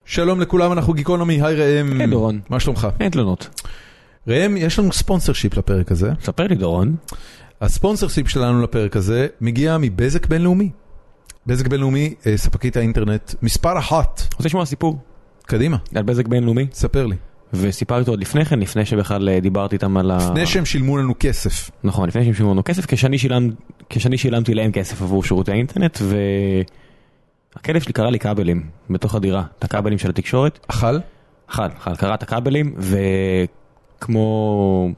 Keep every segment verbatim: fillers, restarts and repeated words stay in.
שלום לכולם, אנחנו גיקונומי, היי ראם. היי דורון. מה שלומך? אין תלונות. ראם, יש לנו ספונסר שיפ לפרק הזה. ספר לי דורון. הספונסר שיפ שלנו לפרק הזה מגיע מבזק בינלאומי. בזק בינלאומי, ספקית האינטרנט, מספר אחת. רוצה לשמוע סיפור? קדימה. על בזק בינלאומי? ספר לי. וסיפרתי עוד לפני כן, לפני שבכלל דיברתי איתם על ה... לפני שהם שילמו לנו כסף. נכון, לפני שהם שילמו לנו כסף, כשאני שילמ... כשאני שילמתי להם כסף עבור שירותי האינטרנט, והכלב שלי קרא לי כבלים בתוך הדירה, את הכבלים של התקשורת. אכל? אכל, אכל, קרא את הכבלים, וכמו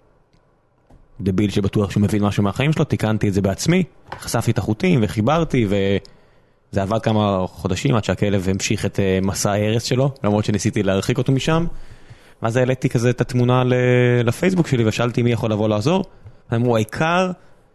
דביל שבטוח שהוא מבין משהו מהחיים שלו, תיקנתי את זה בעצמי, חשפתי את החוטים וחיברתי, וזה עבד כמה חודשים עד שהכלב המשיך את מסע ההרס שלו, למרות שניסיתי להרחיק אותו משם. ואז העליתי כזה את התמונה לפייסבוק שלי, ושאלתי מי יכול לבוא לעזור. אמרו, העיקר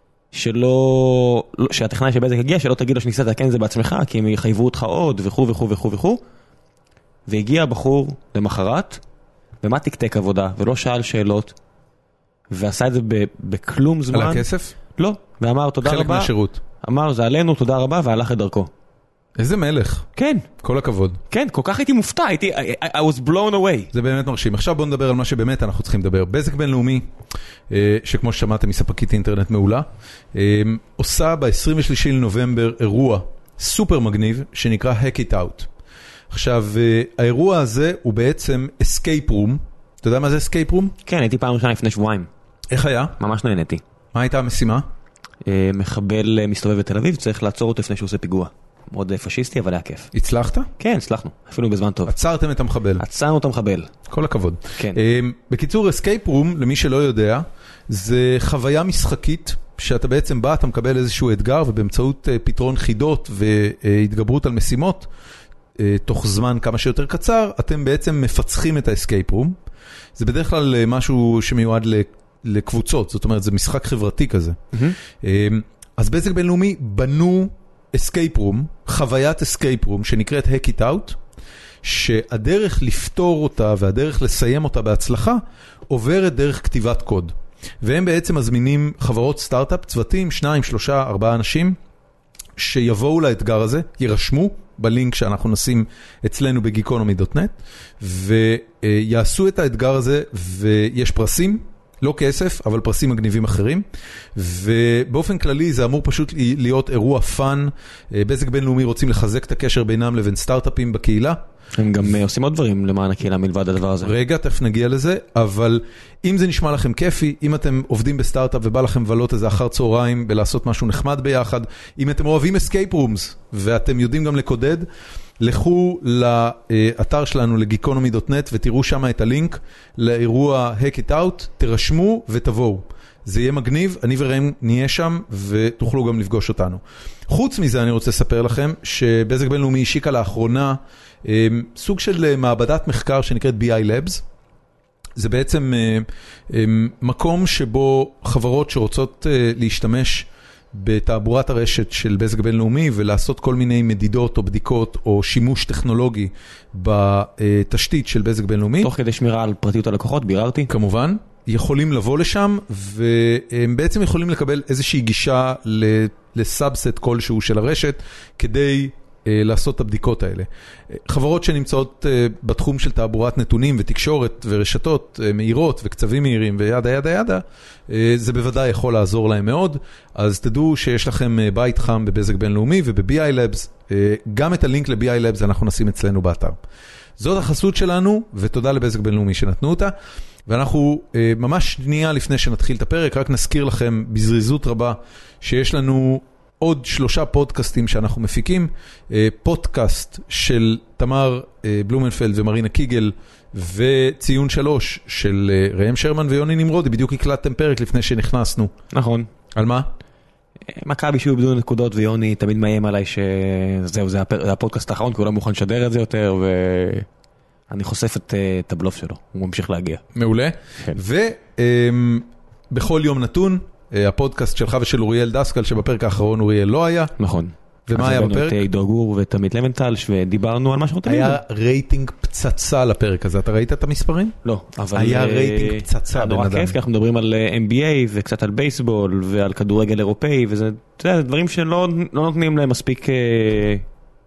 שלא, שהטכנאי של בזק הגיע, שלא תגיד לו שניסה לתקן את זה בעצמך, כי הם יחייבו אותך עוד, וכו' וכו' וכו' וכו'. והגיע הבחור למחרת, ומה תקתק עבודה, ולא שאל שאלות, ועשה את זה בכלום זמן. על הכסף? לא, ואמר תודה רבה. חלק מהשירות. אמר זה עלינו, תודה רבה, והלך את דרכו. איזה מלך. כן. כל הכבוד. כן, כל כך הייתי מופתע, הייתי, I, I was blown away. זה באמת מרשים. עכשיו בואו נדבר על מה שבאמת אנחנו צריכים לדבר. בזק בינלאומי, שכמו ששמעתם מספקית אינטרנט מעולה, עושה ב-עשרים ושלישי לנובמבר אירוע סופר מגניב, שנקרא Hack It Out. עכשיו, האירוע הזה הוא בעצם escape room. אתה יודע מה זה escape room? כן, הייתי פעם ראשונה לפני שבועיים. איך היה? ממש נהניתי. מה הייתה המשימה? מחבל מסתובב בתל אביב, צריך לעצור אותו לפני שהוא עושה פיגוע. מאוד פשיסטי, אבל היה כיף. הצלחת? כן, הצלחנו. אפילו בזמן טוב. עצרתם את המחבל. עצרנו את המחבל. כל הכבוד. כן. בקיצור, escape room, למי שלא יודע, זה חוויה משחקית, שאתה בעצם בא, אתה מקבל איזשהו אתגר, ובאמצעות פתרון חידות והתגברות על משימות, תוך זמן כמה שיותר קצר, אתם בעצם מפצחים את ה-escape room. זה בדרך כלל משהו שמיועד לקבוצות, זאת אומרת, זה משחק חברתי כזה. אז בזק בינלאומי בנו escape room, חוויית escape room, שנקראת Hack It Out, שהדרך לפתור אותה והדרך לסיים אותה בהצלחה, עוברת דרך כתיבת קוד. והם בעצם מזמינים חברות סטארט-אפ, צוותים, שניים, שלושה, ארבעה אנשים, שיבואו לאתגר הזה, יירשמו בלינק שאנחנו נשים אצלנו בגיקונומי דוט נט, ויעשו את האתגר הזה, ויש פרסים, לא כסף, אבל פרסים מגניבים אחרים, ובאופן כללי זה אמור פשוט להיות אירוע פאן. בזק בינלאומי רוצים לחזק את הקשר בינם לבין סטארט-אפים בקהילה. הם גם עושים עוד דברים למען הקהילה מלבד הדבר הזה. רגע, תכף נגיע לזה, אבל אם זה נשמע לכם כיפי, אם אתם עובדים בסטארט-אפ ובא לכם לבלות איזה אחר צהריים ולעשות משהו נחמד ביחד, אם אתם אוהבים escape rooms ואתם יודעים גם לקודד, לכו לאתר שלנו לגיקונומי דוט נט ותראו שם את הלינק לאירוע Hack It Out, תרשמו ותבואו. זה יהיה מגניב, אני וראם נהיה שם ותוכלו גם לפגוש אותנו. חוץ מזה אני רוצה לספר לכם שבזק בינלאומי השיקה לאחרונה סוג של מעבדת מחקר שנקראת בי איי Labs. זה בעצם מקום שבו חברות שרוצות להשתמש בתעבורת הרשת של בזק בינלאומי ולעשות כל מיני מדידות או בדיקות או שימוש טכנולוגי בתשתית של בזק בינלאומי. תוך כדי שמירה על פרטיות הלקוחות, ביררתי. כמובן, יכולים לבוא לשם והם בעצם יכולים לקבל איזושהי גישה לסאבסט כלשהו של הרשת כדי לעשות את הבדיקות האלה. חברות שנמצאות בתחום של תעבורת נתונים ותקשורת ורשתות מהירות וקצבים מהירים וידה ידה ידה, זה בוודאי יכול לעזור להם מאוד. אז תדעו שיש לכם בית חם בבזק בינלאומי וב-בי איי Labs, גם את הלינק ל-בי איי Labs אנחנו נשים אצלנו באתר. זאת החסות שלנו, ותודה לבזק בינלאומי שנתנו אותה. ואנחנו ממש שנייה לפני שנתחיל את הפרק, רק נזכיר לכם בזריזות רבה שיש לנו עוד שלושה פודקאסטים שאנחנו מפיקים, פודקאסט של תמר בלומנפלד ומרינה קיגל, וציון שלוש של ראם שרמן ויוני נמרודי, בדיוק הקלטתם פרק לפני שנכנסנו. נכון. על מה? מכבי שהוא איבדו נקודות ויוני תמיד מאיים עליי שזהו, זה הפודקאסט האחרון, כי הוא לא מוכן לשדר את זה יותר, ואני חושף את הבלוף שלו, הוא ממשיך להגיע. מעולה. ובכל יום נתון, הפודקאסט שלך ושל אוריאל דסקל, שבפרק האחרון אוריאל לא היה. נכון. ומה היה בפרק? אז הבאנו את עידו גור ותמית לבנטל, ודיברנו על מה שאנחנו תמיד. היה רייטינג פצצה לפרק הזה, אתה ראית את המספרים? לא, אבל... היה רייטינג פצצה בן אדם. נורא כיף, כי אנחנו מדברים על אן בי איי, וקצת על בייסבול, ועל כדורגל אירופאי, וזה דברים שלא נותנים להם מספיק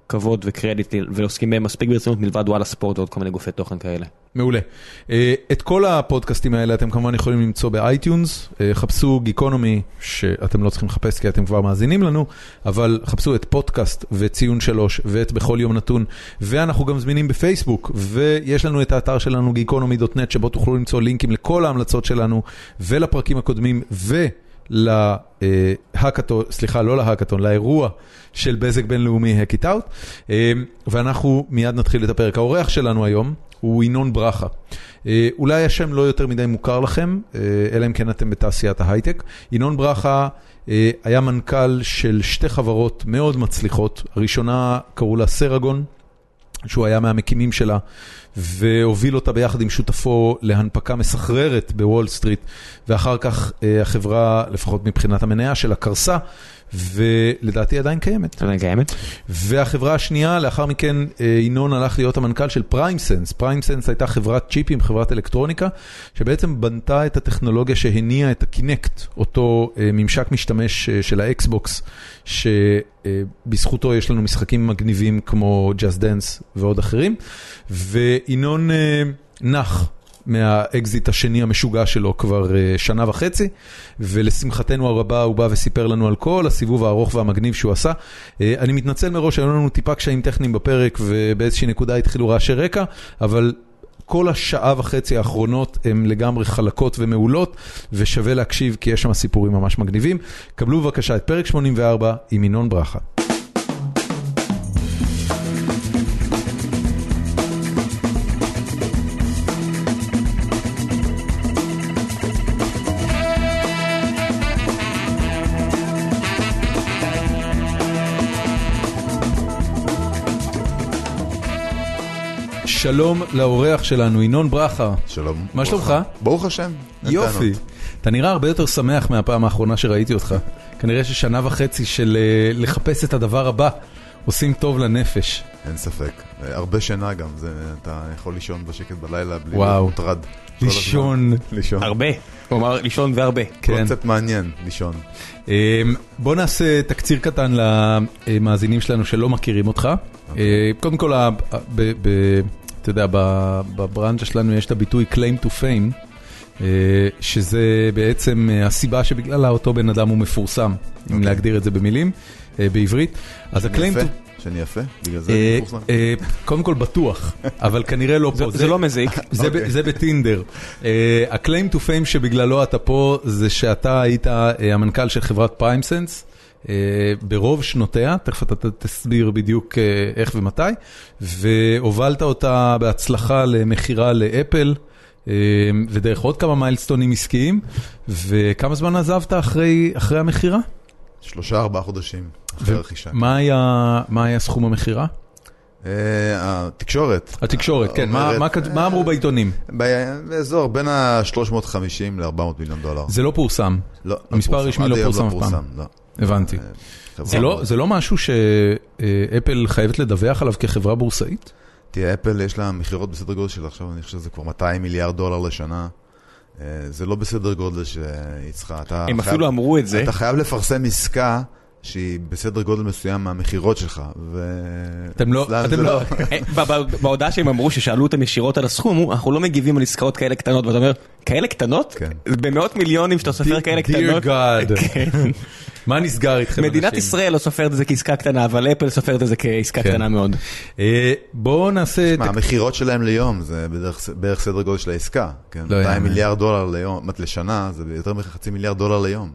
כבוד וקרדיט ועוסקים בהם מספיק ברצינות מלבד וואלה ספורט ועוד כל מיני גופי תוכן כאלה. מעולה. את כל הפודקאסטים האלה אתם כמובן יכולים למצוא באייטיונס, חפשו גיקונומי, שאתם לא צריכים לחפש כי אתם כבר מאזינים לנו, אבל חפשו את פודקאסט וציון שלוש ואת בכל יום נתון, ואנחנו גם זמינים בפייסבוק, ויש לנו את האתר שלנו גיקונומי דוט נט, שבו תוכלו למצוא לינקים לכל ההמלצות שלנו ולפרקים הקודמים ו... להקטון, סליחה, לא להקטון, לאירוע של בזק בינלאומי Hack It Out, ואנחנו מיד נתחיל את הפרק. האורח שלנו היום הוא ינון ברכה. אולי השם לא יותר מדי מוכר לכם, אלא אם כן אתם בתעשיית ההייטק. ינון ברכה היה מנכ"ל של שתי חברות מאוד מצליחות. הראשונה קראו לה סרגון, שהוא היה מהמקימים שלה, והוביל אותה ביחד עם שותפו להנפקה מסחררת בוול סטריט, ואחר כך החברה, לפחות מבחינת המניה שלה, קרסה, ולדעתי עדיין קיימת. עדיין קיימת. והחברה השנייה, לאחר מכן, ינון הלך להיות המנכ"ל של פריימסנס. פריימסנס הייתה חברת צ'יפים, חברת אלקטרוניקה, שבעצם בנתה את הטכנולוגיה שהניעה את הקינקט, אותו ממשק משתמש של האקסבוקס, שבזכותו יש לנו משחקים מגניבים כמו Just Dance ועוד אחרים, וינון נח מהאקזיט השני המשוגע שלו כבר שנה וחצי, ולשמחתנו הרבה הוא בא וסיפר לנו על כל הסיבוב הארוך והמגניב שהוא עשה. אני מתנצל מראש, היו לנו טיפה קשיים טכניים בפרק, ובאיזושהי נקודה התחילו רעשי רקע, אבל כל השעה וחצי האחרונות הן לגמרי חלקות ומעולות, ושווה להקשיב כי יש שם סיפורים ממש מגניבים. קבלו בבקשה את פרק שמונים וארבע עם ינון ברכה. שלום לאורח שלנו, ינון ברכה. שלום. מה שלומך? ברוך השם. יופי. אתה נראה הרבה יותר שמח מהפעם האחרונה שראיתי אותך. כנראה ששנה וחצי של לחפש את הדבר הבא עושים טוב לנפש. אין ספק. הרבה שינה גם. אתה יכול לישון בשקט בלילה בלי להיות מוטרד. לישון. לישון. הרבה. הוא אמר לישון והרבה. קונספט מעניין, לישון. בוא נעשה תקציר קטן למאזינים שלנו שלא מכירים אותך. קודם כל, אתה יודע, בברנצ'ה שלנו יש את הביטוי claim to fame, שזה בעצם הסיבה שבגללה אותו בן אדם הוא מפורסם, אם להגדיר את זה במילים, בעברית. אז ה-claim to... שאני יפה? בגלל זה אני מפורסם? קודם כל בטוח, אבל כנראה לא פה. זה לא מזיק. זה בטינדר. ה-claim to fame שבגללו אתה פה, זה שאתה היית המנכ"ל של חברת פריימסנס, ברוב שנותיה, תכף אתה תסביר בדיוק איך ומתי, והובלת אותה בהצלחה למחירה לאפל, ודרך עוד כמה מיילסטונים עסקיים, וכמה זמן עזבת אחרי, אחרי המחירה? שלושה, ארבעה חודשים אחרי הרכישה. מה היה, מה היה סכום המחירה? התקשורת. התקשורת, כן. מה אמרו בעיתונים? באזור בין ה-שלוש מאות וחמישים ל-ארבע מאות מיליון דולר. זה לא פורסם? לא. המספר הרשמי לא פורסם אף פעם? לא. הבנתי. זה לא משהו שאפל חייבת לדווח עליו כחברה בורסאית? תראה, אפל יש לה מחירות בסדר גודל של עכשיו, אני חושב שזה כבר מאתיים מיליארד דולר לשנה. זה לא בסדר גודל שהיא צריכה. הם אפילו אמרו את זה. אתה חייב לפרסם עסקה שהיא בסדר גודל מסוים מהמחירות שלך. אתם לא... בהודעה שהם אמרו ששאלו אותם ישירות על הסכום, אנחנו לא מגיבים על עסקאות כאלה קטנות, ואתה אומר, כאלה קטנות? כן. במאות מיליונים שאתה סופר כאלה קטנות? Dear God. מה נסגר איתכם? מדינת ישראל לא סופרת את זה כעסקה קטנה, אבל אפל סופרת את זה כעסקה קטנה מאוד. בואו נעשה... המחירות שלהם ליום זה בערך סדר גודל של העסקה. מאתיים מיליארד דולר ליום, לשנה, זה יותר מחצי מיליארד דולר ליום.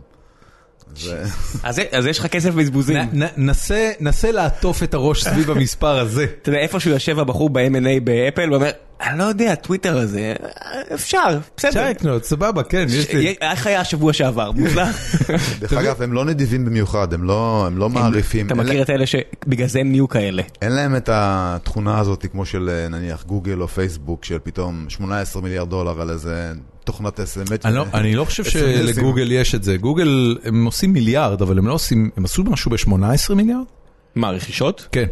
אז יש לך כסף בזבוזים. נסה לעטוף את הראש סביב המספר הזה. אתה יודע, איפה שהוא יושב הבחור ב-אם אנד איי באפל, הוא אומר, אני לא יודע, טוויטר הזה, אפשר, בסדר. אפשר לקנות, סבבה, כן. איך היה השבוע שעבר, מוזלח? דרך אגב, הם לא נדיבים במיוחד, הם לא מעריפים. אתה מכיר את האלה שבגלל זה הם נהיו כאלה. אין להם את התכונה הזאת, כמו של נניח גוגל או פייסבוק, של פתאום שמונה עשרה מיליארד דולר על איזה תוכנת אס אם אס. אני לא חושב שלגוגל יש את זה. גוגל, הם עושים מיליארד, אבל הם לא עושים, הם עשו משהו ב-שמונה עשרה מיליארד? מה, רכישות? כן.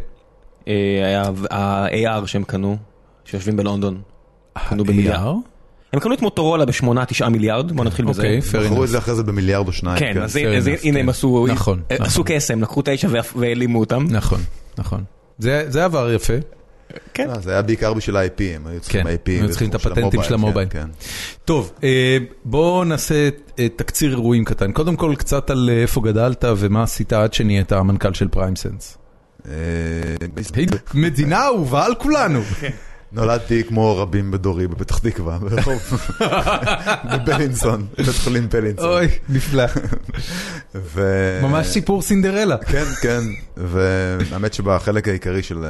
ה-איי אר שהם קנו, שיושבים בלונדון. ה-איי אר? הם קנו את מוטורולה ב-שמונה תשעה מיליארד, בוא נתחיל בזה. אוקיי, fair enough. בחרו את זה אחרי זה במיליארד או שניים. כן, אז הנה הם עשו קסם, לקחו תשע והעלימו אותם. נכון, נכון. זה, זה עבר יפה. כן. זה היה בעיקר בשביל ה-איי פי, הם היו צריכים כן, איי פי. היו צריכים את הפטנטים של המובייל. כן, כן. טוב, בואו נעשה תקציר אירועים קטן. קודם כל קצת על איפה גדלת ומה עשית עד שנהיית המנכ"ל של פריימסנס. מדינה אהובה על כולנו. נולדתי כמו רבים בדורי בפתח תקווה, ברחוב, בבלינסון, בית חולים בלינסון. אוי, נפלא. ממש סיפור סינדרלה. כן, כן, והאמת שבחלק העיקרי של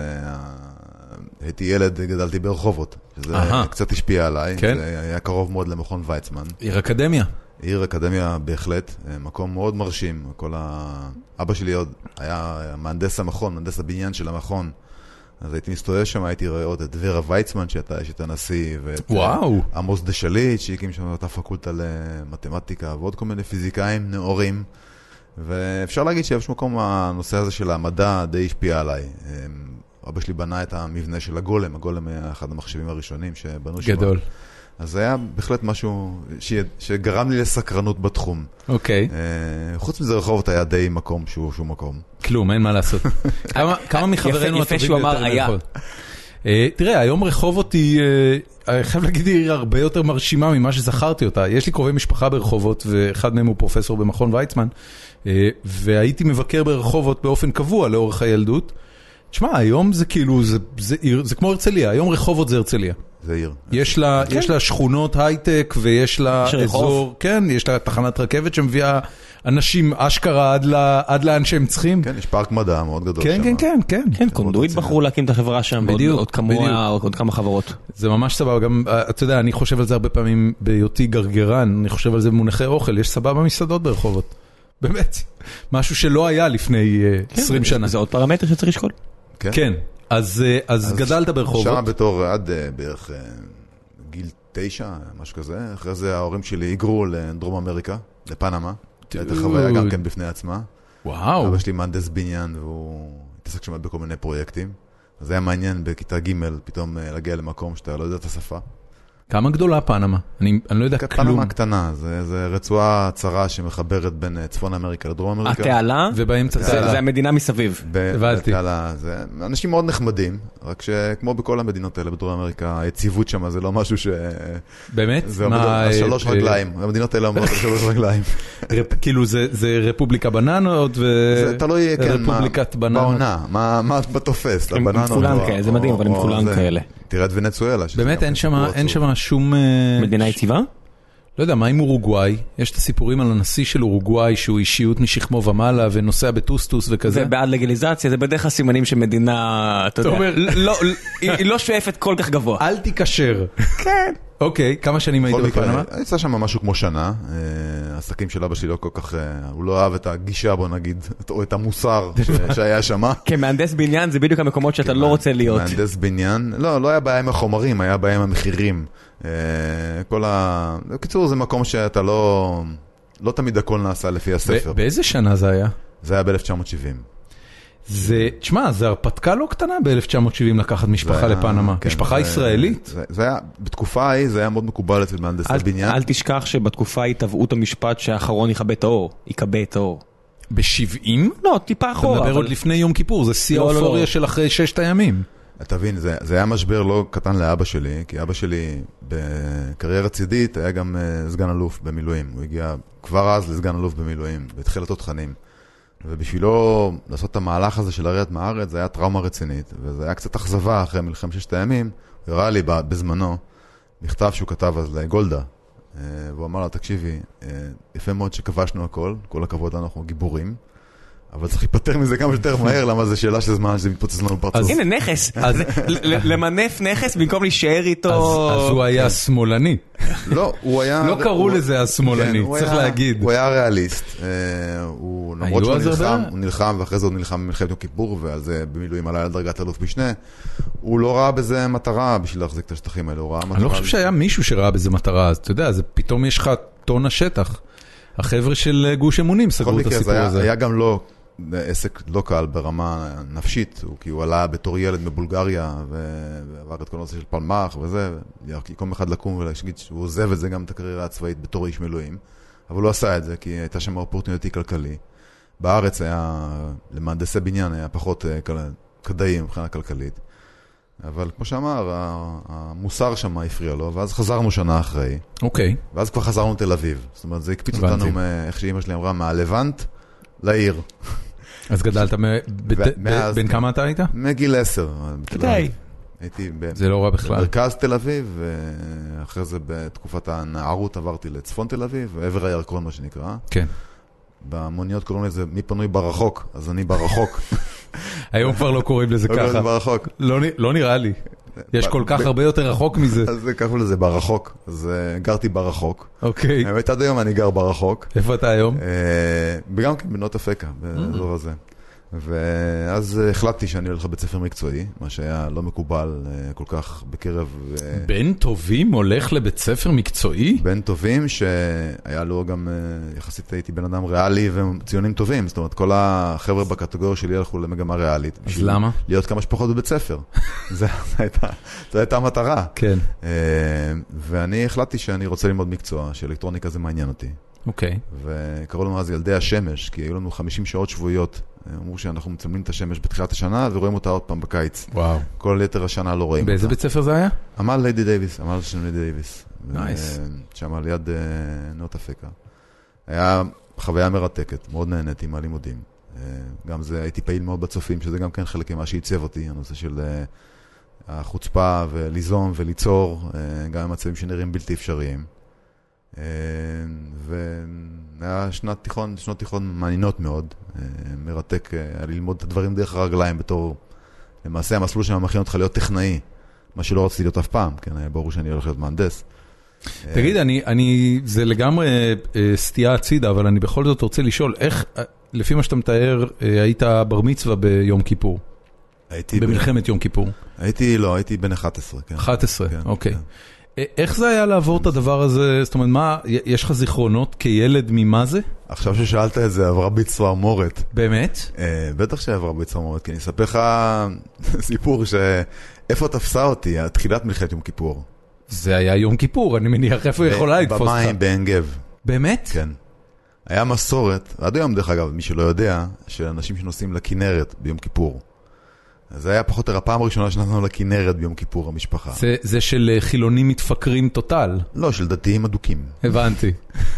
הייתי ילד, גדלתי ברחובות, שזה קצת השפיע עליי, זה היה קרוב מאוד למכון ויצמן. עיר אקדמיה. עיר אקדמיה בהחלט, מקום מאוד מרשים, כל אבא שלי עוד היה מהנדס המכון, מהנדס הבניין של המכון, אז הייתי מסתובב שם, הייתי רואה עוד את ורה ויצמן שהייתה אשת הנשיא, ואת עמוס דשליט שהקים שם את הפקולטה למתמטיקה, ועוד כל מיני פיזיקאים נאורים, ואפשר להגיד שיש מקום הנושא הזה של המדע די השפיע עליי. אבא שלי בנה את המבנה של הגולם, הגולם היה אחד המחשבים הראשונים שבנו שם. גדול. אז זה היה בהחלט משהו שגרם לי לסקרנות בתחום. אוקיי. חוץ מזה רחובות היה די מקום שהוא שום מקום. כלום, אין מה לעשות. כמה מחברינו יפה שהוא אמר היה. תראה, היום רחובות היא, אני חייב להגיד, היא הרבה יותר מרשימה ממה שזכרתי אותה. יש לי קרובי משפחה ברחובות, ואחד מהם הוא פרופסור במכון ויצמן, והייתי מבקר ברחובות באופן קבוע לאורך הילדות. תשמע, היום זה כאילו, זה, זה, זה כמו הרצליה, היום רחובות זה הרצליה. זה עיר. יש לה, כן. יש לה שכונות הייטק ויש לה אזור, כן, יש לה תחנת רכבת שמביאה אנשים אשכרה עד, לה, עד לאן שהם צריכים. כן, יש פארק מדע מאוד גדול כן, שם. כן, כן, כן. כן, קונדויט בחרו להקים את החברה שם, בדיוק, עוד, עוד, כמוה, עוד כמה חברות. זה ממש סבבה, גם, אתה יודע, אני חושב על זה הרבה פעמים בהיותי גרגרן, אני חושב על זה במונחי אוכל, יש סבבה מסעדות ברחובות. באמת. משהו שלא היה לפני כן, עשרים שנה. זה עוד פרמטר שצריך לשקול. כן. כן. אז, אז, אז גדלת ברחובות. שם בתור עד בערך גיל תשע, משהו כזה. אחרי זה ההורים שלי היגרו לדרום אמריקה, לפנמה. הייתה חוויה גם כן בפני עצמה. וואו. אבא שלי מהנדס בניין, והוא התעסק שם בכל מיני פרויקטים. אז זה היה מעניין בכיתה ג' פתאום להגיע למקום שאתה לא יודע את השפה. כמה גדולה פנמה? אני, אני לא יודע כלום. פנמה קטנה, זה, זה רצועה צרה שמחברת בין צפון אמריקה לדרום אמריקה. התעלה? ובאמצע זה, זה המדינה מסביב. הבנתי. התעלה, זה אנשים מאוד נחמדים, רק שכמו בכל המדינות האלה בדרום אמריקה, היציבות שם זה לא משהו ש... באמת? זה מה, שלוש רגליים, המדינות האלה אומרות שלוש רגליים. כאילו זה, זה רפובליקה בננות ו... זה תלוי, כן, רפובליקת בננות. בעונה, מה, מה בתופס? עם כפולן כאלה, זה מדהים, אבל עם כפולן כאלה. תראה את ונצואלה. באמת אין שם, אין שם שום... מדינה יציבה? לא יודע, מה עם אורוגוואי? יש את הסיפורים על הנשיא של אורוגוואי, שהוא אישיות משכמו ומעלה, ונוסע בטוסטוס וכזה. ובעד לגליזציה, זה בדרך הסימנים שמדינה, אתה יודע, היא לא שואפת כל כך גבוה. אל תיקשר. כן. אוקיי, כמה שנים היית בפנמה? הייתה שם משהו כמו שנה. העסקים של אבא שלי לא כל כך, הוא לא אהב את הגישה, בוא נגיד, או את המוסר שהיה שם. כמהנדס בניין זה בדיוק המקומות שאתה לא רוצה להיות. כמהנדס בניין, לא, לא היה בעיה עם החומרים, היה בעיה עם המחירים. כל ה... בקיצור, זה מקום שאתה לא... לא תמיד הכל נעשה לפי הספר. באיזה שנה זה היה? זה היה ב-אלף תשע מאות שבעים. זה, תשמע, זה הרפתקה לא קטנה ב-אלף תשע מאות שבעים לקחת משפחה לפנמה. משפחה ישראלית. זה היה, בתקופה ההיא זה היה מאוד מקובל אצל מהנדסי בניין. אל תשכח שבתקופה ההיא טבעו את המשפט שהאחרון יכבה את האור. יכבה את האור. ב-שבעים? לא, טיפה אחורה. אתה מדבר עוד לפני יום כיפור, זה שיא האופוריה של אחרי ששת הימים. תבין, זה, זה היה משבר לא קטן לאבא שלי, כי אבא שלי בקריירה צידית היה גם uh, סגן אלוף במילואים. הוא הגיע כבר אז לסגן אלוף במילואים, והתחיל תותחנים. ובשבילו לעשות את המהלך הזה של לרדת מהארץ, זה היה טראומה רצינית, וזה היה קצת אכזבה אחרי מלחמת ששת הימים. הוא הראה לי בזמנו מכתב שהוא כתב אז לגולדה, uh, והוא אמר לה, תקשיבי, uh, יפה מאוד שכבשנו הכל, כל הכבוד לנו, אנחנו גיבורים, אבל צריך להיפטר מזה כמה שיותר מהר, למה זה שאלה של זמן שזה מתפוצץ לנו פרצוף. אז הנה נכס, למנף נכס במקום להישאר איתו. אז הוא היה שמאלני. לא, הוא היה... לא קראו לזה השמאלני, צריך להגיד. הוא היה ריאליסט. למרות שהוא נלחם, הוא נלחם, ואחרי זה הוא נלחם במלחמת יום כיפור, ועל זה במילואים עלה לדרגת אלוף משנה. הוא לא ראה בזה מטרה בשביל להחזיק את השטחים האלה, הוא ראה מטרה... אני לא חושב שהיה מישהו שראה בזה מטרה, אז אתה יודע, פתאום יש לך טון השטח. החבר'ה של גוש אמונים סגרו את הסיפור הזה. היה גם לא... עסק לא קל ברמה נפשית, כי הוא עלה בתור ילד מבולגריה ועבר את כל נושא של פלמח וזה, יקום אחד לקום ולהגיד שהוא עוזב את זה גם את הקריירה הצבאית בתור איש מילואים, אבל הוא עשה את זה כי הייתה שם אופורטוניטי כלכלי. בארץ היה, למהנדסי בניין היה פחות כדאי מבחינה כלכלית. אבל כמו שאמר, המוסר שם הפריע לו, ואז חזרנו שנה אחרי. אוקיי. ואז כבר חזרנו תל אביב. זאת אומרת, זה הקפיץ אותנו, איך שאמא שלי אמרה, מהלבנט לעיר. אז גדלת, בין כמה אתה היית? מגיל עשר. כדאי. הייתי זה לא רע בכלל. במרכז תל אביב, ואחרי זה בתקופת הנערות עברתי לצפון תל אביב, עבר הירקון מה שנקרא. כן. במוניות קוראים לזה מי פנוי ברחוק, אז אני ברחוק. היום כבר לא קוראים לזה ככה. ברחוק. לא נראה לי. יש כל כך הרבה יותר רחוק מזה. אז קראו לזה ברחוק, אז גרתי ברחוק. אוקיי. האמת עד היום אני גר ברחוק. איפה אתה היום? וגם כן בנות אפקה, באזור הזה. ואז החלטתי שאני הולך לבית ספר מקצועי, מה שהיה לא מקובל כל כך בקרב... בן טובים הולך לבית ספר מקצועי? בן טובים שהיה לו גם, יחסית הייתי בן אדם ריאלי וציונים טובים, זאת אומרת כל החבר'ה בקטגוריה שלי הלכו למגמה ריאלית. אז למה? להיות כמה שפחות בבית ספר. זו הייתה המטרה. כן. ואני החלטתי שאני רוצה ללמוד מקצוע, שאלקטרוניקה זה מעניין אותי. אוקיי. וקראו לנו אז ילדי השמש, כי היו לנו חמישים שעות שבועיות. אמרו שאנחנו מצלמים את השמש בתחילת השנה ורואים אותה עוד פעם בקיץ. וואו. כל יתר השנה לא רואים אותה. באיזה בית ספר זה היה? עמל לידי דייביס, עמל של לידי דייביס. נייס. שם על יד נאות אפקה. היה חוויה מרתקת, מאוד נהניתי מהלימודים. גם זה, הייתי פעיל מאוד בצופים, שזה גם כן חלק ממה שעיצב אותי, הנושא של החוצפה וליזום וליצור, גם המצבים שנראים בלתי אפשריים. והיה שנת תיכון, שנות תיכון מעניינות מאוד, מרתק, היה ללמוד את הדברים דרך הרגליים בתור, למעשה המסלול שם מכין אותך להיות טכנאי, מה שלא רציתי להיות אף פעם, כן, היה ברור שאני הולך להיות מהנדס. תגיד, אני, אני, זה לגמרי סטייה הצידה, אבל אני בכל זאת רוצה לשאול, איך, לפי מה שאתה מתאר, היית בר מצווה ביום כיפור? הייתי... במלחמת יום כיפור. הייתי, לא, הייתי בן אחת עשרה, כן. אחת עשרה, אוקיי. איך זה היה לעבור את הדבר הזה? זאת אומרת, מה, יש לך זיכרונות כילד ממה זה? עכשיו ששאלת את זה, עברה בי צמרמורת. באמת? בטח שעברה בי צמרמורת, כי אני אספר לך סיפור שאיפה תפסה אותי, תחילת מלחמת יום כיפור. זה היה יום כיפור, אני מניח, איפה יכולה לתפוס לך? במים, בעין גב. באמת? כן. היה מסורת, עד היום דרך אגב, מי שלא יודע, שאנשים שנוסעים לכנרת ביום כיפור. זה היה פחות או יותר הפעם הראשונה שנתנו לכנרת ביום כיפור, המשפחה. זה, זה של חילונים מתפקרים טוטל? לא, של דתיים אדוקים. הבנתי.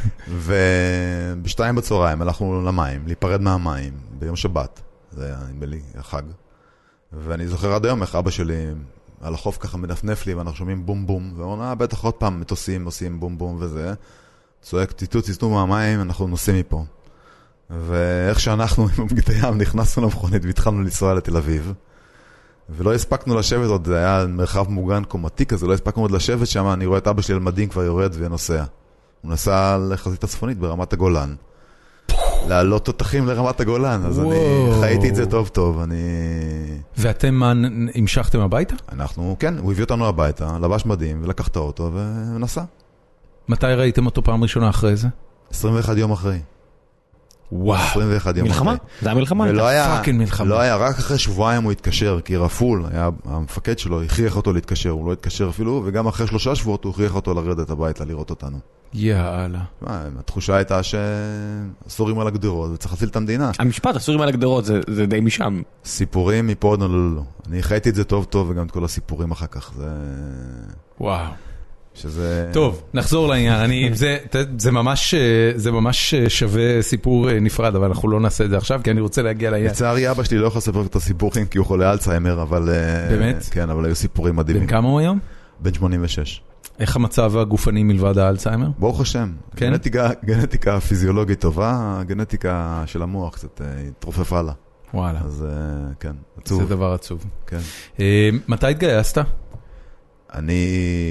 ובשתיים בצהריים הלכנו למים, להיפרד מהמים, ביום שבת. זה היה, נדמה לי, החג. ואני זוכר עד היום איך אבא שלי על החוף ככה מנפנף לי, ואנחנו שומעים בום בום, ואומרים, אה, בטח עוד פעם מטוסים עושים בום בום וזה. צועק, תיתו, תיתו מהמים, אנחנו נוסעים מפה. ואיך שאנחנו עם בגדי ים נכנסנו למכונית והתחלנו לנסוע לתל אביב. ולא הספקנו לשבת עוד, זה היה מרחב מוגן קומתי כזה, לא הספקנו עוד לשבת שם, אני רואה את אבא שלי על מדים כבר יורד ונוסע. הוא נסע לחזית הצפונית ברמת הגולן. לעלות תותחים לרמת הגולן, אז אני חייתי את זה טוב טוב, אני... ואתם מה, המשכתם הביתה? אנחנו, כן, הוא הביא אותנו הביתה, לבש מדים ולקח את האוטו ונסע. מתי ראיתם אותו פעם ראשונה אחרי זה? עשרים ואחד יום אחרי. וואו. עשרים ואחד יום מלחמה? אחרי. זה היה מלחמה? ולא היה, פאקינג מלחמה. לא היה, רק אחרי שבועיים הוא התקשר, כי רפול, היה, המפקד שלו הכריח אותו להתקשר, הוא לא התקשר אפילו, וגם אחרי שלושה שבועות הוא הכריח אותו לרדת הביתה לראות אותנו. יאללה. התחושה הייתה שאסורים על הגדרות, וצריך להציל את המדינה. המשפט, אסורים על הגדרות, זה, זה די משם. סיפורים מפה עוד לא, לא, לא. אני חייתי את זה טוב טוב, וגם את כל הסיפורים אחר כך. זה... וואו. שזה... טוב, נחזור לעניין. אני, זה, זה ממש, זה ממש שווה סיפור נפרד, אבל אנחנו לא נעשה את זה עכשיו, כי אני רוצה להגיע לעניין. לצערי, אבא שלי לא יכול לספר את הסיפורים, כי הוא חולה אלצהיימר, אבל... באמת? כן, אבל היו סיפורים מדהימים. בן כמה הוא היום? בן שמונים ושש. איך המצב הגופני מלבד האלצהיימר? ברוך השם. כן? גנטיקה, גנטיקה פיזיולוגית טובה, הגנטיקה של המוח קצת התרופפה לה. וואלה. אז כן, עצוב. זה דבר עצוב. כן. מתי התגייסת? אני...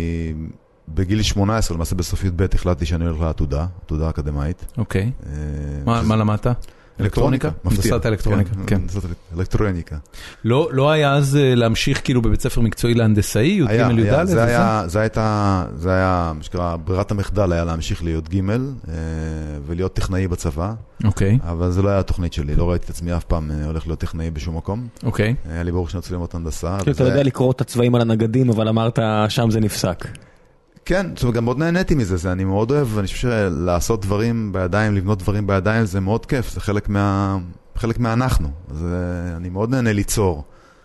בגיל שמונה עשרה, למעשה בסוף י"ב, החלטתי שאני הולך לעתודה, עתודה אקדמית. אוקיי. מה למדת? אלקטרוניקה? הנדסת אלקטרוניקה. כן, הנדסת אלקטרוניקה. לא היה אז להמשיך כאילו בבית ספר מקצועי להנדסאי, י' ג' י' ד'? זה הייתה, זה היה, מה שקרה, ברירת המחדל היה להמשיך להיות ג' ולהיות טכנאי בצבא. אוקיי. אבל זה לא היה התוכנית שלי, לא ראיתי את עצמי אף פעם הולך להיות טכנאי בשום מקום. אוקיי. היה לי ברור שאני רוצה ללמוד הנדסה. אתה יודע לקרוא את הצבעים על הנגדים, אבל אמרת שם זה נפסק. כן, זאת אומרת, גם מאוד נהניתי מזה, זה אני מאוד אוהב, ואני חושב שלעשות דברים בידיים, לבנות דברים בידיים, זה מאוד כיף, זה חלק מה, חלק מהאנחנו, אז אני מאוד נהנה ליצור.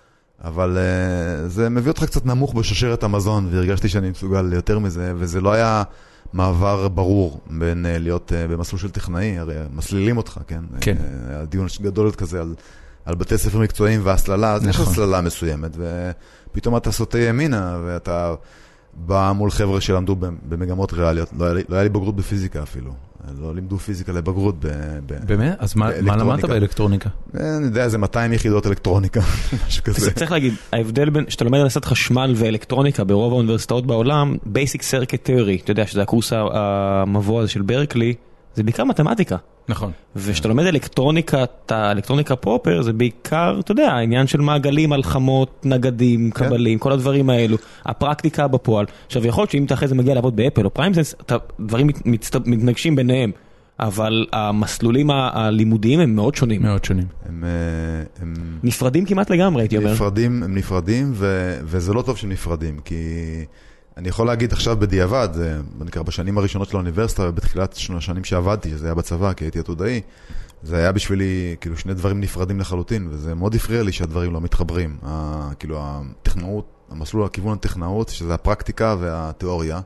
אבל uh, זה מביא אותך קצת נמוך בשושרת המזון, והרגשתי שאני מסוגל יותר מזה, וזה לא היה מעבר ברור בין uh, להיות uh, במסלול של טכנאי, הרי מסלילים אותך, כן? כן. Uh, הדיון גדול כזה על, על בתי ספר מקצועיים והסללה, אז נכון. יש הסללה מסוימת, ופתאום אתה סוטה ימינה, ואתה בא מול חבר'ה שלמדו במגמות ריאליות, לא היה לי, לא היה לי בגרות בפיזיקה אפילו. לא לימדו פיזיקה לבגרות ב... באמת? אז מה, מה למדת באלקטרוניקה? אני יודע, זה מאתיים יחידות אלקטרוניקה, משהו כזה. צריך להגיד, ההבדל בין, שאתה לומד לנסות חשמל ואלקטרוניקה ברוב האוניברסיטאות בעולם, Basic Circuit Theory, אתה יודע שזה הקורס המבוא הזה של ברקלי, זה בעיקר מתמטיקה. נכון. ושאתה לומד אלקטרוניקה, האלקטרוניקה פרופר, זה בעיקר, אתה יודע, העניין של מעגלים, מלחמות, נגדים, קבלים, כל הדברים האלו, הפרקטיקה בפועל. עכשיו, יכול להיות שאם אתה אחרי זה מגיע לעבוד באפל או פריימסנס, דברים מתנגשים ביניהם, אבל המסלולים הלימודיים הם מאוד שונים. מאוד שונים. הם נפרדים כמעט לגמרי, הייתי אומר. נפרדים, הם נפרדים, וזה לא טוב שהם נפרדים, כי אני יכול להגיד עכשיו בדיעבד, זה נקרא בשנים הראשונות של האוניברסיטה, ובתחילת השנים שעבדתי, שזה היה בצבא, כי הייתי עתודאי, זה היה בשבילי כאילו שני דברים נפרדים לחלוטין, וזה מאוד הפריע לי שהדברים לא מתחברים. כאילו הטכנאות, המסלול, הכיוון הטכנאות, שזה הפרקטיקה והתיאוריה,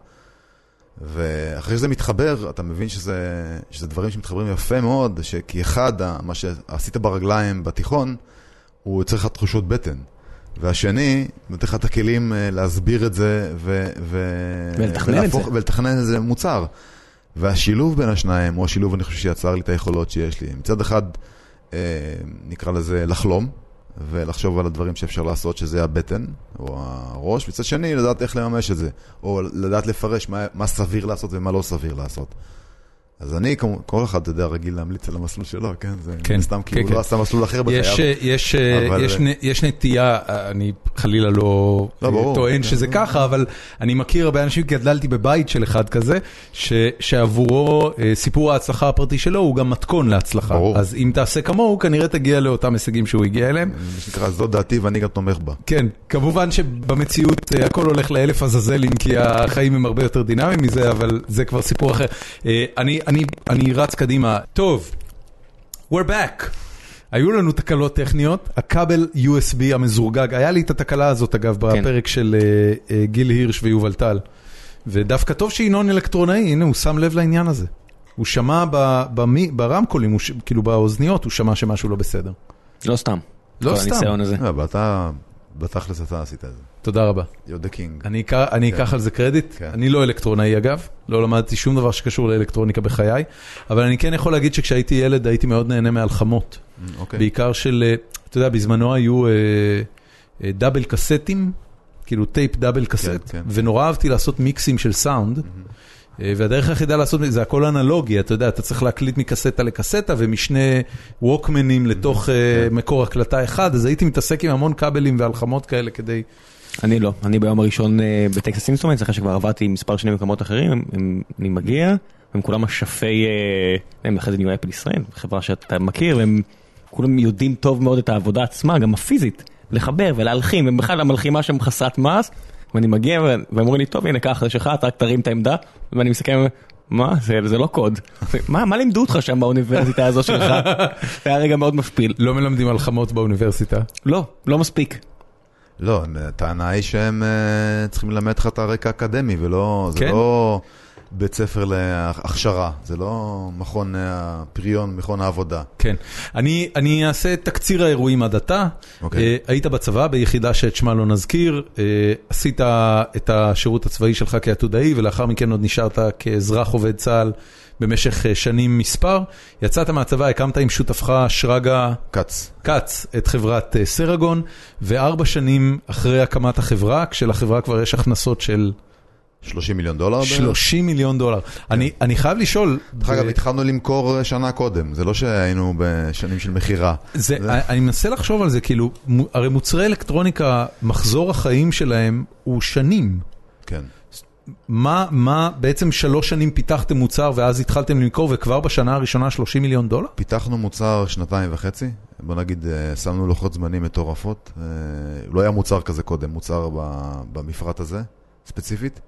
ואחרי שזה מתחבר, אתה מבין שזה, שזה דברים שמתחברים יפה מאוד, שכי אחד, מה שעשית ברגליים בתיכון, הוא יוצר לך תחושות בטן. והשני, נותן לך את הכלים להסביר את זה ו- ו- ולתכנן את זה. ולתכנן את זה מוצר. והשילוב בין השניים, הוא השילוב, אני חושב, שיצר לי את היכולות שיש לי. מצד אחד, אה, נקרא לזה לחלום, ולחשוב על הדברים שאפשר לעשות, שזה הבטן, או הראש, מצד שני, לדעת איך לממש את זה, או לדעת לפרש מה, מה סביר לעשות ומה לא סביר לעשות. אז אני, כל אחד, אתה יודע, רגיל להמליץ על המסלול שלו, כן? זה כן, סתם כי כן, הוא כן. לא עשה מסלול אחר בחייו. יש, יש, אבל... יש, יש נטייה, אני חלילה לא, לא ברור, טוען כן. שזה ככה, אבל אני מכיר הרבה אנשים, גדלתי בבית של אחד כזה, ש, שעבורו סיפור ההצלחה הפרטי שלו הוא גם מתכון להצלחה. ברור. אז אם תעשה כמוהו, כנראה תגיע לאותם הישגים שהוא הגיע אליהם. שנקרא, זו דעתי ואני גם תומך בה. כן, כמובן שבמציאות הכל הולך לאלף הזזלים, כי החיים הם הרבה יותר דינמיים מזה, אבל זה כבר סיפור אחר. אני, אני, אני רץ קדימה. טוב, we're back. היו לנו תקלות טכניות, הכבל יו אס בי המזורגג, היה לי את התקלה הזאת אגב בפרק של uh, uh, גיל הירש ויובל טל, ודווקא טוב שינון אלקטרונאי, הנה הוא שם לב לעניין הזה. הוא שמע ב, במי, ברמקולים, הוא ש, כאילו באוזניות, הוא שמע שמשהו לא בסדר. לא סתם. לא סתם. הניסיון הזה. אבל אתה, בתכלס אתה עשית את זה. תודה רבה. You're the king. אני אקח, אני אקח על זה קרדיט. כן. אני לא אלקטרונאי אגב, לא למדתי שום דבר שקשור לאלקטרוניקה בחיי, אבל אני כן יכול להגיד שכשהייתי ילד הייתי מאוד נהנה מהלחמות. אוקיי. בעיקר של, אתה יודע, בזמנו היו אה, אה, דאבל קסטים, כאילו טייפ דאבל קסט, כן, כן. ונורא אהבתי לעשות מיקסים של סאונד, אה, והדרך היחידה לעשות זה הכל אנלוגי, אתה יודע, אתה צריך להקליט מקסטה לקסטה, ומשני ווקמנים לתוך אה, מקור הקלטה אחד, אז הייתי מתעסק עם המון כבלים והלחמות כאלה כדי... אני לא, אני ביום הראשון בטקסס אינסטרומנטס, אחרי שכבר עבדתי עם מספר שנים במקומות אחרים, אני מגיע, והם כולם השפי, הם אחרי זה ניו אפל ישראל, חברה שאתה מכיר, והם כולם יודעים טוב מאוד את העבודה עצמה, גם הפיזית, לחבר ולהלחים, הם בכלל המלחימה שם חסרת מס, ואני מגיע ואומרים לי, טוב, הנה ככה, זה שלך, אתה רק תרים את העמדה, ואני מסתכל, מה? זה, זה לא קוד. מה, מה לימדו אותך שם באוניברסיטה הזו שלך? זה היה רגע מאוד משפיל. לא מלמדים הלחמות באוניברסיטה? לא, לא מספיק. לא, הטענה היא שהם uh, צריכים ללמד לך את הרקע האקדמי, ולא, כן? זה לא בית ספר להכשרה, זה לא מכון הפריון, מכון העבודה. כן. אני, אני אעשה תקציר האירועים עד עתה. אוקיי. Uh, היית בצבא ביחידה שאת שמה לא נזכיר, uh, עשית את השירות הצבאי שלך כעתודאי, ולאחר מכן עוד נשארת כאזרח עובד צה"ל במשך שנים מספר. יצאת מהצבא, הקמת עם שותפך שרגא קץ. קץ את חברת סרגון, וארבע שנים אחרי הקמת החברה, כשלחברה כבר יש הכנסות של... שלושים מיליון דולר? שלושים מיליון דולר. אני, אני חייב לשאול... דרך אגב, התחלנו למכור שנה קודם, זה לא שהיינו בשנים של מחירה. זה, אני מנסה לחשוב על זה, כאילו, הרי מוצרי אלקטרוניקה, מחזור החיים שלהם הוא שנים. כן. מה, מה, בעצם שלוש שנים פיתחתם מוצר ואז התחלתם למכור וכבר בשנה הראשונה שלושים מיליון דולר? פיתחנו מוצר שנתיים וחצי, בוא נגיד, שמנו לוחות זמנים מטורפות, לא היה מוצר כזה קודם, מוצר במפרט הזה, ספציפית,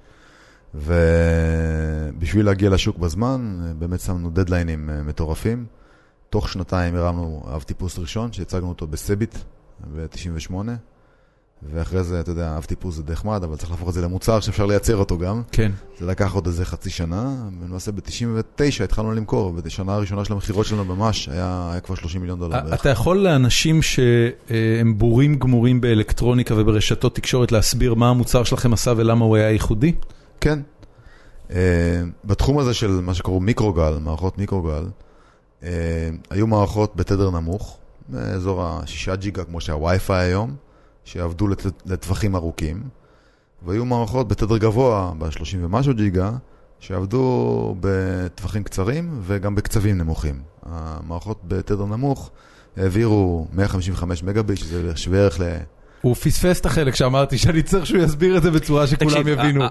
ובשביל להגיע לשוק בזמן, באמת שמנו דדליינים מטורפים, תוך שנתיים הרמנו אב טיפוס ראשון, שהצגנו אותו בסביט ב-תשעים ושמונה, ואחרי זה, אתה יודע, אב טיפוס זה נחמד, אבל צריך להפוך את זה למוצר שאפשר לייצר אותו גם. כן. זה לקח עוד איזה חצי שנה, ולמעשה ב-תשעים ותשע התחלנו למכור, ובשנה הראשונה של המחירות שלנו ממש היה, היה כבר שלושים מיליון דולר בערך. אתה יכול לאנשים שהם בורים גמורים באלקטרוניקה וברשתות תקשורת להסביר מה המוצר שלכם עשה ולמה הוא היה ייחודי? כן. Uh, בתחום הזה של מה שקראו מיקרוגל, מערכות מיקרוגל, uh, היו מערכות בתדר נמוך, באזור ה-שישה ג'יגה כמו שהווי-פיי היום, שעבדו לת... לטווחים ארוכים, והיו מערכות בתדר גבוה, ב-שלושים ומשהו ג'יגה, שעבדו בטווחים קצרים וגם בקצבים נמוכים. המערכות בתדר נמוך העבירו מאה חמישים וחמש מגה-ביט, שזה שווה ערך ל... הוא פספס את החלק שאמרתי שאני צריך שהוא יסביר את זה בצורה שכולם יבינו.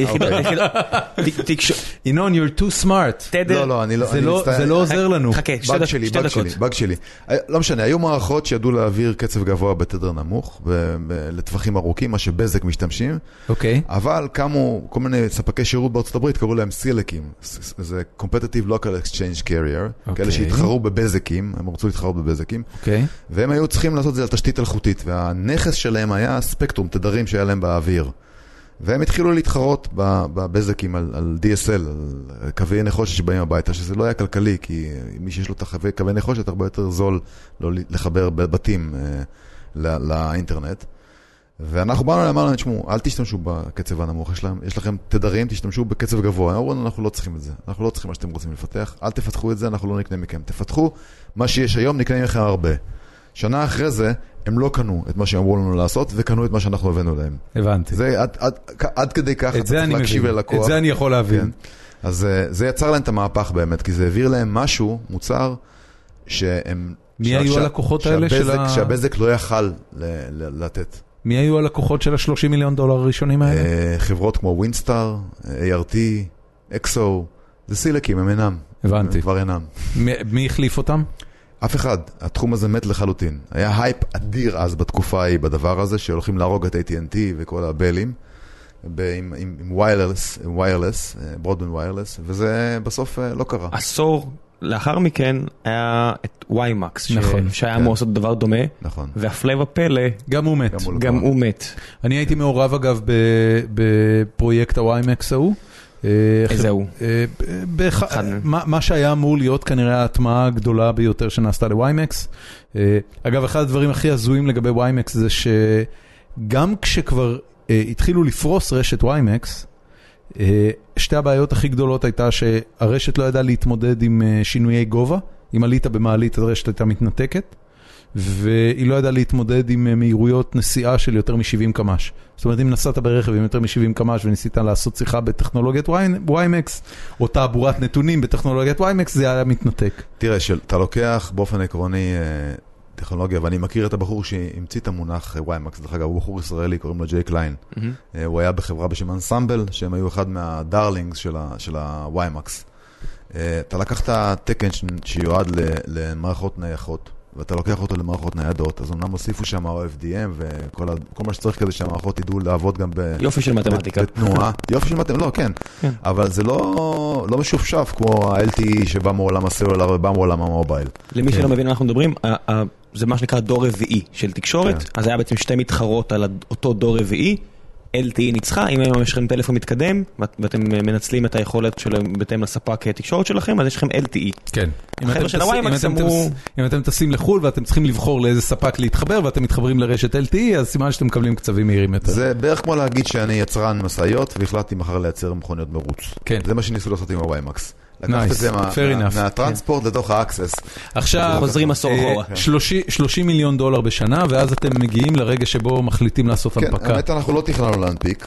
ינון, you're too smart. לא, לא, אני לא... זה לא עוזר לנו. חכה, שתי דקות. בג שלי. לא משנה, היו מערכות שידעו להעביר קצב גבוה בתדר נמוך, לטווחים ארוכים, מה שבזק משתמשים. אוקיי. אבל קמו כל מיני ספקי שירות בארצות הברית, קראו להם סילקים. זה Competitive Local Exchange Carrier, כאלה שהתחרו בבזקים, הם רצו להתחרות בבזקים. אוקיי. והם היו צריכים לעשות את זה על תשתית אלחוטית, והנכס שלהם היה ספקטרום, תדרים שהיה להם באוויר. והם התחילו להתחרות בבזקים על, על די אס אל, על קווי נחושת שבאים הביתה, שזה לא היה כלכלי, כי מי שיש לו את הקווי נחושת, הרבה יותר זול לא לחבר בתים לא, לאינטרנט. ואנחנו באנו להם, אמרנו, תשמעו, אל תשתמשו בקצב הנמוך, יש, להם, יש לכם תדרים, תשתמשו בקצב גבוה. אמרו, אנחנו לא צריכים את זה, אנחנו לא צריכים מה שאתם רוצים לפתח, אל תפתחו את זה, אנחנו לא נקנה מכם. תפתחו מה שיש היום, נקנה מכם הרבה. שנה אחרי זה, הם לא קנו את מה שאמרו לנו לעשות, וקנו את מה שאנחנו הבאנו להם. הבנתי. זה עד, עד, עד כדי כך, את זה אני מבין. את זה אני יכול להבין. כן. אז זה יצר להם את המהפך באמת, כי זה העביר להם משהו, מוצר, שהם... מי ש... היו ש... הלקוחות האלה שהבזק, של ה... שהבזק לא יכל ל... ל... לתת. מי היו הלקוחות של ה-שלושים מיליון דולר הראשונים האלה? חברות כמו ווינסטאר, איי אר טי, אקסו, זה סילקים, הם אינם. הבנתי. הם כבר אינם. מי, מי החליף אותם? אף אחד, התחום הזה מת לחלוטין. היה הייפ אדיר אז בתקופה ההיא בדבר הזה, שהולכים להרוג את איי טי אנד טי וכל הבלים, עם, עם, עם ויירלס, ויירלס, ברודבנד ויירלס, וזה בסוף לא קרה. עשור לאחר מכן היה את ויימקס, נכון, שהיה אמור לעשות דבר דומה, נכון. והפלא ופלא, גם הוא מת. גם, גם הוא מת. אני הייתי מעורב אגב בפרויקט הוויימקס ההוא, איזה הוא? מה שהיה אמור להיות כנראה ההטמעה הגדולה ביותר שנעשתה לוויימקס. אגב, אחד הדברים הכי הזויים לגבי וויימקס זה שגם כשכבר התחילו לפרוס רשת וויימקס, שתי הבעיות הכי גדולות הייתה שהרשת לא ידעה להתמודד עם שינויי גובה. אם עלית במעלית, הרשת הייתה מתנתקת. והיא לא ידעה להתמודד עם מהירויות נסיעה של יותר מ-שבעים קמ"ש. זאת אומרת, אם נסעת ברכב עם יותר מ-שבעים קמ"ש וניסית לעשות שיחה בטכנולוגיית ויימקס, או תעבורת נתונים בטכנולוגיית ויימקס, זה היה מתנתק. תראה, אתה לוקח באופן עקרוני טכנולוגיה, ואני מכיר את הבחור שהמציא את המונח ויימקס, דרך אגב, הוא בחור ישראלי, קוראים לו ג'יי קליין. הוא היה בחברה בשם אנסמבל, שהם היו אחד מהדארלינגס של הוויימקס. אתה לקחת תקן שיועד למערכות נייחות, ואתה לוקח אותו למערכות ניידות, אז אמנם הוסיפו שם ה-אף די אם וכל מה שצריך כדי שהמערכות ידעו לעבוד גם יופי של מתמטיקה. בתנועה. יופי של מתמטיקה, לא, כן. אבל זה לא משופשף כמו ה-אל טי אי שבא מעולם הסלולר ובא מעולם המובייל. למי שלא מבין מה אנחנו מדברים, זה מה שנקרא דור רביעי של תקשורת, אז היה בעצם שתי מתחרות על אותו דור רביעי, אל טי אי ניצחה, אם היום יש לכם טלפון מתקדם, ואתם מנצלים את היכולת שלהם בהתאם לספק תקשורת שלכם, אז יש לכם אל טי אי. כן. החבר'ה של הוויימקס אמרו... אם אתם טסים לחול ואתם צריכים לבחור לאיזה ספק להתחבר, ואתם מתחברים לרשת אל טי אי, אז סימן שאתם מקבלים קצבים מהירים יותר. זה בערך כמו להגיד שאני יצרן מסעיות, והחלטתי מחר לייצר מכוניות מרוץ. כן. זה מה שניסו לעשות עם הוויימקס. לקחת את זה מהטרנספורט לתוך האקסס. עכשיו, חוזרים עשור אחורה. שלושים מיליון דולר בשנה, ואז אתם מגיעים לרגע שבו מחליטים לעשות הנפקה. כן, האמת אנחנו לא תכננו להנפיק,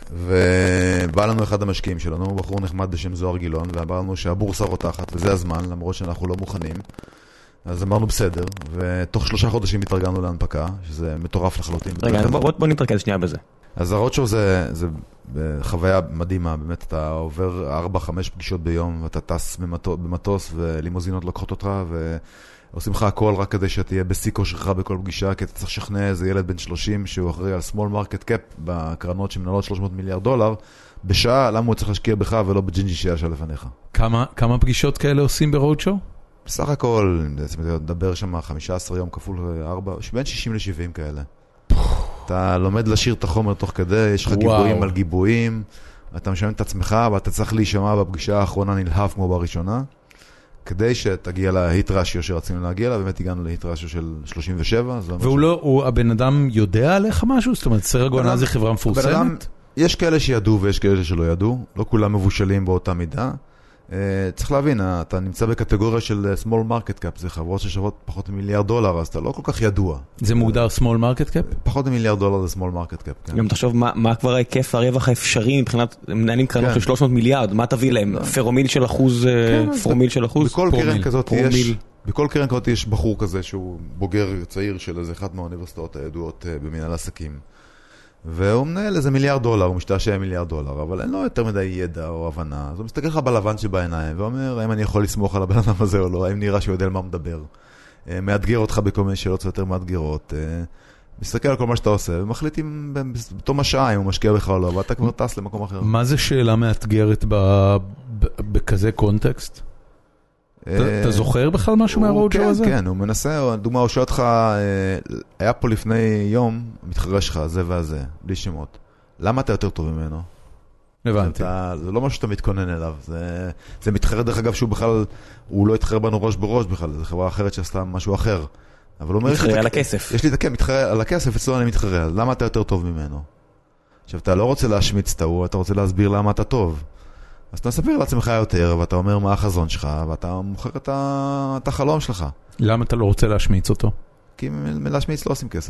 ובא לנו אחד המשקיעים שלנו, בחור נחמד בשם זוהר גילון, ואמר לנו שהבורסה רותחת, וזה הזמן, למרות שאנחנו לא מוכנים. אז אמרנו בסדר, ותוך שלושה חודשים התארגנו להנפקה, שזה מטורף לחלוטין. רגע, בוא נתרכז שנייה בזה. אז הרודשו זה, זה חוויה מדהימה, באמת אתה עובר ארבע חמש פגישות ביום, ואתה טס במטוס, ולימוזינות לוקחות אותך, ועושים לך הכל רק כדי שתהיה בשיא כושרך בכל פגישה, כי אתה צריך לשכנע איזה ילד בן שלושים, שהוא אחראי על small market cap, בקרנות שמנהלות שלוש מאות מיליארד דולר, בשעה, למה הוא צריך להשקיע בך ולא בג'ינג'י שישב לפניך? כמה, כמה פגישות כאלה עושים ברודשו? בסך הכל, נדבר שם חמישה עשר יום כפול ארבע, בין שישים לשבעים כאלה. אתה לומד לשיר את החומר תוך כדי, יש לך גיבויים על גיבויים, אתה משלם את עצמך, ואתה צריך להישמע בפגישה האחרונה נלהב כמו בראשונה, כדי שתגיע להיט רשיו שרצינו להגיע לה, באמת הגענו להיט רשיו של שלושים ושבע. והוא לא, הוא, הבן אדם יודע עליך משהו? זאת אומרת, סרגונה זה חברה מפורסמת? יש כאלה שידעו ויש כאלה שלא ידעו, לא כולם מבושלים באותה מידה. צריך להבין, אתה נמצא בקטגוריה של small market cap, זה חברות ששוות פחות ממיליארד דולר, אז אתה לא כל כך ידוע. זה מוגדר small market cap? פחות ממיליארד דולר זה small market cap, כן. גם תחשוב מה כבר היקף הרווח האפשרי מבחינת מנהלים קרנות של שלוש מאות מיליארד, מה תביא להם? פרומיל של אחוז, פרומיל של אחוז? בכל קרן כזאת יש, בכל קרן כזאת יש בחור כזה שהוא בוגר צעיר של איזה אחת מהאוניברסיטאות הידועות במנהל עסקים. והוא מנהל איזה מיליארד דולר, הוא משתעשע מיליארד דולר, אבל אין לו יותר מדי ידע או הבנה. אז הוא מסתכל לך בלבן שבעיניים, ואומר, האם אני יכול לסמוך על הבן אדם הזה או לא, האם נראה שהוא יודע על מה הוא מדבר. מאתגר אותך בכל מיני שאלות ויותר מאתגרות. מסתכל על כל מה שאתה עושה, ומחליט אם בתום השעה אם הוא משקיע בך או לא, ואתה כבר טס למקום אחר. מה זה שאלה מאתגרת בכזה קונטקסט? אתה זוכר בכלל משהו מהרודשו הזה? כן, כן, הוא מנסה, דוגמה, הוא שואל אותך, היה פה לפני יום, מתחרה שלך, זה והזה, בלי שמות. למה אתה יותר טוב ממנו? הבנתי. זה לא משהו שאתה מתכונן אליו, זה מתחרה דרך אגב שהוא בכלל, הוא לא יתחרה בנו ראש בראש בכלל, זה חברה אחרת שעשתה משהו אחר. מתחרה על הכסף. יש לי, כן, מתחרה על הכסף, אצלו אני מתחרה, למה אתה יותר טוב ממנו? עכשיו, אתה לא רוצה להשמיץ את ההוא, אתה רוצה להסביר למה אתה טוב. אז אתה מספר לעצמך יותר, ואתה אומר מה החזון שלך, ואתה מוכר את החלום שלך. למה אתה לא רוצה להשמיץ אותו? כי מלהשמיץ לא עושים כסף.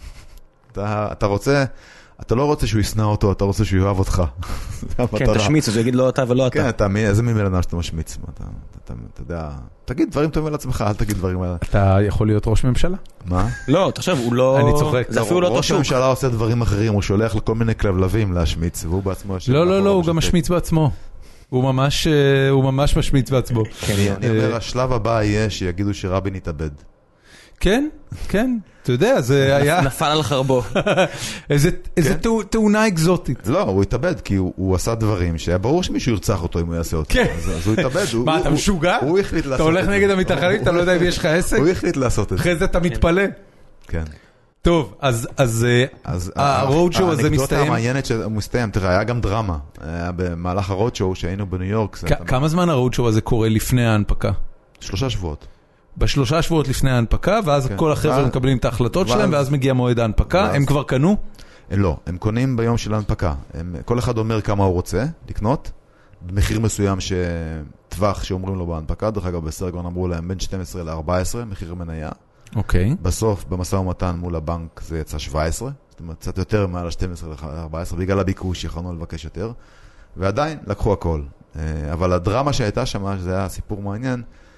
אתה, אתה רוצה, אתה לא רוצה שהוא ישנא אותו, אתה רוצה שהוא יאהב אותך. כן, תשמיץ, אז הוא יגיד לא אתה ולא אתה. כן, אתה, איזה מין אדם שאתה משמיץ? אתה, אתה, אתה יודע, תגיד דברים טובים על עצמך, אל תגיד דברים על... אתה יכול להיות ראש ממשלה? מה? לא, תחשב, הוא לא... אני צוחק. זה אפילו לא ראש הממשלה עושה דברים אחרים, הוא שולח לכל מיני כלבלבים להשמיץ, והוא בעצמו... לא, לא, לא, הוא גם משמיץ בעצמו. הוא ממש, הוא ממש משמיץ בעצמו. כן, אני אומר, השלב הבא יהיה שיגידו שרבין יתאבד. כן, כן, אתה יודע, זה היה... נפל על חרבו. איזה תאונה אקזוטית. לא, הוא התאבד, כי הוא עשה דברים שהיה ברור שמישהו ירצח אותו אם הוא יעשה אותו. כן. אז הוא התאבד. מה, אתה משוגע? הוא החליט לעשות את זה. אתה הולך נגד המתנחלים, אתה לא יודע אם יש לך עסק? הוא החליט לעשות את זה. אחרי זה אתה מתפלא. כן. טוב, אז הרודשו הזה מסתיים. האנקדוטה המעניינת שהוא מסתיים, תראה, היה גם דרמה. היה במהלך הרודשו שהיינו בניו יורק. כמה זמן הרודשו הזה קורה לפני ההנפקה? שלושה שבועות. בשלושה שבועות לפני ההנפקה, ואז כל החבר'ה מקבלים את ההחלטות שלהם, ואז מגיע מועד ההנפקה. הם כבר קנו? לא, הם קונים ביום של ההנפקה. כל אחד אומר כמה הוא רוצה לקנות, במחיר מסוים שטווח שאומרים לו בהנפקה. דרך אגב, בסרגון אמרו להם בין שתים עשרה ל-ארבע עשרה, מחיר מניה. אוקיי. בסוף, במשא ומתן מול הבנק זה יצא שבע עשרה, זאת אומרת, קצת יותר מעל ה-שתים עשרה ל-ארבע עשרה, בגלל הביקוש יכולנו לבקש יותר, ועדיין לקחו הכל. אבל הדרמה שהייתה שם, שזה היה סיפור מעניין,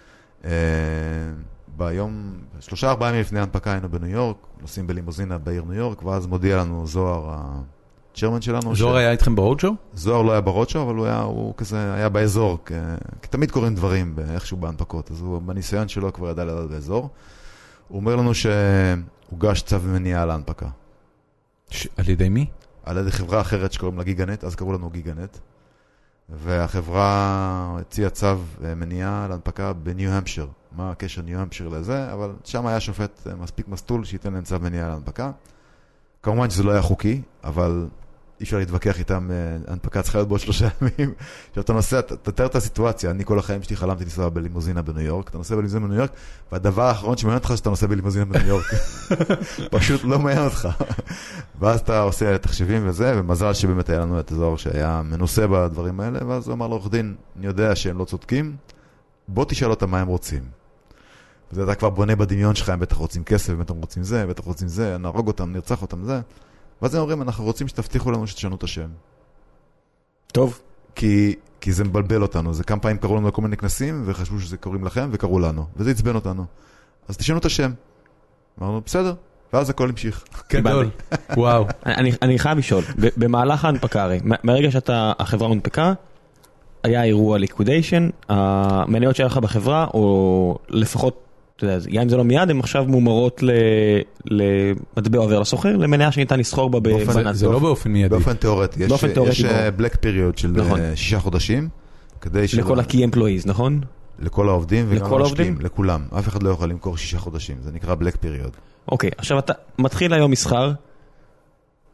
ביום, שלושה ארבעה ימים לפני ההנפקה היינו בניו יורק, נוסעים בלימוזינה בעיר ניו יורק, ואז מודיע לנו זוהר, הצ'רמן שלנו. זוהר היה איתכם ברודשו? זוהר לא היה ברודשו, אבל הוא היה, הוא כזה, היה באזור, כי תמיד קוראים דברים איכשהו בהנפקות, אז הוא בניסיון שלו כבר ידע לדעת באזור. הוא אומר לנו שהוגש צו מניעה על ההנפקה. על ידי מי? על ידי חברה אחרת שקוראים לה גיגנט, אז קראו לנו גיגנט. והחברה הציעה צו מניעה על ההנפקה בניו-המפשיר. מה הקשר ניו-המפשיר לזה? אבל שם היה שופט מספיק מסטול שייתן להם צו מניעה על ההנפקה. כמובן שזה לא היה חוקי, אבל אי אפשר להתווכח איתם, ההנפקה צריכה להיות בעוד שלושה ימים. שאתה נוסע, תתאר את הסיטואציה, אני כל החיים שלי חלמתי לנסוע בלימוזינה בניו יורק, אתה נוסע בלימוזינה בניו יורק, והדבר האחרון שמעניין אותך שאתה נוסע בלימוזינה בניו יורק. פשוט לא מעניין אותך. ואז אתה עושה תחשבים וזה, ומזל שבאמת היה לנו את הזוהר שהיה מנוסה בדברים האלה, ואז הוא אמר לעורך דין, אני יודע שהם לא צודקים, בוא תשאל אותם מה הם רוצים. וזה אתה כבר בונה בדמיון שלך, הם בטח רוצים כסף, בטח רוצים זה, בטח רוצים זה, נהרוג אותם, נרצח אותם, זה. ואז הם אומרים, אנחנו רוצים שתבטיחו לנו שתשנו את השם. טוב. כי, כי זה מבלבל אותנו. זה כמה פעמים קראו לנו לכל מיני כנסים, וחשבו שזה קוראים לכם, וקראו לנו. וזה הצבן אותנו. אז תשנו את השם. אמרנו, בסדר. ואז הכל המשיך. גדול. וואו. אני, אני חייב לשאול, במהלך ההנפקה הרי, מהרגע שאתה, החברה הונפקה, היה אירוע ליקודיישן, המניות שלך בחברה, או לפחות, אתה יודע, גם אם זה לא מיד, הן עכשיו מומרות למטבע עובר לסוחר, למניה שניתן לסחור בה בבנת. זה לא באופן מיידי. באופן תיאורטי. יש בלק פיריוד של שישה חודשים. לכל ה-key employees, נכון? לכל העובדים וגם המשקיעים, לכולם. אף אחד לא יכול למכור שישה חודשים, זה נקרא בלק פיריוד. אוקיי, עכשיו אתה מתחיל היום מסחר,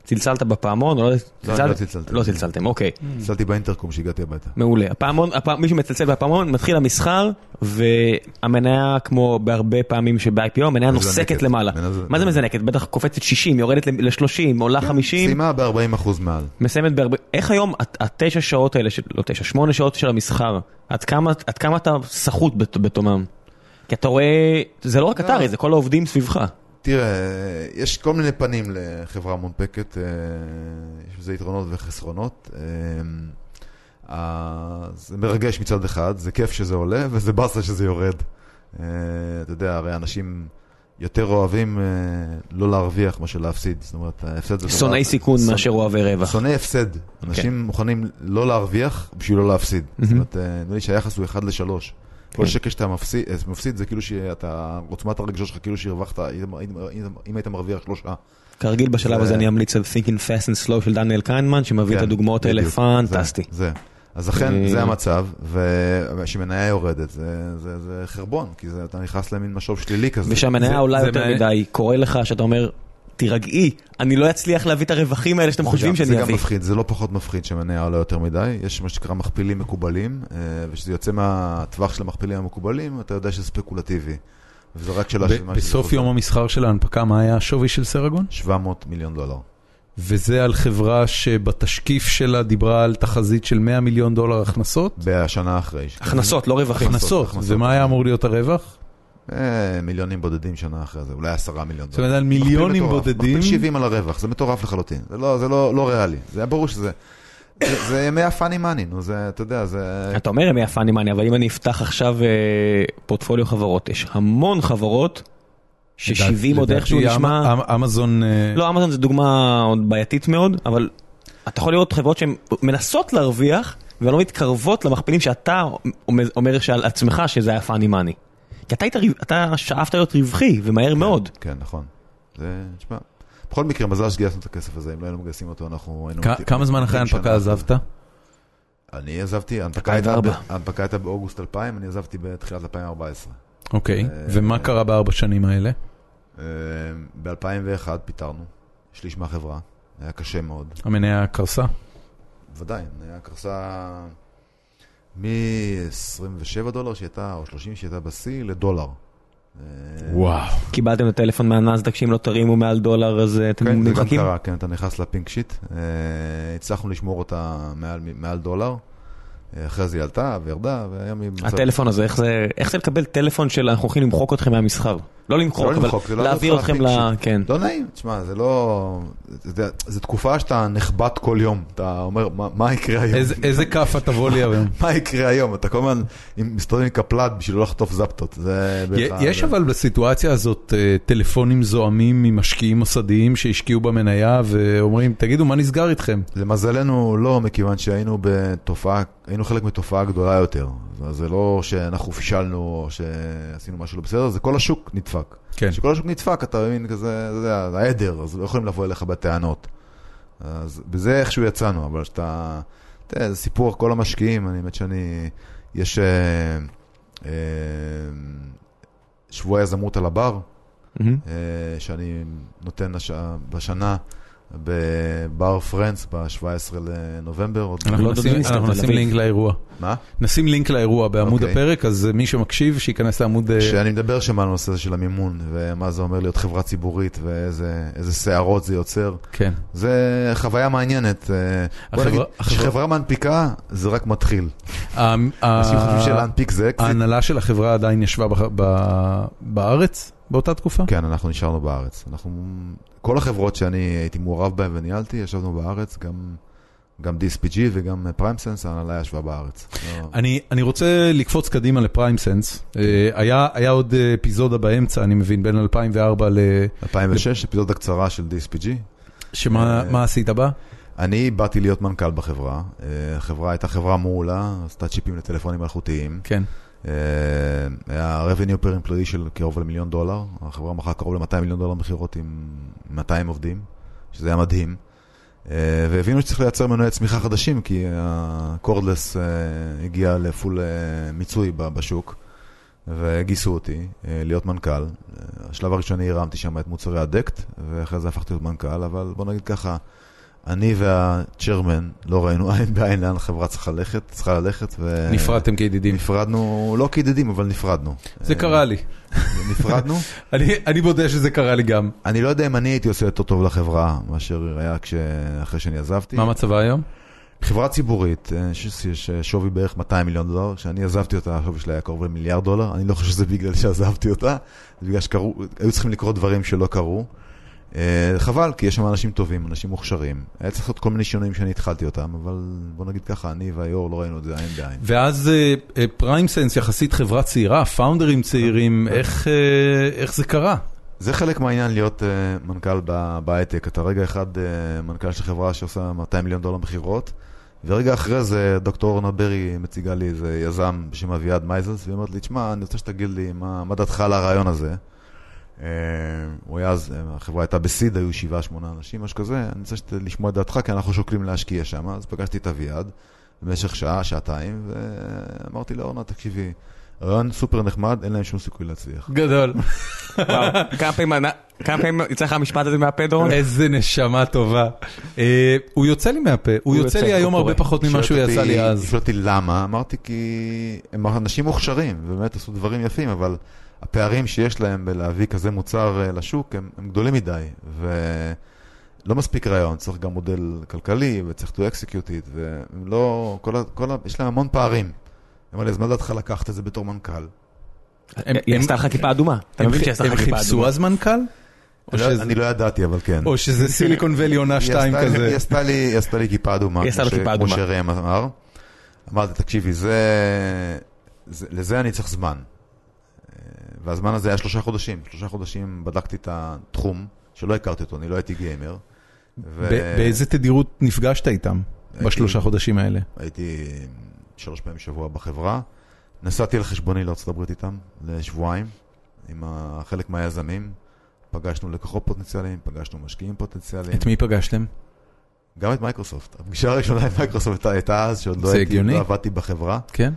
צלצלת בפעמון, או לא צלצלת? לא צלצלתי. לא צלצלתם, אוקיי. צלצלתי באינטרקום שהגעתי הביתה. מעולה. הפעמון, מי שמצלצל בפעמון, מתחיל המסחר, והמניה, כמו בהרבה פעמים שב-איי פי או, המניה נוסקת למעלה. מה זה מזנקת? בטח קופצת שישים, יורדת ל-שלושים, עולה חמישים. סיימה ב-ארבעים אחוז מעל. מסיימת ב-ארבעים. איך היום, התשע שעות האלה, לא תשע, שמונה שעות של המסחר, עד כמה אתה שחות בתומם? כי אתה רואה, זה לא רק אתה, זה כל העובדים סביבך. תראה, יש כל מיני פנים לחברה מונפקת, יש בזה יתרונות וחסרונות. זה מרגש מצד אחד, זה כיף שזה עולה, וזה בסה שזה יורד. אתה יודע, הרי אנשים יותר אוהבים לא להרוויח מאשר להפסיד. זאת אומרת, ההפסד זה... שונאי סיכון מאשר אוהבי רווח. שונאי הפסד. אנשים מוכנים לא להרוויח בשביל לא להפסיד. זאת אומרת, נראה לי שהיחס הוא אחד לשלוש. כל שקל שאתה מפסיד, מפסיד זה כאילו שאתה, עוצמת הרגשות שלך כאילו שהרווחת, אם היית מרוויח שלושה. כרגיל בשלב הזה אני אמליץ על Thinking Fast and Slow של דניאל קיינמן, שמביא את הדוגמאות האלה, פנטסטי. זה. אז לכן זה המצב, ושמניה יורדת, זה חרבון, כי אתה נכנס למין משוב שלילי כזה. ושהמניה עולה יותר מדי, קורא לך שאתה אומר, תירגעי, אני לא אצליח להביא את הרווחים האלה שאתם חושבים שאני אביא. זה גם מפחיד, זה לא פחות מפחיד שמניה עולה יותר מדי. יש מה שנקרא מכפילים מקובלים, ושזה יוצא מהטווח של המכפילים המקובלים, אתה יודע שזה ספקולטיבי. וזה רק שאלה של מה... בסוף יום המסחר של ההנפקה, מה היה השווי של סרגון? שבע מאות מיליון דולר. וזה על חברה שבתשקיף שלה דיברה על תחזית של מאה מיליון דולר הכנסות? בשנה אחרי. הכנסות, לא רווחים. הכנסות. ומה היה אמור להיות הרווח? מיליונים בודדים שנה אחרי זה, אולי עשרה מיליון דולר. זאת אומרת, על מיליונים בודדים... מכפיל שבעים על הרווח, זה מטורף לחלוטין. זה לא, זה לא, לא ריאלי. זה היה ברור שזה... זה ימי הפאני מאני, נו, זה, אתה יודע, זה... אתה אומר ימי הפאני מאני, אבל אם אני אפתח עכשיו פורטפוליו חברות, יש המון חברות ש-שבעים עוד איכשהו נשמע... אמזון... לא, אמזון זה דוגמה עוד בעייתית מאוד, אבל אתה יכול לראות חברות שהן מנסות להרוויח, ולא מתקרבות למכפילים שאתה אומר על עצמך שזה היה פאני מאני. כי אתה, אתה שאפת להיות רווחי, ומהר מאוד. כן, נכון. זה, תשמע, בכל מקרה, מזל שגייסנו את הכסף הזה, אם לא היינו מגייסים אותו, אנחנו היינו... כמה זמן אחרי ההנפקה עזבת? אני עזבתי, ההנפקה הייתה באוגוסט אלפיים, אני עזבתי בתחילת אלפיים וארבע עשרה. אוקיי, ומה קרה בארבע שנים האלה? ב-אלפיים ואחת פיתרנו, שליש מהחברה, היה קשה מאוד. המניה קרסה? ודאי, המניה קרסה... מ-עשרים ושבעה דולר שהייתה, או שלושים שהייתה בסי, לדולר. וואו. קיבלתם את הטלפון מהנסדק שאם לא תרימו מעל דולר, אז אתם נמחקים? כן, זה גם קרה, כן, אתה נכנס לפינק שיט. הצלחנו לשמור אותה מעל דולר. אחרי זה היא עלתה וירדה, והיום היא... הטלפון הזה, איך זה לקבל טלפון של אנחנו הולכים למחוק אתכם מהמסחר? לא למחוק, אבל להעביר אתכם ל... לא נעים, תשמע, זה לא... זה תקופה שאתה נחבט כל יום, אתה אומר, מה יקרה היום? איזה כף תבוא לי היום? מה יקרה היום? אתה כל הזמן מסתובב עם קפלט בשביל לא לחטוף זפטות. יש אבל בסיטואציה הזאת טלפונים זועמים ממשקיעים מוסדיים שהשקיעו במניה ואומרים, תגידו, מה נסגר איתכם? למזלנו לא, מכיוון שהיינו בתופעה, היינו חלק מתופעה גדולה יותר. זה לא שאנחנו פישלנו או שעשינו משהו לא בסדר, זה כל השוק נדפק. כן. שכל השוק נדפק, אתה מבין כזה, זה העדר, אז לא יכולים לבוא אליך בטענות. אז בזה איכשהו יצאנו, אבל שאתה, תראה, זה סיפור כל המשקיעים, אני באמת שאני, יש אה, אה, שבוע יזמות על הבר, mm-hmm. אה, שאני נותן הש... בשנה, בבר פרנץ, ב-שבעה עשר לנובמבר. אנחנו נשים לינק לאירוע. מה? נשים לינק לאירוע בעמוד הפרק, אז מי שמקשיב שיכנס לעמוד... שאני מדבר שם על הנושא של המימון, ומה זה אומר להיות חברה ציבורית, ואיזה שערות זה יוצר. כן. זה חוויה מעניינת. בוא נגיד, שחברה מנפיקה, זה רק מתחיל. אנשים חושבים שלהנפיק זה... ההנהלה של החברה עדיין ישבה בארץ? באותה תקופה? כן, אנחנו נשארנו בארץ. אנחנו, כל החברות שאני הייתי מעורב בהן וניהלתי, ישבנו בארץ, גם, גם די אס פי ג'י וגם פריימסנס, ההנהלה ישבה בארץ. אני, אני רוצה לקפוץ קדימה לפריימסנס. היה, היה עוד אפיזודה באמצע, אני מבין, בין אלפיים וארבע ל... אלפיים ושש, אפיזודה קצרה של די אס פי ג'י. שמה, מה עשית בה? אני באתי להיות מנכ"ל בחברה. החברה הייתה חברה מעולה, עשתה צ'יפים לטלפונים מלאכותיים. כן. היה revenue per employee של קרוב למיליון דולר, החברה מחר קרוב ל-מאתיים מיליון דולר מחירות עם מאתיים עובדים, שזה היה מדהים, והבינו שצריך לייצר מנועי צמיחה חדשים, כי הקורדלס הגיע לפול מיצוי בשוק, וגיסו אותי להיות מנכ"ל. השלב הראשוני הרמתי שם את מוצרי הדקט, ואחרי זה הפכתי להיות מנכ"ל, אבל בוא נגיד ככה, אני והצ'רמן לא ראינו עין בעין לאן החברה צריכה ללכת, צריכה ללכת. ו... נפרדתם כידידים. נפרדנו, לא כידידים, אבל נפרדנו. זה קרה לי. נפרדנו. אני, אני בודה שזה קרה לי גם. אני לא יודע אם אני הייתי עושה יותר טוב לחברה, מאשר היה כש... אחרי שאני עזבתי. מה מצבה היום? חברה ציבורית, ששווי בערך מאתיים מיליון דולר, שאני עזבתי אותה, השווי שלה היה קרוב למיליארד דולר, אני לא חושב שזה בגלל שעזבתי אותה, זה בגלל שהיו צריכים לקרות דברים שלא קרו. חבל, כי יש שם אנשים טובים, אנשים מוכשרים. היה צריך לעשות כל מיני שינויים שאני התחלתי אותם, אבל בוא נגיד ככה, אני והיור לא ראינו את זה עין בעין. ואז פריימסנס יחסית חברה צעירה, פאונדרים צעירים, איך זה קרה? זה חלק מהעניין להיות מנכ"ל בהייטק. אתה רגע אחד מנכ"ל של חברה שעושה מאתיים מיליון דולר בחברות, ורגע אחרי זה דוקטור אורנה ברי מציגה לי איזה יזם בשם אביעד מייזלס, והיא אומרת לי, תשמע, אני רוצה שתגיד לי מה דעתך על הרעיון הזה. הוא היה אז, החברה הייתה בסיד, היו שבעה, שמונה אנשים, משהו כזה, אני רוצה לשמוע את דעתך, כי אנחנו שוקלים להשקיע שם. אז פגשתי את אביעד במשך שעה, שעתיים, ואמרתי לאורנה, תקשיבי, רעיון סופר נחמד, אין להם שום סיכוי להצליח. גדול. וואו, כמה פעמים יצא לך המשפט הזה מהפה, דורון? איזה נשמה טובה. הוא יוצא לי מהפה, הוא יוצא לי היום הרבה פחות ממה שהוא יצא לי אז. שאלתי אותי למה, אמרתי כי הם אנשים מוכשרים, ובאמת עשו דברים יפים, אבל הפערים שיש להם בלהביא כזה מוצר לשוק הם גדולים מדי, ולא מספיק רעיון, צריך גם מודל כלכלי, וצריך to execute it, ולא, יש להם המון פערים. אמר לי, אז מה דעתך לקחת את זה בתור מנכ"ל? היא עשתה לך כיפה אדומה. אתה מבין שעשתה לך כיפה אדומה? הם חיפשו אז מנכ"ל? אני לא ידעתי, אבל כן. או שזה סיליקון ואלי עונה שתיים כזה. היא עשתה לי כיפה אדומה, כמו שראם אמר. אמרתי, תקשיבי, לזה אני צריך זמן. והזמן הזה היה שלושה חודשים. שלושה חודשים בדקתי את התחום, שלא הכרתי אותו, אני לא הייתי גיימר. באיזה תדירות נפגשת איתם בשלושה חודשים האלה? הייתי שלוש פעמים שבוע בחברה. נסעתי על חשבוני לארצות הברית איתם לשבועיים, עם חלק מהיזמים. פגשנו לקוחות פוטנציאליים, פגשנו משקיעים פוטנציאליים. את מי פגשתם? גם את מייקרוסופט. הפגישה הראשונה עם מייקרוסופט הייתה אז, שעוד לא עבדתי בחברה. כן.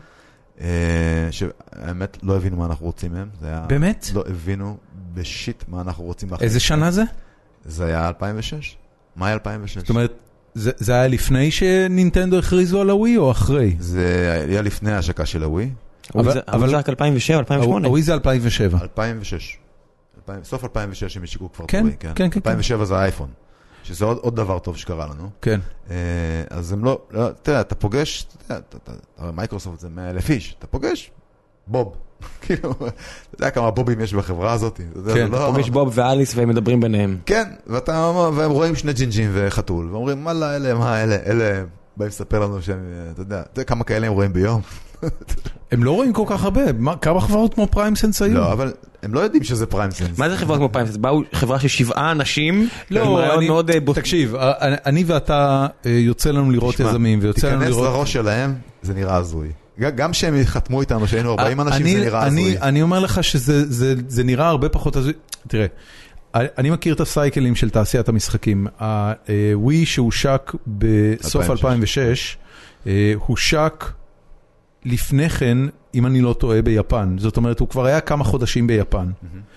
שהאמת לא הבינו מה אנחנו רוצים מהם. באמת? לא הבינו בשיט מה אנחנו רוצים. איזה שנה זה? זה היה אלפיים ושש. מאי אלפיים ושש. זאת אומרת, זה היה לפני שנינטנדו הכריזו על הווי או אחרי? זה היה לפני ההשקה של הווי. אבל זה רק אלפיים ושבע, אלפיים ושמונה. הווי זה אלפיים ושבע. אלפיים ושש. סוף אלפיים ושש הם השיקו כבר כן, טובי. כן, כן. אלפיים ושבע זה האייפון. שזה עוד דבר טוב שקרה לנו. כן. אז הם לא, תראה, אתה פוגש, מייקרוסופט זה מאה אלף איש, אתה פוגש בוב. כאילו, אתה יודע כמה בובים יש בחברה הזאת? כן, פוגש בוב ואליס והם מדברים ביניהם. כן, והם רואים שני ג'ינג'ים וחתול, ואומרים, מה אלה, מה אלה, אלה, באים לספר לנו שהם, אתה יודע, אתה יודע כמה כאלה הם רואים ביום? הם לא רואים כל כך הרבה, כמה חברות כמו פריימסנס היו? לא, אבל הם לא יודעים שזה פריימסנס. מה זה חברה כמו פריימסנס? באו חברה של שבעה אנשים, לא, תקשיב, אני ואתה יוצא לנו לראות יזמים, ויוצא לנו לראות... תיכנס לראש שלהם, זה נראה הזוי. גם שהם חתמו איתנו, שהיינו ארבעים אנשים, זה נראה הזוי. אני אומר לך שזה נראה הרבה פחות הזוי. תראה, אני מכיר את הסייקלים של תעשיית המשחקים. הווי שהושק בסוף אלפיים ושש, הושק לפני כן, אם אני לא טועה, ביפן. זאת אומרת, הוא כבר היה כמה חודשים ביפן.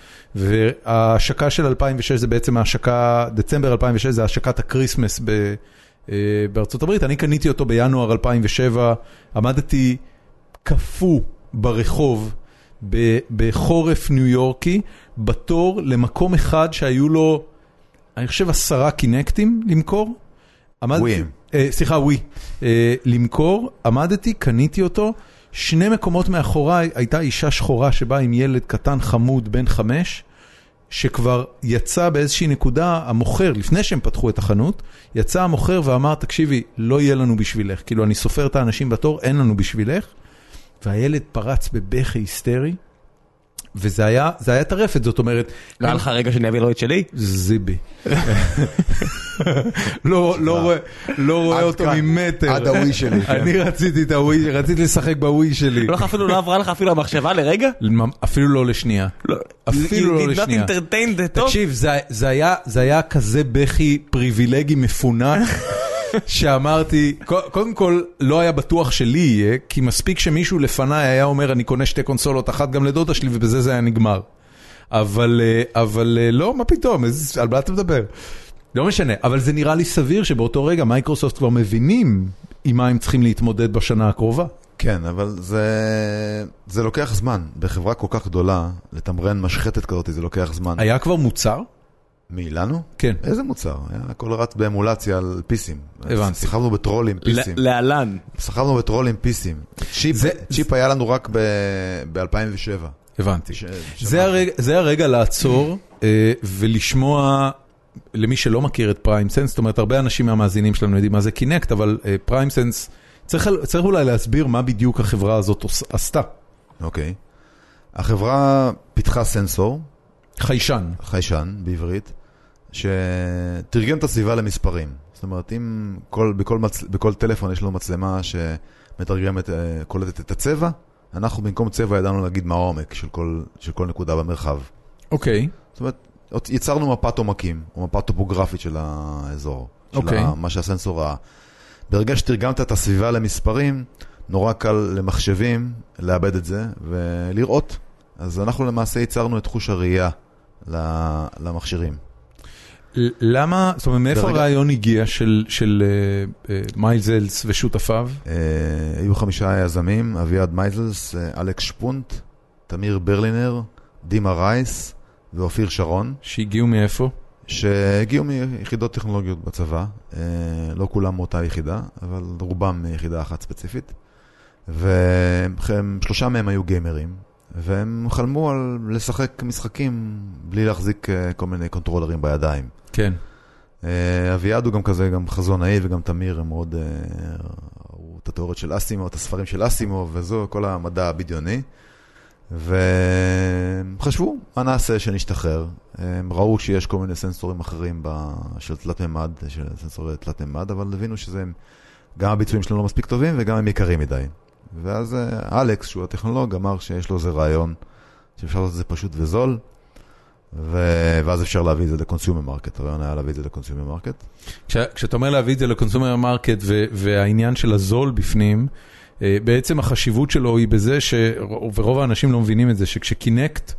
וההשקה של אלפיים ושש זה בעצם ההשקה, דצמבר אלפיים ושש זה השקת הקריסמס בארצות הברית. אני קניתי אותו בינואר אלפיים ושבע, עמדתי קפוא ברחוב בחורף ניו יורקי, בתור למקום אחד שהיו לו, אני חושב, עשרה קינקטים למכור. וויים. סליחה, ווי. למכור, עמדתי, קניתי אותו, שני מקומות מאחוריי הייתה אישה שחורה שבאה עם ילד קטן חמוד בן חמש, שכבר יצא באיזושהי נקודה, המוכר, לפני שהם פתחו את החנות, יצא המוכר ואמר, תקשיבי, לא יהיה לנו בשבילך. כאילו, אני סופר את האנשים בתור, אין לנו בשבילך. והילד פרץ בבכי היסטרי, וזה היה, זה היה טרפת, זאת אומרת... לא היה לך רגע שאני אביא לו את שלי? זיבי. לא רואה אותו ממטר. עד הווי שלי. אני רציתי את הווי, רציתי לשחק בווי שלי. אפילו לא עברה לך אפילו המחשבה לרגע? אפילו לא לשנייה. אפילו לא לשנייה. תקשיב, זה היה כזה בכי פריבילגי מפונק, שאמרתי, קודם כל לא היה בטוח שלי יהיה, כי מספיק שמישהו לפניי היה אומר, אני קונה שתי קונסולות, אחת גם לדודה שלי, ובזה זה היה נגמר. אבל, אבל לא, מה פתאום, על מה אתה מדבר? לא משנה, אבל זה נראה לי סביר שבאותו רגע מייקרוסופט כבר מבינים עם מה הם צריכים להתמודד בשנה הקרובה. כן, אבל זה, זה לוקח זמן. בחברה כל כך גדולה, לתמרן משחטת כזאת, זה לוקח זמן. היה כבר מוצר? מי, לנו? כן. איזה מוצר? היה הכל רץ באמולציה על פיסים. הבנתי. שכבנו בטרולים פיסים. להלן. שכבנו בטרולים פיסים. צ'יפ, זה, צ'יפ זה... היה לנו רק ב-אלפיים ושבע. הבנתי. ש... זה, הרגע, זה הרגע לעצור ולשמוע, למי שלא מכיר את פריימסנס, זאת אומרת, הרבה אנשים מהמאזינים שלנו יודעים מה זה קינקט, אבל פריימסנס, צריך, צריך אולי להסביר מה בדיוק החברה הזאת עשתה. אוקיי. החברה פיתחה סנסור. חיישן. חיישן, בעברית, שתרגם את הסביבה למספרים. זאת אומרת, אם כל, בכל, מצ... בכל טלפון יש לו מצלמה שמתרגמת, קולטת את הצבע, אנחנו במקום צבע ידענו להגיד מה העומק של כל, של כל נקודה במרחב. אוקיי. זאת אומרת, יצרנו מפת עומקים, או מפת טופוגרפית של האזור. אוקיי. של מה שהסנסור ראה. ברגע שתרגמת את הסביבה למספרים, נורא קל למחשבים לאבד את זה ולראות. אז אנחנו למעשה ייצרנו את חוש הראייה למכשירים. למה, זאת אומרת, מאיפה הרעיון הגיע של, של מיילזלס ושותפיו? היו חמישה יזמים, אביעד מיילזלס, אלכס שפונט, תמיר ברלינר, דימה רייס ואופיר שרון. שהגיעו מאיפה? שהגיעו מיחידות טכנולוגיות בצבא, לא כולם מאותה יחידה, אבל רובם מיחידה אחת ספציפית. ושלושה מהם היו גיימרים. והם חלמו על לשחק משחקים בלי להחזיק כל מיני קונטרולרים בידיים. כן. אביעד הוא גם כזה, גם חזונאי וגם תמיר, הם מאוד, את התיאוריות של אסימוב, את הספרים של אסימוב וזו, כל המדע הבדיוני. וחשבו, מה נעשה שנשתחרר? הם ראו שיש כל מיני סנסורים אחרים של תלת ממד, של סנסורי תלת ממד, אבל הבינו שזה גם הביצועים שלנו לא מספיק טובים וגם הם יקרים מדי. ואז אלכס, שהוא הטכנולוג, אמר שיש לו איזה רעיון שאפשר לעשות את זה פשוט וזול, ואז אפשר להביא את זה לקונסיומר מרקט. הרעיון היה להביא את זה לקונסיומר מרקט. כשאתה אומר להביא את זה לקונסיומר מרקט והעניין של הזול בפנים, בעצם החשיבות שלו היא בזה, ורוב האנשים לא מבינים את זה, שכשקינקט,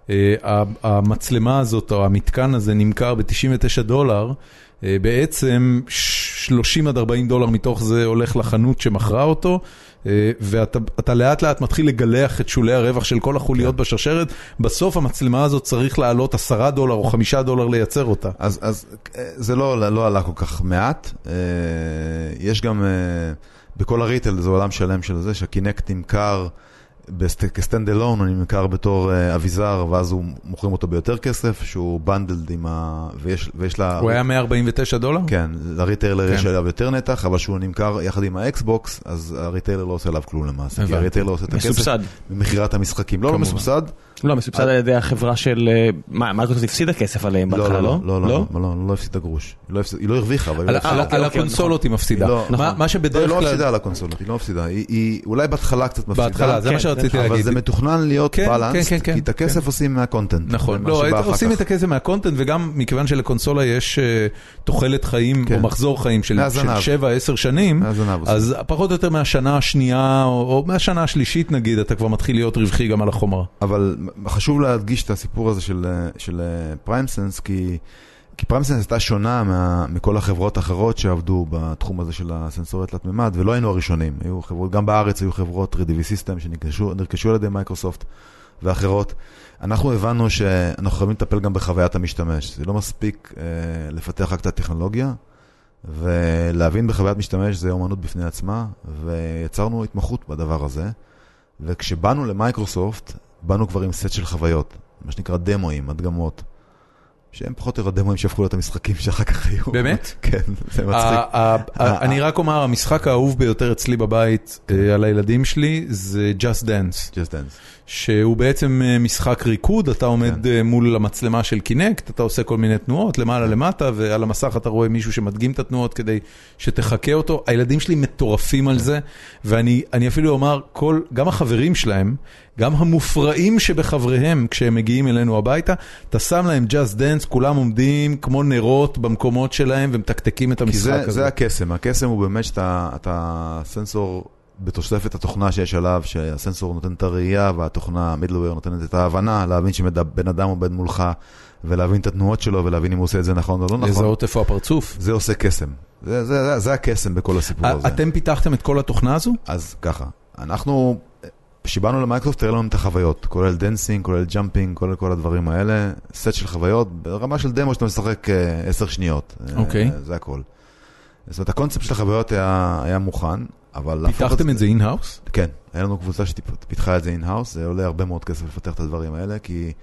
המצלמה הזאת או המתקן הזה נמכר ב-תשעים ותשעה דולר, בעצם שלושים עד ארבעים דולר מתוך זה הולך לחנות שמכרה אותו, ואתה לאט לאט מתחיל לגלח את שולי הרווח של כל החוליות בשרשרת. בסוף המצלמה הזאת צריך לעלות עשרה דולר או חמישה דולר לייצר אותה. אז, אז זה לא, לא עלה כל כך מעט. יש גם, בכל הריטל זה עולם שלם של זה, שהקינקט נמכר כסטנד אלון, הוא נמכר בתור אביזר, ואז הוא מוכרים אותו ביותר כסף, שהוא בנדלד עם ה... ויש, ויש לה... הוא היה מאה ארבעים ותשעה דולר? כן, לריטיילר יש עליו יותר נתח, אבל שהוא נמכר יחד עם האקסבוקס, אז הריטיילר לא עושה עליו כלום למעשה. כי הריטיילר לא עושה את הכסף. מסובסד. במחירת המשחקים. לא, לא מסובסד. לא, מסובסד על ידי החברה של... מה, מייקרוסופט הפסידה כסף עליהם בהתחלה, לא? לא, לא, לא, לא, לא הפסידה גרוש. היא לא הרוויחה, אבל... על הקונסולות היא מפסידה. מה שבדרך כלל... לא מפסידה על הקונסולות, היא לא מפסידה. היא אולי בהתחלה קצת מפסידה. בהתחלה, זה מה שרציתי להגיד. אבל זה מתוכנן להיות בלנס, כי את הכסף עושים מהקונטנט. נכון, לא, עושים את הכסף מהקונטנט, וגם מכיוון שלקונסולה יש תוחלת חיים או מחזור חיים של שבע עשר שנים, אז פחות או יותר מהשנה השנייה, או מהשנה השלישית נגיד, אתה כבר מתחיל להיות רווחי גם על החומרה. אבל חשוב להדגיש את הסיפור הזה של פריימסנס, כי פריימסנס הייתה שונה מכל החברות האחרות שעבדו בתחום הזה של הסנסוריה תלת ממד, ולא היינו הראשונים. גם בארץ היו חברות רדיבי סיסטם שנרכשו על ידי מייקרוסופט ואחרות. אנחנו הבנו שאנחנו חייבים לטפל גם בחוויית המשתמש. זה לא מספיק לפתח רק את הטכנולוגיה, ולהבין בחוויית משתמש זה אומנות בפני עצמה, ויצרנו התמחות בדבר הזה. וכשבאנו למייקרוסופט, באנו כבר עם סט של חוויות, מה שנקרא דמואים, הדגמות, שהם פחות או יותר הדמואים שהפכו להיות המשחקים שאחר כך היו. באמת? כן, זה מצחיק. אני רק אומר, המשחק האהוב ביותר אצלי בבית על הילדים שלי זה Just Dance. Just Dance. שהוא בעצם משחק ריקוד, אתה עומד כן. מול המצלמה של קינקט, אתה עושה כל מיני תנועות, למעלה למטה, ועל המסך אתה רואה מישהו שמדגים את התנועות כדי שתחכה אותו. הילדים שלי מטורפים על זה, ואני אני אפילו אומר, כל, גם החברים שלהם, גם המופרעים שבחבריהם, כשהם מגיעים אלינו הביתה, אתה שם להם Just Dance, כולם עומדים כמו נרות במקומות שלהם, ומתקתקים את המשחק זה, הזה. זה הקסם, הקסם הוא באמת שאתה, אתה סנסור בתוספת התוכנה שיש עליו, שהסנסור נותן את הראייה, והתוכנה, מידלוור, נותנת את ההבנה, להבין שבן אדם עובד מולך, ולהבין את התנועות שלו, ולהבין אם הוא עושה את זה נכון או לא נכון. לזהות איפה הפרצוף. זה עושה קסם. זה, זה, זה, זה הקסם בכל הסיפור הזה. אתם פיתחתם את כל התוכנה הזו? אז ככה, אנחנו, כשבאנו למייקרוסופט, תראה לנו את החוויות, כולל דנסינג, כולל ג'אמפינג, כולל כל הדברים האלה, סט של חוויות, ברמה של דמו שאתה משחק עשר שניות. אוקיי. זה הכל. זאת אומרת, הקונספט של החוויות היה, היה מוכן, אבל... פיתחתם את זה אין-האוס? כן, היה לנו קבוצה שפיתחה את זה אין-האוס, זה עולה הרבה מאוד כסף לפתח את הדברים האלה, כי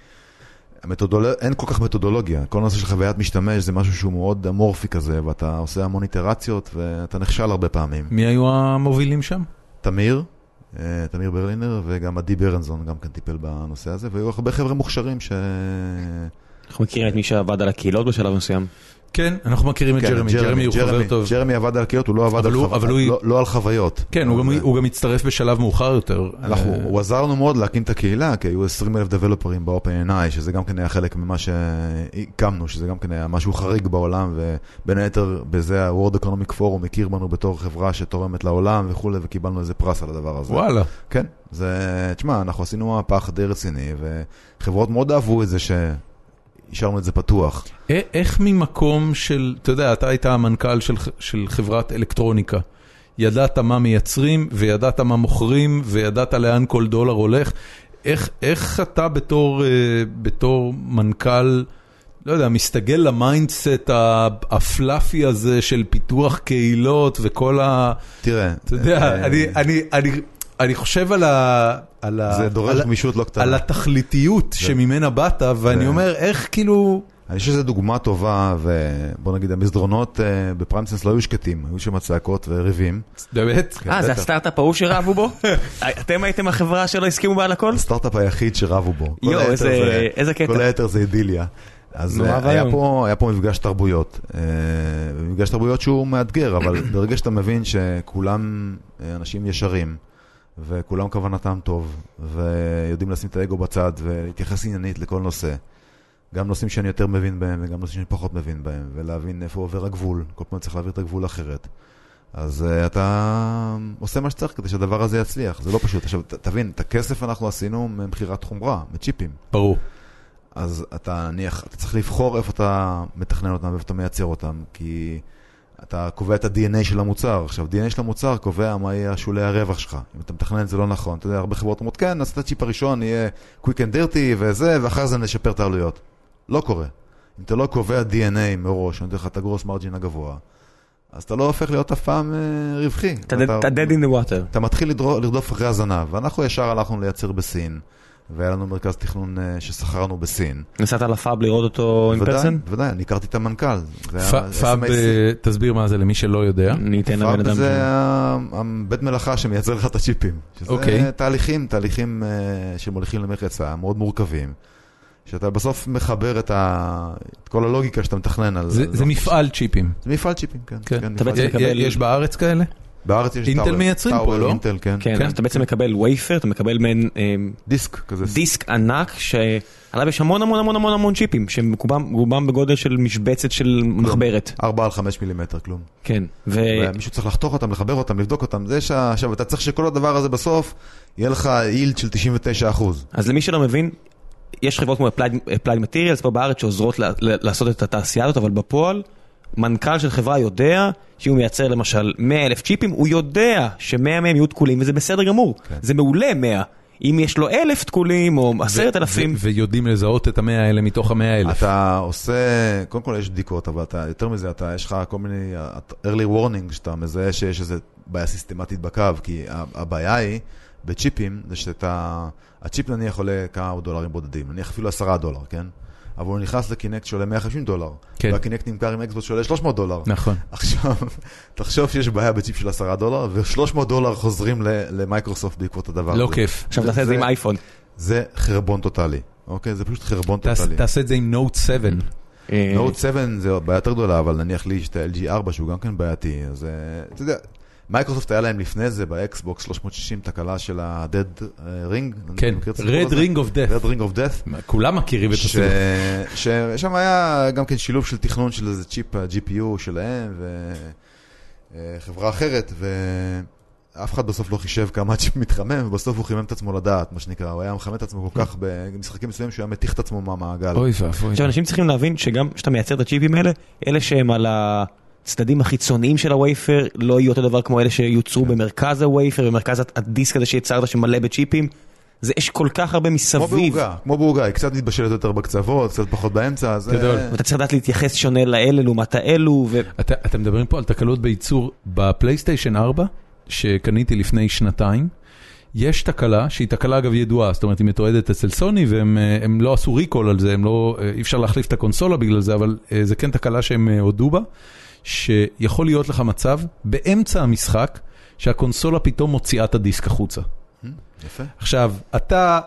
אין כל כך מתודולוגיה, כל נושא של חוויית משתמש זה משהו שהוא מאוד אמורפי כזה, ואתה עושה המון איטרציות, ואתה נכשל הרבה פעמים. מי היו המובילים שם? תמיר, תמיר ברלינר, וגם עדי ברנזון גם כן טיפל בנושא הזה, והיו הרבה חבר'ה מוכשרים ש... אנחנו מכירים את מי שעבד על הקהילות בשלב מסוים. כן, אנחנו מכירים את ג'רמי, ג'רמי הוא חבר טוב. ג'רמי עבד על הקהילות, הוא לא עבד לא על חוויות. כן, הוא גם הצטרף בשלב מאוחר יותר. הוא עזר לנו מאוד להקים את הקהילה, כי היו עשרים אלף דבלופרים ב-OpenAI, שזה גם כן היה חלק ממה שהקמנו, שזה גם כן היה משהו חריג בעולם, ובין היתר בזה ה-World Economic Forum הכיר בנו בתור חברה שתורמת לעולם וכו', וקיבלנו איזה פרס על הדבר הזה. וואלה. כן, זה, תשמע, אנחנו עשינו מהפך די רציני, וחברות מאוד אהבו את זה ש... השארנו את זה פתוח. איך ממקום של, אתה יודע, אתה היית המנכ"ל של, של חברת אלקטרוניקה, ידעת מה מייצרים, וידעת מה מוכרים, וידעת לאן כל דולר הולך, איך, איך אתה בתור, בתור מנכ"ל, לא יודע, מסתגל למיינדסט הפלאפי הזה של פיתוח קהילות, וכל ה... תראה. אתה יודע, אני, אני, אני, אני חושב על ה... על ה... זה דורש גמישות לא קטנה. על התכליתיות שממנה באת, ואני אומר, איך כאילו... אני חושב שזו דוגמה טובה, ובוא נגיד, המסדרונות בפריימסנס לא היו שקטים, היו שם צעקות וריבים. באמת? אה, זה הסטארט-אפ ההוא שרבו בו? אתם הייתם החברה שלא הסכימו בעל הכל? הסטארט-אפ היחיד שרבו בו. יו, איזה קטע. כל היתר זה אידיליה. אז היה פה, היה פה מפגש תרבויות, מפגש תרבויות שהוא מאתגר, אבל ברגע שאתה מבין שכולם אנשים ישרים, וכולם כוונתם טוב, ויודעים לשים את האגו בצד, ולהתייחס עניינית לכל נושא, גם נושאים שאני יותר מבין בהם, וגם נושאים שאני פחות מבין בהם, ולהבין איפה עובר הגבול, כל פעם צריך להעביר את הגבול אחרת. אז uh, אתה עושה מה שצריך כדי שהדבר הזה יצליח, זה לא פשוט. עכשיו, ת, תבין, את הכסף אנחנו עשינו מבחירת חומרה, מצ'יפים. ברור. אז אתה, ניח, אתה צריך לבחור איפה אתה מתכנן אותם, ואיפה אתה מייצר אותם, כי אתה קובע את ה-די אן איי של המוצר. עכשיו, די אן איי של המוצר קובע מה יהיה שולי הרווח שלך. אם אתה מתכנן את זה לא נכון, אתה יודע, הרבה חברות אומרות, כן, אז את הצ'יפ הראשון יהיה quick and dirty וזה, ואחר זה נשפר את העלויות. לא קורה. אם אתה לא קובע די אן איי מראש, נותן לך את הגרוס מרג'ין הגבוה, אז אתה לא הופך להיות אף פעם רווחי. אתה dead in the water. אתה מתחיל לרדוף אחרי הזנב, ואנחנו ישר הלכנו לייצר בסין, והיה לנו מרכז תכנון ששכרנו בסין. נסעת לפאב לראות אותו עם פרסן? ודאי, אני הכרתי את המנכ"ל. פאב, תסביר מה זה למי שלא יודע. פאב זה בית מלאכה שמייצר לך את הצ'יפים. שזה תהליכים, תהליכים שמוליכים למחצה, מאוד מורכבים. שאתה בסוף מחבר את כל הלוגיקה שאתה מתכנן. זה מפעל צ'יפים. זה מפעל צ'יפים, כן. יש בארץ כאלה? בארץ יש אינטל מייצרים פה, לא? אינטל, כן. כן, אז אתה בעצם מקבל וייפר, אתה מקבל מעין דיסק כזה. דיסק ענק, שעליו יש המון המון המון המון המון צ'יפים, שרובם בגודל של משבצת של מחברת. ארבע על חמש מילימטר, כלום. כן. ומישהו צריך לחתוך אותם, לחבר אותם, לבדוק אותם. זה עכשיו, אתה צריך שכל הדבר הזה בסוף, יהיה לך יילד של תשעים ותשעה אחוז. אז למי שלא מבין, יש חברות כמו Applied Materials פה בארץ שעוזרות לעשות את התעשייה הזאת, אבל בפועל, מנכ"ל של חברה יודע שהוא מייצר למשל מאה אלף צ'יפים, הוא יודע שמאה מהם יהיו תקולים, וזה בסדר גמור. זה מעולה מאה. אם יש לו אלף תקולים או עשרת אלפים... ויודעים לזהות את המאה האלה מתוך המאה אלף. אתה עושה, קודם כל יש בדיקות, אבל אתה, יותר מזה, אתה, יש לך כל מיני early warning, שאתה מזהה שיש איזו בעיה סיסטמטית בקו, כי הבעיה היא, בצ'יפים, זה שאתה, הצ'יפ נניח עולה כמה דולרים בודדים, נניח אפילו עשרה דולר, כן? אבל הוא נכנס לקינקט שעולה מאה וחמישים דולר, כן. והקינקט נמכר עם אקסבוס שעולה שלוש מאות דולר. נכון. עכשיו, תחשוב שיש בעיה בצ'יפ של עשרה דולר, ו-שלוש מאות דולר חוזרים למייקרוסופט בעקבות הדבר הזה. לא כיף. עכשיו תעשה את זה עם אייפון. זה חרבון טוטלי, אוקיי? זה פשוט חרבון טוטלי. תעשה את זה עם נוט שבע. נוט שבע זה בעיה יותר גדולה, אבל נניח לי יש את ה-אל ג'י ארבע שהוא גם כן בעייתי, אז אתה יודע, מייקרוסופט היה להם לפני זה באקסבוקס שלוש מאות שישים תקלה של ה-Dead Ring. כן, Red Ring of Death. Red Ring of Death. כולם מכירים את הסיפור. ששם היה גם כן שילוב של תכנון של איזה צ'יפ, ה-ג'י פי יו שלהם, וחברה אחרת, ואף אחד בסוף לא חישב כמה צ'יפ מתחמם, ובסוף הוא חימם את עצמו לדעת, מה שנקרא. הוא היה מחמם את עצמו כל כך במשחקים מסוימים, שהוא היה מתיך את עצמו מהמעגל. אוי ואפוי. עכשיו, אנשים צריכים להבין שגם כשאתה מייצר את הצ'יפים האלה, אלה שהם על ה... צדדים החיצוניים של הווייפר לא יהיו אותו דבר כמו אלה שיוצרו במרכז הווייפר, במרכז הדיסק הזה שיצרת שמלא בצ'יפים. זה יש כל כך הרבה מסביב. כמו בעוגה, כמו בעוגה, היא קצת מתבשלת יותר בקצוות, קצת פחות באמצע. ואתה צריך לדעת להתייחס שונה לאלה, לעומת האלו. אתם מדברים פה על תקלות בייצור בפלייסטיישן ארבע, שקניתי לפני שנתיים. יש תקלה, שהיא תקלה אגב ידועה, זאת אומרת היא מתועדת אצל סוני, והם לא עשו ריקול על זה, אי אפשר להחליף את הקונסולה בגלל זה, אבל זה כן תקלה שהם הודו בה. שיכול להיות לך מצב באמצע המשחק שהקונסולה פתאום מוציאה את הדיסק החוצה. יפה. עכשיו, אתה,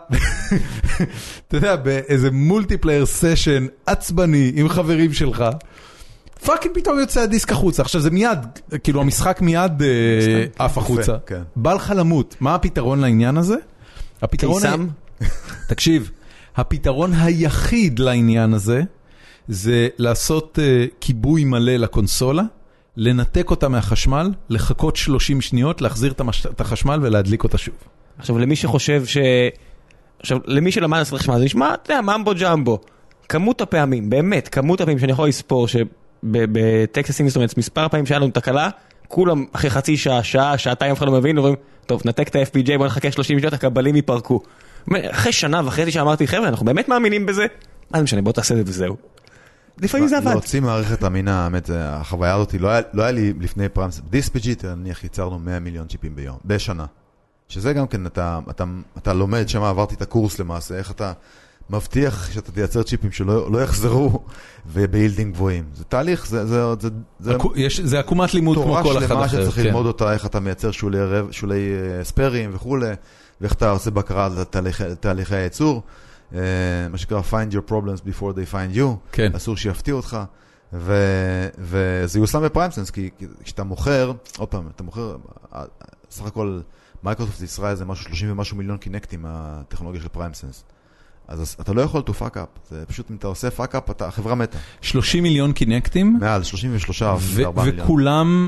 אתה יודע, באיזה מולטיפלייר סשן עצבני עם חברים שלך, פאקינג פתאום יוצא הדיסק החוצה. עכשיו זה מיד, כאילו המשחק מיד עף החוצה. בא לך למות. מה הפתרון לעניין הזה? קיסם? תקשיב, הפתרון היחיד לעניין הזה, זה לעשות uh, כיבוי מלא לקונסולה, לנתק אותה מהחשמל, לחכות שלושים שניות, להחזיר את, המש... את החשמל ולהדליק אותה שוב. עכשיו, למי שחושב ש... עכשיו, למי שלמד לעשות חשמל, זה נשמע, אתה יודע, ממבו ג'מבו. כמות הפעמים, באמת, כמות הפעמים שאני יכול לספור שבטקסס אינסטרומנטס, מספר פעמים שהיה לנו תקלה, כולם אחרי חצי שעה, שעה, שעתיים, אף אחד לא מבין, אומרים, טוב, נתק את ה-אף פי ג'יי, בוא נחכה שלושים שניות, הקבלים ייפרקו. אחרי שנה וחצי שאמרתי, חבר'ה, אנחנו באמת מאמינים בזה? מה זה משנה, בוא תעשה את זה וזהו. לפעמים זה עבד. להוציא מערכת אמינה, האמת, החוויה הזאת, לא היה לי לפני פריימס, דיספג'יט, נניח, ייצרנו מאה מיליון צ'יפים ביום, בשנה. שזה גם כן, אתה לומד, שמה עברתי את הקורס למעשה, איך אתה מבטיח שאתה תייצר צ'יפים שלא יחזרו, ובאילדינג גבוהים. זה תהליך, זה עקומת לימוד כמו כל אחד אחר. תורה שלמה שצריך ללמוד אותה, איך אתה מייצר שולי ספרים וכו', ואיך אתה עושה בקרה על תהליכי הייצור. מה שקרה find your problems before they find you, אסור שיפתיעו אותך, וזה יושם בפריימסנס, כי כשאתה מוכר, עוד פעם, אתה מוכר, סך הכל מייקרוסופט ישראל זה משהו שלושים ומשהו מיליון קינקטים מהטכנולוגיה של פריימסנס, אז אתה לא יכול to fuck up, זה פשוט אם אתה עושה fuck up, החברה מתה. שלושים מיליון קינקטים? מעל, שלושים ושלושה, ארבעה מיליון. וכולם...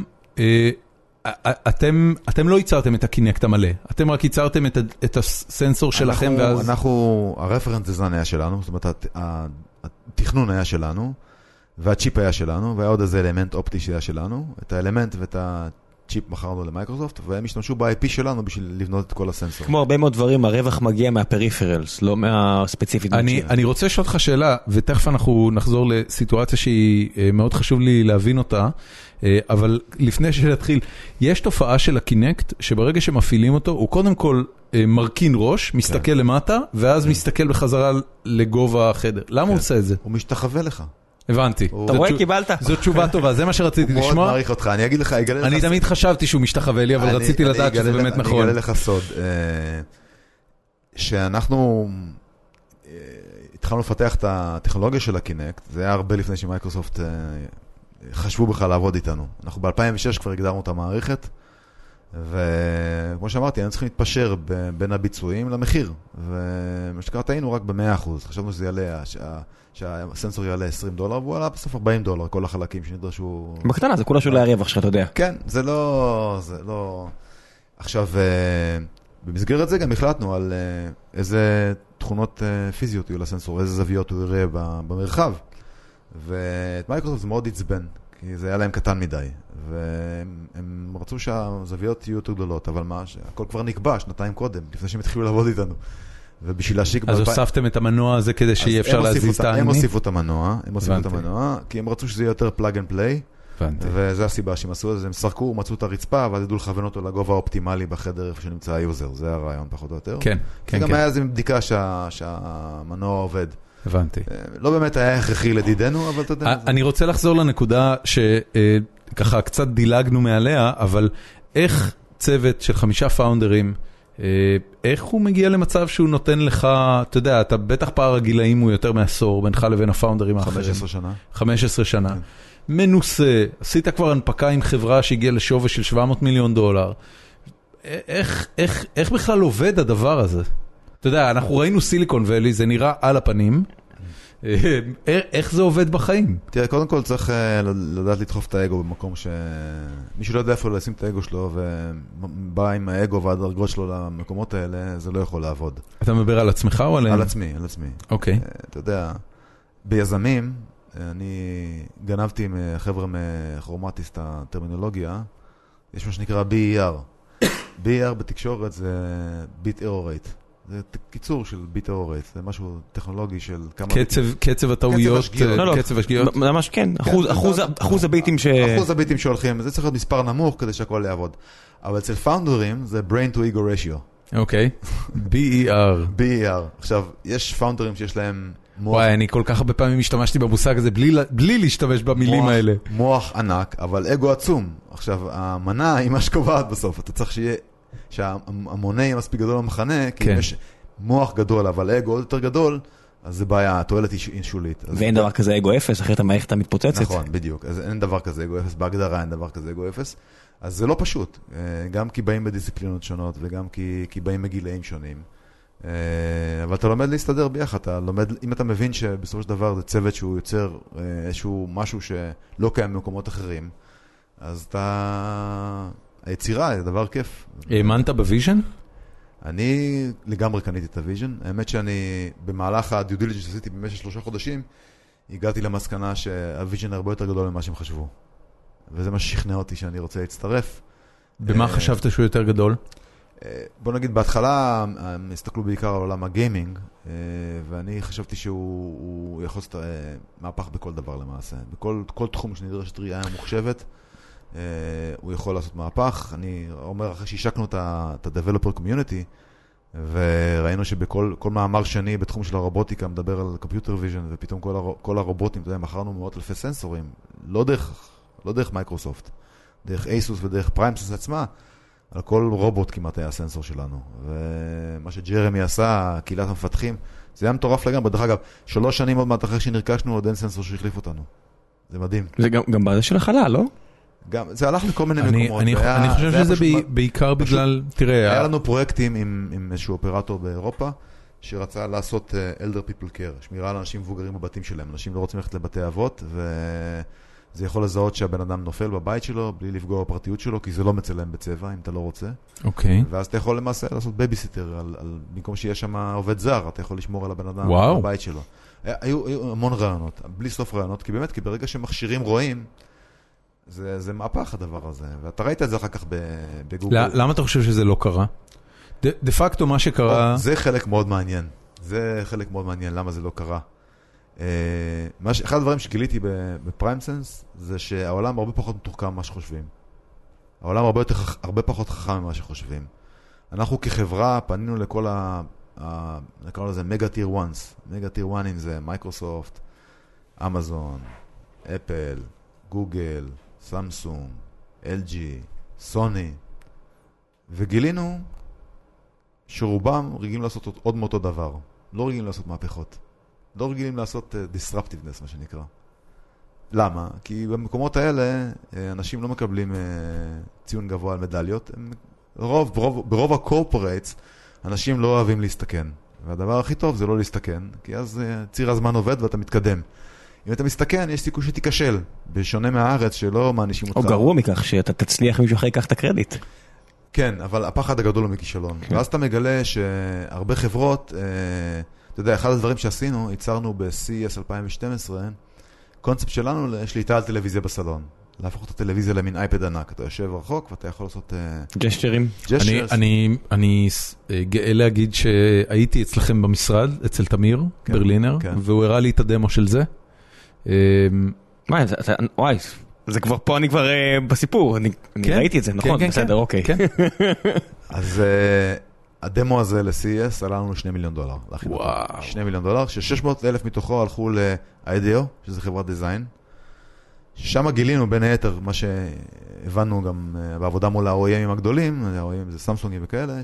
אתם, אתם לא ייצרתם את הקינקט המלא, אתם רק ייצרתם את, את הסנסור שלכם אנחנו, ואז... אנחנו, הרפרנס דזיין היה שלנו, זאת אומרת, התכנון היה שלנו, והצ'יפ היה שלנו, והיה עוד איזה אלמנט אופטי שהיה שלנו, את האלמנט ואת הצ'יפ מכרנו למייקרוסופט, והם השתמשו ב-איי פי שלנו בשביל לבנות את כל הסנסור. כמו הרבה מאוד דברים, הרווח מגיע מהפריפרלס, לא מהספציפית. אני, אני רוצה לשאול אותך שאלה, ותכף אנחנו נחזור לסיטואציה שהיא מאוד חשוב לי להבין אותה, אבל לפני שנתחיל, יש תופעה של הקינקט, שברגע שמפעילים אותו, הוא קודם כל מרכין ראש, מסתכל למטה, ואז מסתכל בחזרה לגובה החדר. למה הוא עושה את זה? הוא משתחווה לך. הבנתי. אתה רואה, קיבלת. זו תשובה טובה, זה מה שרציתי לשמוע. מאוד מעריך אותך, אני אגיד לך, אגלה לך... אני תמיד חשבתי שהוא משתחווה לי, אבל רציתי לדעת שזה באמת נכון. אני אגלה לך סוד, שאנחנו התחלנו לפתח את הטכנולוגיה של הקינקט, זה היה הרבה לפני שמייקרוסופט חשבו בכלל לעבוד איתנו. אנחנו ב-אלפיים ושש כבר הגדרנו את המערכת, וכמו שאמרתי, היינו צריכים להתפשר בין הביצועים למחיר, ומה שקרה, היינו רק ב-מאה אחוז. חשבנו שזה יעלה, שהסנסור יעלה עשרים דולר, והוא עלה בסוף ארבעים דולר, כל החלקים שנדרשו... בקטנה, זה כולה שולי הרווח שלך, אתה יודע. כן, זה לא... זה לא... עכשיו, במסגרת זה גם החלטנו על איזה תכונות פיזיות יהיו לסנסור, איזה זוויות הוא יראה במרחב. ואת מייקרוסופט זה מאוד עצבן, כי זה היה להם קטן מדי, והם רצו שהזוויות יהיו יותר גדולות, אבל מה, הכל כבר נקבע שנתיים קודם, לפני שהם התחילו לעבוד איתנו, ובשביל להשיק... אז הוספתם את המנוע הזה כדי שיהיה אפשר להזיז את העניינים? הם הוסיפו את המנוע, הם הוסיפו את המנוע, כי הם רצו שזה יהיה יותר פלאג אנד פליי, וזה הסיבה שהם עשו את זה, הם שרקו, מצאו את הרצפה, ואז ידעו לכוון אותו לגובה האופטימלי בחדר איפה שנמצא היוזר, זה הרעיון פחות או יותר. כן, כן, כן. גם היה איזו בדיקה שהמנוע עובד. הבנתי. לא באמת היה הכרחי לדידנו, אבל אתה יודע... אני רוצה לחזור לנקודה שככה קצת דילגנו מעליה, אבל איך צוות של חמישה פאונדרים איך הוא מגיע למצב שהוא נותן לך, אתה יודע, אתה בטח פער הגילאים הוא יותר מעשור, בינך לבין הפאונדרים האחרים. חמש עשרה שנה. חמש עשרה שנה. מנוסה, עשית כבר הנפקה עם חברה שהגיעה לשווי של שבע מאות מיליון דולר. איך, איך, איך בכלל עובד הדבר הזה? אתה יודע, אנחנו ראינו סיליקון ואלי, זה נראה על הפנים. איך זה עובד בחיים? תראה, קודם כל צריך לדעת לדחוף את האגו במקום ש... מישהו לא יודע איפה לשים את האגו שלו, ובא עם האגו והדרגות שלו למקומות האלה, זה לא יכול לעבוד. אתה מדבר על עצמך או עליהם? על עצמי, על עצמי. אוקיי. אתה יודע, ביזמים, אני גנבתי עם חבר'ה מכרומטיסט הטרמינולוגיה, יש מה שנקרא בי אי אר. בי אי אר בתקשורת זה Bit Error Rate. זה קיצור של Bit Error Rate, זה משהו טכנולוגי של כמה... קצב הטעויות, קצב השגיאות. ממש כן, אחוז הביטים ש... אחוז הביטים שהולכים, זה צריך להיות מספר נמוך כדי שהכל יעבוד. אבל אצל פאונדרים זה Brain to Ego Ratio. אוקיי, בי אי אר. בי אי אר. עכשיו, יש פאונדרים שיש להם... וואי, אני כל כך הרבה פעמים השתמשתי במושג הזה בלי להשתמש במילים האלה. מוח ענק, אבל אגו עצום. עכשיו, המנה היא מה שקובעת בסוף. אתה צריך שיהיה, שהמונה יהיה מספיק גדול במחנה, כי אם יש מוח גדול, אבל אגו יותר גדול, אז זה בעיה, התועלת היא שולית. ואין דבר כזה אגו אפס, אחרת המערכת המתפוצצת. נכון, בדיוק. אז אין דבר כזה אגו אפס, בהגדרה אין דבר כזה אגו אפס. אז זה לא פשוט. גם כי באים בדיסציפלינות שונות, וגם כי, כי באים מגילאים שונים. אבל אתה לומד להסתדר ביחד, אתה לומד, אם אתה מבין שבסופו של דבר זה צוות שהוא יוצר איזשהו משהו שלא קיים במקומות אחרים, אז אתה... היצירה זה דבר כיף. האמנת בוויז'ן? אני לגמרי קניתי את הוויז'ן. האמת שאני במהלך הדיו דיליג'נס שעשיתי במשך שלושה חודשים, הגעתי למסקנה שהוויז'ן הרבה יותר גדול ממה שהם חשבו. וזה מה ששכנע אותי שאני רוצה להצטרף. במה חשבת שהוא יותר גדול? בוא נגיד, בהתחלה הם הסתכלו בעיקר על עולם הגיימינג, ואני חשבתי שהוא יכול לעשות מהפך בכל דבר למעשה. בכל כל תחום שנדרשת ראייה מוחשבת, הוא יכול לעשות מהפך. אני אומר, אחרי שהשקנו את ה-Developer Community, וראינו שבכל כל מאמר שני בתחום של הרובוטיקה מדבר על Computer Vision, ופתאום כל, הר, כל הרובוטים, אתה יודע, מכרנו מאות אלפי סנסורים, לא דרך, לא דרך מייקרוסופט, דרך אייסוס ודרך פריימסס עצמה, על כל רובוט כמעט היה הסנסור שלנו. ומה שג'רמי עשה, קהילת המפתחים, זה היה מטורף לגמרי. דרך אגב, שלוש שנים עוד מעט אחרי שנרכשנו, עוד אין סנסור שהחליף אותנו. זה מדהים. זה גם, גם בזה של החלל, לא? גם, זה הלך לכל מיני אני, מקומות. אני, היה, אני חושב שזה פשוט, ב, בעיקר בגלל, פשוט, תראה... היה לנו פרויקטים עם, עם איזשהו אופרטור באירופה, שרצה לעשות uh, elder people care, שמירה על אנשים מבוגרים בבתים שלהם. אנשים לא רוצים ללכת לבתי אבות, וזה יכול לזהות שהבן אדם נופל בבית שלו, בלי לפגוע בפרטיות שלו, כי זה לא מצלם בצבע, אם אתה לא רוצה. אוקיי. ואז אתה יכול למעשה לעשות בייביסיטר, על, על, במקום שיש שם עובד זר, אתה יכול לשמור על הבן אדם וואו. בבית שלו. היו, היו המון רעיונות, בלי סוף רעיונות, כי באמת, כי ברגע שמכשירים רואים, זה, זה מהפך הדבר הזה, ואתה ראית את זה אחר כך בגוגל. למה אתה חושב שזה לא קרה? דה פקטו מה שקרה... זה חלק מאוד מעניין. זה חלק מאוד מעניין, למה זה לא קרה. אחד הדברים שגיליתי בפריימסנס, זה שהעולם הרבה פחות מתוחכם ממה שחושבים. העולם הרבה, יותר, הרבה פחות חכם ממה שחושבים. אנחנו כחברה פנינו לכל ה... נקרא לזה מגה טיר וואנס. מגה טיר וואנים זה מייקרוסופט, אמזון, אפל, גוגל, סמסונג, אל ג'י, סוני, וגילינו שרובם רגילים לעשות עוד מאותו דבר. לא רגילים לעשות מהפכות. לא רגילים לעשות uh, disruptiveness, מה שנקרא. למה? כי במקומות האלה אנשים לא מקבלים uh, ציון גבוה על מדליות. הם, רוב, ברוב, ברוב הקורפורייטס אנשים לא אוהבים להסתכן. והדבר הכי טוב זה לא להסתכן, כי אז uh, ציר הזמן עובד ואתה מתקדם. אם אתה מסתכן, יש סיכוי שתיכשל, בשונה מהארץ שלא מענישים אותך. או גרוע מכך, שאתה תצליח מישהו אחרי כך את הקרדיט. כן, אבל הפחד הגדול הוא מכישלון. כן. ואז אתה מגלה שהרבה חברות, אה, אתה יודע, אחד הדברים שעשינו, ייצרנו ב-סי אי אס אלפיים ושתים עשרה, קונספט שלנו לשליטה על טלוויזיה בסלון. להפוך את הטלוויזיה למין אייפד ענק. אתה יושב רחוק ואתה יכול לעשות... ג'סטרים. ג'סטרס. אני, אני, אני גאה להגיד שהייתי אצלכם במשרד, אצל תמיר, כן, ברלינר, כן. והוא הראה לי את הדמו של זה. וואי, וואי. זה כבר פה, אני כבר בסיפור, אני ראיתי את זה, נכון? בסדר, אוקיי. אז הדמו הזה ל-סי אי אס עלה לנו שני מיליון דולר. וואו. שני מיליון דולר, ש-שש מאות אלף מתוכו הלכו ל-איי די או, שזה חברת דיזיין, שם גילינו בין היתר מה שהבנו גם בעבודה מול ה-או אי אם הגדולים, ה-או אי אם זה סמסונגים וכאלה,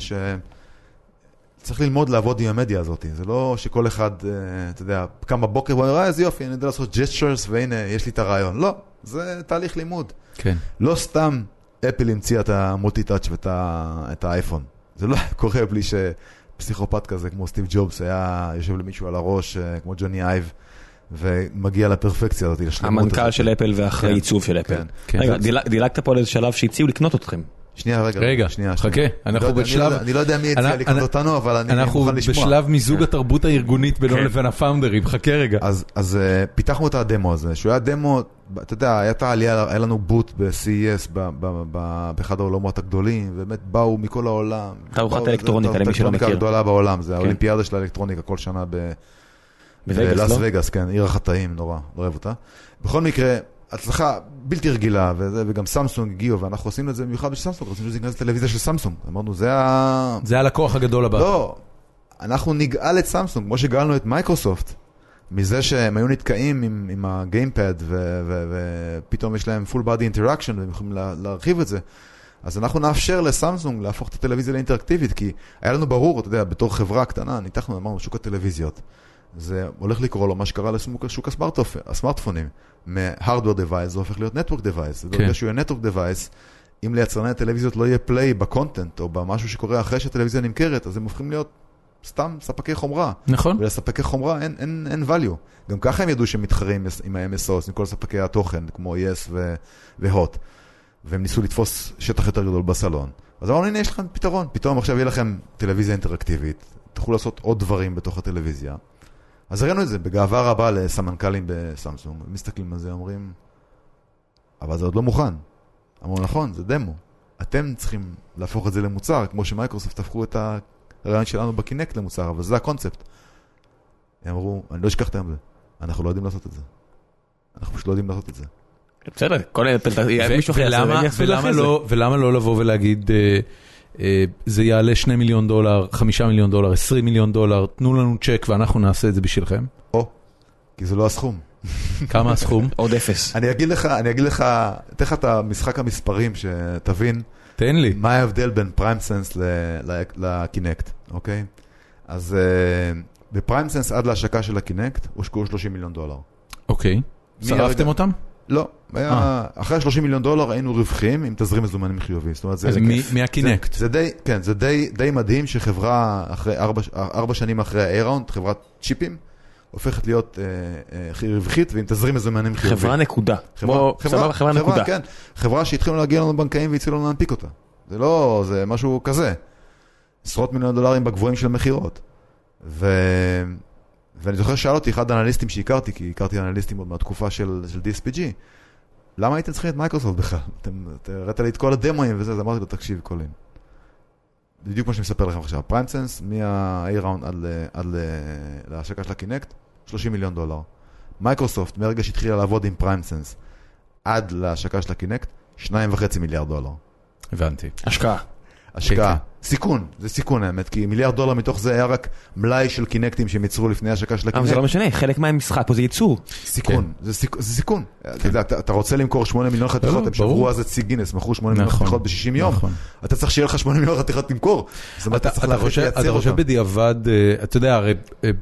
שצריך ללמוד לעבוד עם המדיה הזאת. זה לא שכל אחד, אתה יודע, קם בבוקר ואומר, אה, איזה יופי, אני יודע לעשות ג'סטרס, והנה, יש לי את הרעיון. לא, זה תהליך לימוד. כן. לא סתם אפל המציאה את המולטי-טאץ' ואת האייפון. זה לא קורה בלי שפסיכופת כזה, כמו סטיב ג'ובס, היה יושב למישהו על הראש, כמו ג'וני אייב, ומגיע לפרפקציה הזאת, לשלמות. המנכ"ל של אפל ואחרי עיצוב של אפל. רגע, דילגת פה לאיזה שלב שהציעו לקנות אתכם. שנייה, רגע. רגע, חכה. אנחנו בשלב... אני לא יודע מי הציע לקנות אותנו, אבל אני מוכן לשמוע. אנחנו בשלב מיזוג התרבות הארגונית בינו לבין הפאונדרים. חכה רגע. אז פיתחנו את הדמו הזה, שהוא היה דמו, אתה יודע, הייתה עלייה, היה לנו בוט ב-סי אי אס, באחד העולמות הגדולים, ובאמת באו מכל העולם. תערוכת אלקטרוניקה, למי שלא מכיר. אלקטרוניקה גדולה בעולם, זה האולימפיאדה של האלקטרוניקה כל שנה ב... בלאס וגאס, כן, עיר החטאים, נורא, לא אוהב אותה. בכל מקרה, הצלחה בלתי רגילה, וזה, וגם סמסונג הגיעו, ואנחנו עושים את זה במיוחד בשביל סמסונג, רוצים שזה ייכנס לטלוויזיה של סמסונג. אמרנו, זה ה... זה הלקוח הגדול הבא. לא, אנחנו נגאל את סמסונג, כמו שגאלנו את מייקרוסופט, מזה שהם היו נתקעים עם, עם הגיימפד, ופתאום יש להם full body interaction, והם יכולים לה, להרחיב את זה. אז אנחנו נאפשר לסמסונג להפוך את הטלוויזיה לאינטראקטיבית, כי היה לנו ברור, אתה יודע, בתור חברה קטנה, ניתחנו, אמרנו, שוק הטלוויזיות. זה הולך לקרוא לו מה שקרה לשוק הסמארטפונים. מ-hardware device זה הופך להיות network device. וברגע שהוא יהיה network device, אם ליצרני הטלוויזיות לא יהיה play בקונטנט, או במשהו שקורה אחרי שהטלוויזיה נמכרת, אז הם הופכים להיות סתם ספקי חומרה. נכון. ולספקי חומרה אין, אין, אין value. גם ככה הם ידעו שהם מתחרים עם ה-אם אס או, עם כל ספקי התוכן, כמו yes ו-hot. והם ניסו לתפוס שטח יותר גדול בסלון. אז אמרנו, הנה, יש לכם פתרון. פתאום עכשיו יהיה לכם טלוויזיה אינטראקטיבית. תוכלו לעשות עוד דברים בתוך הטלוויזיה. אז הראינו את זה בגאווה רבה לסמנכלים בסמסונג, מסתכלים על זה, אומרים, אבל זה עוד לא מוכן. אמרו, נכון, זה דמו. אתם צריכים להפוך את זה למוצר, כמו שמייקרוסופט הפכו את הרעיון שלנו בקינקט למוצר, אבל זה הקונספט. הם אמרו, אני לא אשכח את זה, אנחנו לא יודעים לעשות את זה. אנחנו פשוט לא יודעים לעשות את זה. בסדר, כל מישהו אחר ולמה לא לבוא ולהגיד... זה יעלה שני מיליון דולר, חמישה מיליון דולר, עשרים מיליון דולר, תנו לנו צ'ק ואנחנו נעשה את זה בשבילכם. או, כי זה לא הסכום. כמה הסכום? עוד אפס. אני אגיד לך, אני אגיד לך, אתן לך את המשחק המספרים שתבין. תן לי. מה ההבדל בין פריימסנס לקינקט, אוקיי? אז בפריימסנס עד להשקה של הקינקט, הושקעו שלושים מיליון דולר. אוקיי. שרפתם אותם? לא, אחרי שלושים מיליון דולר היינו רווחים עם תזרים מזומנים חיובי. מהקינקט. זה די, כן, זה די מדהים שחברה אחרי ארבע שנים אחרי האייראונד, חברת צ'יפים, הופכת להיות רווחית ועם תזרים מזומנים חיובי. חברה נקודה. חברה נקודה. כן, חברה שהתחילו להגיע לנו בנקאים והצילו לנו להנפיק אותה. זה לא, זה משהו כזה. עשרות מיליון דולרים בגבוהים של המחירות. ו... ואני זוכר שאל אותי אחד האנליסטים שהכרתי, כי הכרתי אנליסטים עוד מהתקופה של, של די אס פי ג'י, למה הייתם צריכים את מייקרוסופט בכלל? אתם ראית לי את כל הדמוים וזה, אז אמרתי לו, תקשיב, קולין. בדיוק כמו שאני מספר לכם עכשיו, פריימסנס, מה-A-Round עד, עד להשקה של הקינקט, שלושים מיליון דולר. מייקרוסופט, מהרגע שהתחילה לעבוד עם פריימסנס, עד להשקה של הקינקט, שניים וחצי מיליארד דולר. הבנתי. השקעה. השקעה. סיכון, זה סיכון האמת, כי מיליארד דולר מתוך זה היה רק מלאי של קינקטים שהם יצרו לפני השקה של הקינקט. אבל זה לא משנה, חלק מהמשחק פה זה ייצור. סיכון, זה סיכון. אתה רוצה למכור שמונה מיליון חתיכות, הם שברו אז את סי גינס, מכרו שמונה מיליון חתיכות ב-שישים יום. אתה צריך שיהיה לך שמונה מיליון חתיכות למכור. אתה חושב בדיעבד, אתה יודע, הרי...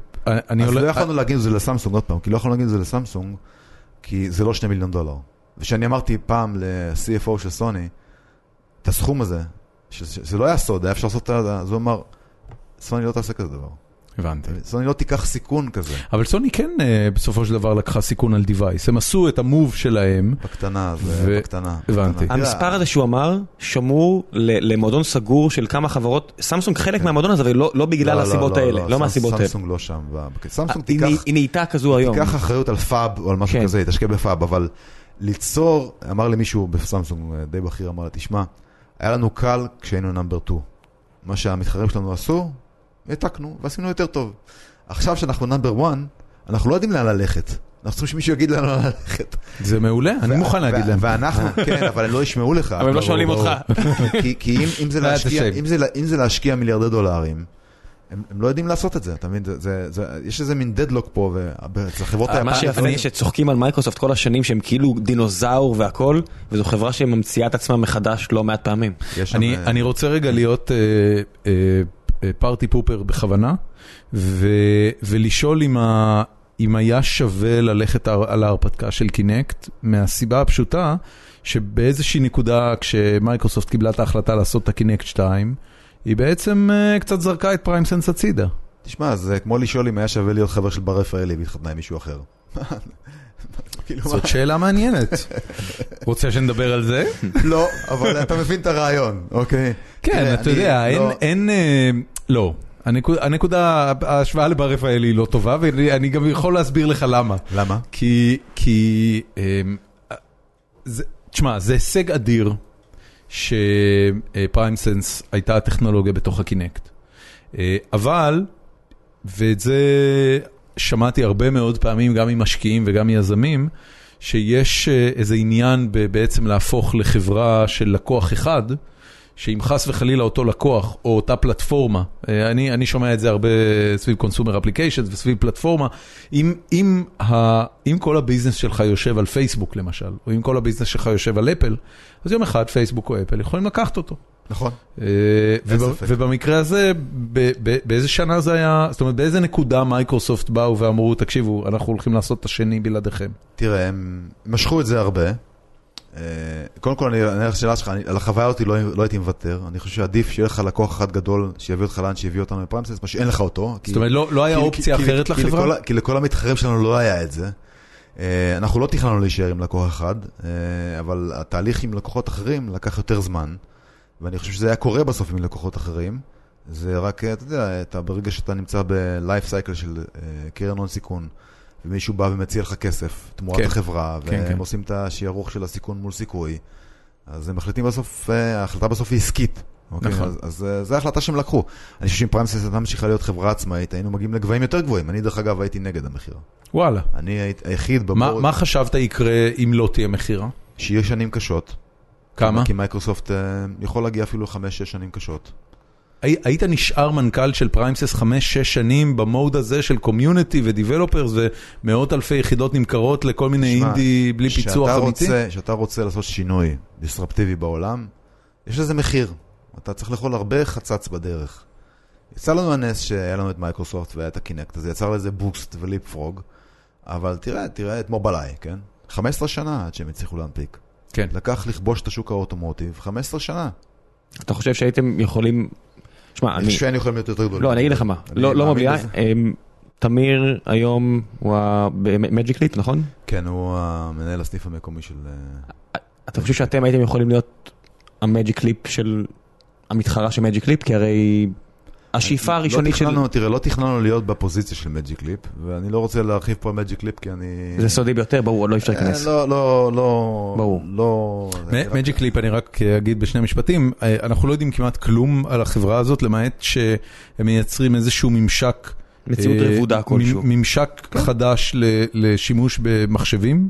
אז לא יכולנו להגיד את זה לסמסונג עוד פעם, כי לא יכולנו להגיד את זה לסמסונג, כי זה לא שני מיליון דולר. ושאני אמרתי פעם ל-סי אף או של סוני, את הסכום הזה, שזה לא היה סוד, היה אפשר לעשות את זה, אז הוא אמר, סוני לא תעשה כזה דבר. הבנתי. סוני לא תיקח סיכון כזה. אבל סוני כן בסופו של דבר לקחה סיכון על דיווייס. הם עשו את המוב שלהם. בקטנה, זה בקטנה. הבנתי. המספר הזה שהוא אמר, שמור למועדון סגור של כמה חברות, סמסונג חלק מהמועדון הזה, ולא בגלל הסיבות האלה, לא מהסיבות האלה. סמסונג לא שם. סמסונג היא נהייתה כזו היום. תיקח אחריות על פאב או על משהו כזה, תשקיע בפאב, אבל ליצור, אמר לי מישהו בסמסונג די בכיר, אמר לה, תשמע, היה לנו קל כשהיינו נאמבר שתיים. מה שהמתחרים שלנו עשו, העתקנו ועשינו יותר טוב. עכשיו שאנחנו נאמבר אחת, אנחנו לא יודעים לאן ללכת. אנחנו צריכים שמישהו יגיד לאן ללכת. זה מעולה, אני מוכן להגיד להם. ואנחנו, כן, אבל הם לא ישמעו לך. אבל הם לא שואלים אותך. כי אם זה להשקיע מיליארדי דולרים, הם, הם לא יודעים לעשות את זה, אתה מבין? זה, זה, זה, יש איזה מין דדלוק פה, והחברות... מה שיפה זה שצוחקים על מייקרוסופט כל השנים שהם כאילו דינוזאור והכל, וזו חברה שממציאה את עצמה מחדש לא מעט פעמים. אני, שם... אני רוצה רגע להיות אה, אה, פארטי פופר בכוונה, ו, ולשאול אם, ה, אם היה שווה ללכת על ההרפתקה של קינקט, מהסיבה הפשוטה, שבאיזושהי נקודה כשמייקרוסופט קיבלה את ההחלטה לעשות את הקינקט שתיים, היא בעצם uh, קצת זרקה את פריימסנס הצידה. תשמע, זה כמו לשאול אם היה שווה להיות חבר של בר רפאלי והתחתנה עם מישהו אחר. זאת שאלה מעניינת. רוצה שנדבר על זה? לא, אבל אתה מבין את הרעיון, אוקיי? כן, אתה יודע, אין... לא. הנקודה, ההשוואה לבר רפאלי היא לא טובה, ואני גם יכול להסביר לך למה. למה? כי... תשמע, זה הישג אדיר. שפריימסנס הייתה הטכנולוגיה בתוך הקינקט. אבל, ואת זה שמעתי הרבה מאוד פעמים, גם ממשקיעים וגם מיזמים, שיש איזה עניין בעצם להפוך לחברה של לקוח אחד, שאם חס וחלילה אותו לקוח, או אותה פלטפורמה, אני, אני שומע את זה הרבה סביב קונסומר אפליקיישנס וסביב פלטפורמה, אם, אם, ה, אם כל הביזנס שלך יושב על פייסבוק למשל, או אם כל הביזנס שלך יושב על אפל, אז יום אחד פייסבוק או אפל יכולים לקחת אותו. נכון. ובמקרה הזה, באיזה שנה זה היה, זאת אומרת, באיזה נקודה מייקרוסופט באו ואמרו, תקשיבו, אנחנו הולכים לעשות את השני בלעדיכם. תראה, הם משכו את זה הרבה. קודם כל, אני אראה שאלה שלך, על החוויה אותי לא הייתי מוותר. אני חושב שעדיף שיהיה לך לקוח אחד גדול שיביא אותך לאן שיביא אותנו בפריימסנס, מה שאין לך אותו. זאת אומרת, לא היה אופציה אחרת לחברה? כי לכל המתחרים שלנו לא היה את זה. אנחנו לא תכננו להישאר עם לקוח אחד, אבל התהליך עם לקוחות אחרים לקח יותר זמן, ואני חושב שזה היה קורה בסוף עם לקוחות אחרים. זה רק, אתה יודע, אתה ברגע שאתה נמצא בלייף סייקל של קרן הון סיכון, ומישהו בא ומציע לך כסף, תמורת כן. החברה, והם כן, כן. עושים את השיערוך של הסיכון מול סיכוי, אז הם מחליטים בסוף, ההחלטה בסוף היא עסקית. אוקיי? נכון. אז, אז זו ההחלטה שהם לקחו. אני חושב שאם פריימסנס הייתה ממשיכה להיות חברה עצמאית, היינו מגיעים לגבהים יותר גבוהים. אני דרך אגב הייתי נגד המחיר. וואלה. אני הייתי היחיד בבורד. מה, מה חשבת יקרה אם לא תהיה מחירה? שיהיה שנים קשות. כמה? כי מייקרוסופט יכול להגיע אפילו חמש, שש שנים קשות. היית נשאר מנכ"ל של פריימסנס חמש, שש שנים במוד הזה של קומיוניטי ודיבלופרס ומאות אלפי יחידות נמכרות לכל מיני אינדי בלי פיצוח אמיתי? שאתה רוצה לעשות שינוי דיסרפטיבי בעולם, יש לזה מחיר. אתה צריך לאכול הרבה חצץ בדרך. יצא לנו הנס שהיה לנו את מייקרוסופט והיה את הקינקט, אז יצר לזה בוסט וליפפרוג, אבל תראה, תראה את מובילאיי, כן? חמש עשרה שנה עד שהם הצליחו להנפיק. כן. לקח לכבוש את השוק האוטומוטיב, חמש עשרה שנה. אתה חושב שהייתם יכולים... שמע, אני... שאני יכולים להיות יותר גדולים. לא, אני אגיד לך מה. לא, לא מובילאיי. תמיר היום הוא במג'יק ליפ, נכון? כן, הוא המנהל הסניף המקומי של... אתה חושב שאתם הייתם יכולים להיות המג'יק ליפ של... המתחרה של מג'יק ליפ? כי הרי השאיפה הראשונית של... תראה, לא תכננו להיות בפוזיציה של מג'יק ליפ, ואני לא רוצה להרחיב פה על מג'יק ליפ, כי אני... זה סודי ביותר, ברור, לא אפשר להיכנס. לא, לא, לא... ברור. לא... מג'יק ליפ, אני רק אגיד בשני משפטים, אנחנו לא יודעים כמעט כלום על החברה הזאת, למעט שהם מייצרים איזשהו ממשק... מציאות רבודה כלשהו. ממשק חדש לשימוש במחשבים,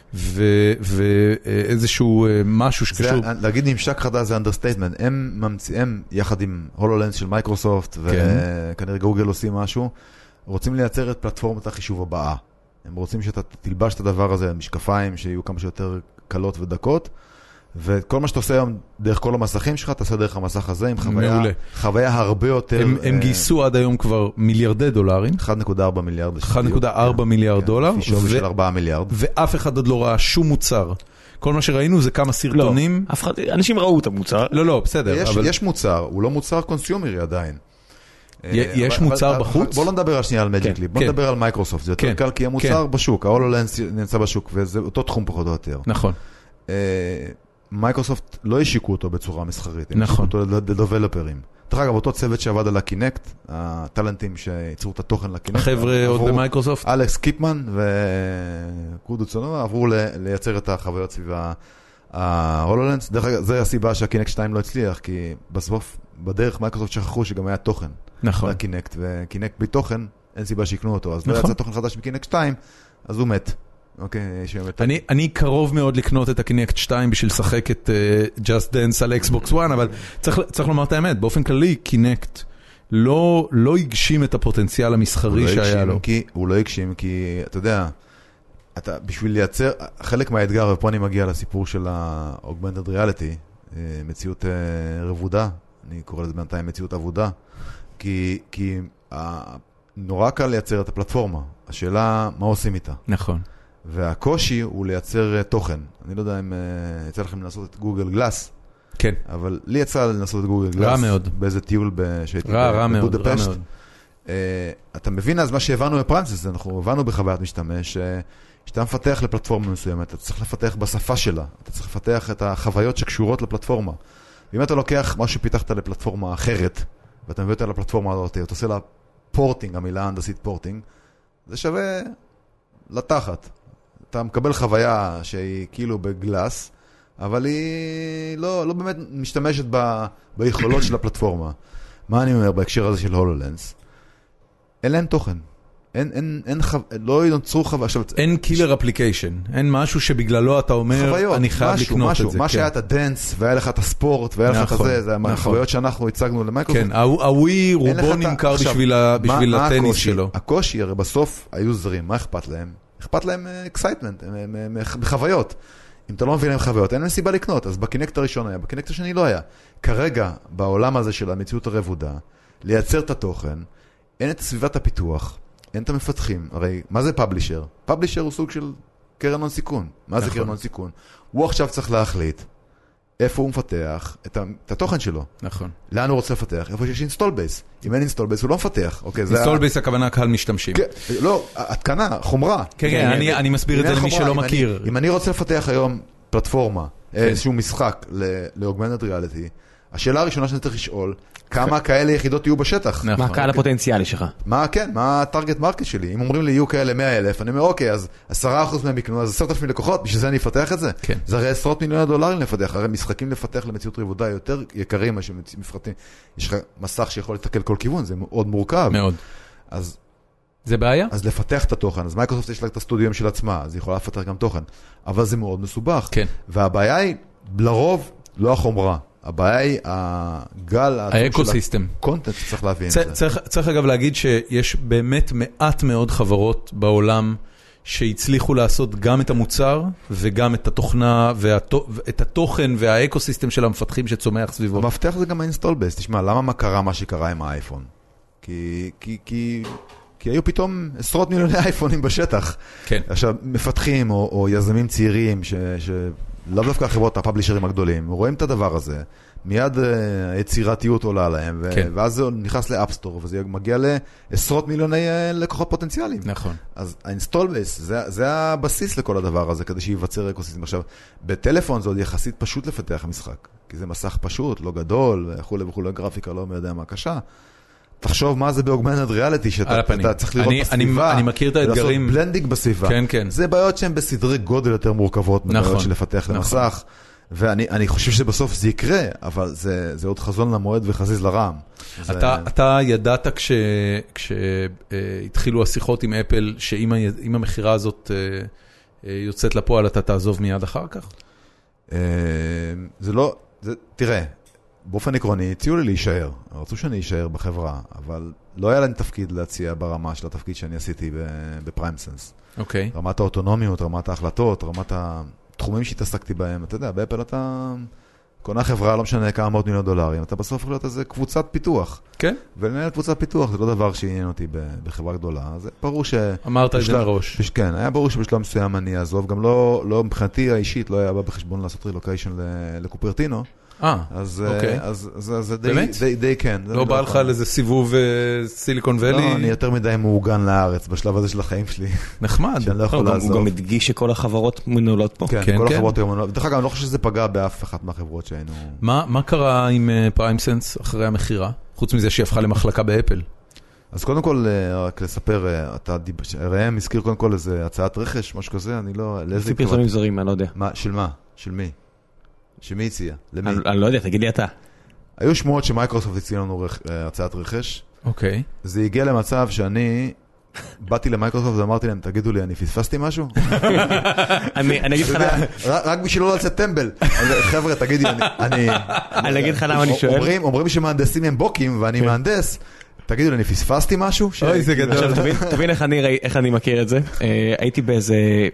ואיזשהו משהו שקשור... להגיד ממשק חדש זה אנדרסטייטמנט. הם ממציאים יחד עם הולולנס של מייקרוסופט, וכנראה גוגל עושים משהו, רוצים לייצר את פלטפורמת החישוב הבאה. הם רוצים שאתה תלבש את הדבר הזה, משקפיים שיהיו כמה שיותר קלות ודקות, וכל מה שאתה עושה היום דרך כל המסכים שלך, תעשה דרך המסך הזה עם חוויה, חוויה הרבה יותר... הם, הם גייסו עד היום כבר מיליארדי דולרים. אחת נקודה ארבע מיליארד. אחת נקודה ארבע מיליארד דולר. שווי של ארבעה מיליארד. ואף אחד עוד לא ראה שום מוצר. כל מה שראינו זה כמה סרטונים. לא, אחד, אנשים ראו את המוצר. לא, לא, בסדר. יש, אבל... יש מוצר, הוא לא מוצר קונסיומרי עדיין. יש אבל, מוצר אבל, בחוץ? בוא לא נדבר על שנייה על מג'יק ליפ, בוא כן. נדבר על מייקרוסופט. זה יותר כן. קל כי המוצר כן. בשוק, ההולולנס נמצא בשוק, וזה אותו תחום פחות או יותר. נכון. מייקרוסופט לא השיקו אותו בצורה מסחרית, הם נכון. השיקו אותו לדבלופרים. דרך אגב, אותו צוות שעבד על הקינקט, הטלנטים שייצרו את התוכן לקינקט. החבר'ה עוד במייקרוסופט? אלכס קיפמן וקודו צונובה עברו לייצר את החוויות סביב ההולולנס. דרך אגב, זה הסיבה שהקינקט שתיים לא הצליח, כי בסוף, בדרך מייקרוסופט שכחו שגם היה תוכן. נכון. לקינקט, וקינקט בלי תוכן, אין סיבה שיקנו אותו. אז לא יצא תוכן חדש מקינקט שתיים, אז הוא מת. אני, אני קרוב מאוד לקנות את הקינקט שתיים בשביל לשחק את uh, Just Dance על Xbox One, אבל צריך, צריך לומר את האמת, באופן כללי, קינקט לא, לא הגשים את הפוטנציאל המסחרי שהיה לו. כי, הוא לא הגשים כי, אתה יודע, אתה, בשביל לייצר, חלק מהאתגר, ופה אני מגיע לסיפור של ה-Augmented Reality, מציאות רבודה, אני קורא לזה בינתיים מציאות עבודה, כי, כי נורא קל לייצר את הפלטפורמה. השאלה, מה עושים איתה? נכון. והקושי הוא לייצר תוכן. אני לא יודע אם יצא לכם לנסות את גוגל גלאס, כן. אבל לי יצא לנסות את גוגל גלאס. רע מאוד. באיזה טיול שהייתי רע, רע מאוד, רע בבודפשט. מאוד. אתה מבין אז מה שהבנו בפרנסס, אנחנו הבנו בחוויית משתמש, שאתה מפתח לפלטפורמה מסוימת, אתה צריך לפתח בשפה שלה, אתה צריך לפתח את החוויות שקשורות לפלטפורמה. ואם אתה לוקח מה שפיתחת לפלטפורמה אחרת, ואתה מביא אותה לפלטפורמה הזאת, אתה עושה לה פורטינג, המילה הנדסית פורטינג, זה שווה לתחת. אתה מקבל חוויה שהיא כאילו בגלאס, אבל היא לא, לא באמת משתמשת ב, ביכולות של הפלטפורמה. מה אני אומר בהקשר הזה של הולולנס? אין להם תוכן. אין, אין, אין חו... לא ינוצרו חוויה. אין קילר אפליקיישן. אין משהו שבגללו אתה אומר, חוויות, אני חייב משהו, לקנות משהו, את זה. מה כן. שהיה את הדנס, והיה לך את הספורט, והיה לך נכון, את זה, זה נכון. החוויות שאנחנו הצגנו למייקרוסופט. כן, הווי רובו נמכר עכשיו, בשביל, ה... בשביל מה, הטניס מה הקושי? שלו. הקושי, הרי בסוף היו זרים, מה אכפת להם? אכפת להם אקסייטמנט, חוויות. אם אתה לא מביא להם חוויות, אין להם סיבה לקנות. אז בקינקט הראשון היה, בקינקט השני לא היה. כרגע, בעולם הזה של המציאות הרבודה, לייצר את התוכן, אין את סביבת הפיתוח, אין את המפתחים. הרי, מה זה פאבלישר? פאבלישר הוא סוג של קרן הון סיכון. מה זה קרן הון סיכון? הוא עכשיו צריך להחליט איפה הוא מפתח את, ה... את התוכן שלו. נכון. לאן הוא רוצה לפתח? איפה שיש אינסטול בייס. אם אין אינסטול בייס, הוא לא מפתח. אינסטול בייס הכוונה קהל משתמשים. לא, התקנה, חומרה. כן, כן, אני, אני מסביר את זה למי שלא מכיר. אם אני רוצה לפתח היום פלטפורמה, איזשהו משחק ל-Augmented Reality, השאלה הראשונה שאני צריך לשאול, כמה כאלה יחידות יהיו בשטח? מה הקהל הפוטנציאלי שלך? מה, כן, מה הטרגט מרקט שלי? אם אומרים לי, יהיו כאלה מאה אלף, אני אומר, אוקיי, אז עשרה אחוז מהם יקנו, אז עשרת אלפים לקוחות, בשביל זה אני אפתח את זה? כן. זה הרי עשרות מיליוני דולרים לפתח, הרי משחקים לפתח למציאות רבודה יותר יקרים מאשר מפרטים. יש לך מסך שיכול לתקל כל כיוון, זה מאוד מורכב. מאוד. אז זה בעיה? אז לפתח את התוכן, אז מייקרוסופט יש לה את הסטודיו של עצמה, אז היא יכולה לפתח גם תוכן, אבל זה מאוד מסובך. כן. והבעיה היא, לרוב, לא החומרה. הבעיה היא הגל... האקוסיסטם. קונטנט שצריך להבין את זה. זה. צריך, צריך אגב להגיד שיש באמת מעט מאוד חברות בעולם שהצליחו לעשות גם את המוצר וגם את התוכנה ואת התוכן והאקוסיסטם של המפתחים שצומח סביבו. המפתח זה גם האינסטול בייס. תשמע, למה מה קרה מה שקרה עם האייפון? כי... כי, כי... כי היו פתאום עשרות מיליוני אייפונים בשטח. כן. עכשיו, מפתחים או, או יזמים צעירים, ש, שלאו דווקא החברות הפאבלישרים הגדולים, רואים את הדבר הזה, מיד היצירתיות עולה עליהם, ו- כן. ואז זה נכנס לאפסטור, וזה מגיע לעשרות מיליוני לקוחות פוטנציאליים. נכון. אז האינסטול בייס, זה, זה הבסיס לכל הדבר הזה, כדי שייווצר אקוסיסטם. עכשיו, בטלפון זה עוד יחסית פשוט לפתח המשחק, כי זה מסך פשוט, לא גדול, וכו' וכו', גרפיקה לא מי יודע מה קשה. תחשוב מה זה ב-Augmented Reality, שאתה צריך לראות אני, בסביבה, אני, אני מכיר את האתגרים. ולעשות בלנדינג בסביבה. כן, כן. זה בעיות שהן בסדרי גודל יותר מורכבות, נכון, מבעיות של לפתח למסך, נכון. ואני אני חושב שבסוף זה יקרה, אבל זה, זה עוד חזון למועד וחזיז לרעם. אתה, זה... אתה ידעת כש, כשהתחילו השיחות עם אפל, שאם המחירה הזאת יוצאת לפועל, אתה תעזוב מיד אחר כך? זה לא, זה, תראה, באופן עקרוני, הציעו לי להישאר. רצו שאני אשאר בחברה, אבל לא היה להם תפקיד להציע ברמה של התפקיד שאני עשיתי בפריימסנס. אוקיי. רמת האוטונומיות, רמת ההחלטות, רמת התחומים שהתעסקתי בהם. אתה יודע, באפל אתה קונה חברה, לא משנה כמה מאות מיליון דולרים, אתה בסוף יכול להיות איזה קבוצת פיתוח. כן. ולנהל קבוצת פיתוח, זה לא דבר שעניין אותי בחברה גדולה. זה ברור ש... אמרת את זה מראש. כן, היה ברור שבשלב מסוים אני אעזוב. גם לא, לא, מבחינתי האישית, לא היה בא בחשבון לעשות רילוקיישן לקופרטינו. אה, אז, אוקיי. אז, אז, אז זה די, די, די כן. לא בא לך על איזה סיבוב סיליקון ואלי? לא, אני יותר מדי מאורגן לארץ בשלב הזה של החיים שלי. נחמד. שאני לא יכול לעזוב. הוא גם הדגיש שכל החברות מנהלות פה. כן, כל החברות היו מנהלות. דרך אגב, אני לא חושב שזה פגע באף אחת מהחברות שהיינו... מה קרה עם פריימסנס אחרי המחירה? חוץ מזה שהיא הפכה למחלקה באפל. אז קודם כל, רק לספר, ראם הזכיר קודם כל איזה הצעת רכש, משהו כזה, אני לא... לפי פרסומים זרים, אני לא יודע. של מה? של מי? שמי הציע? למי? אני לא יודע, תגיד לי אתה. היו שמועות שמייקרוסופט הציע לנו הצעת רכש. אוקיי. זה הגיע למצב שאני באתי למייקרוסופט ואמרתי להם, תגידו לי, אני פספסתי משהו? אני אגיד לך... רק בשביל לא לצאת טמבל. חבר'ה, תגידי, אני... אני אגיד לך למה אני שואל. אומרים שמהנדסים הם בוקים, ואני מהנדס. תגידו לי, אני פספסתי משהו? אוי, זה גדול. עכשיו, תבין איך אני מכיר את זה. הייתי באיזה...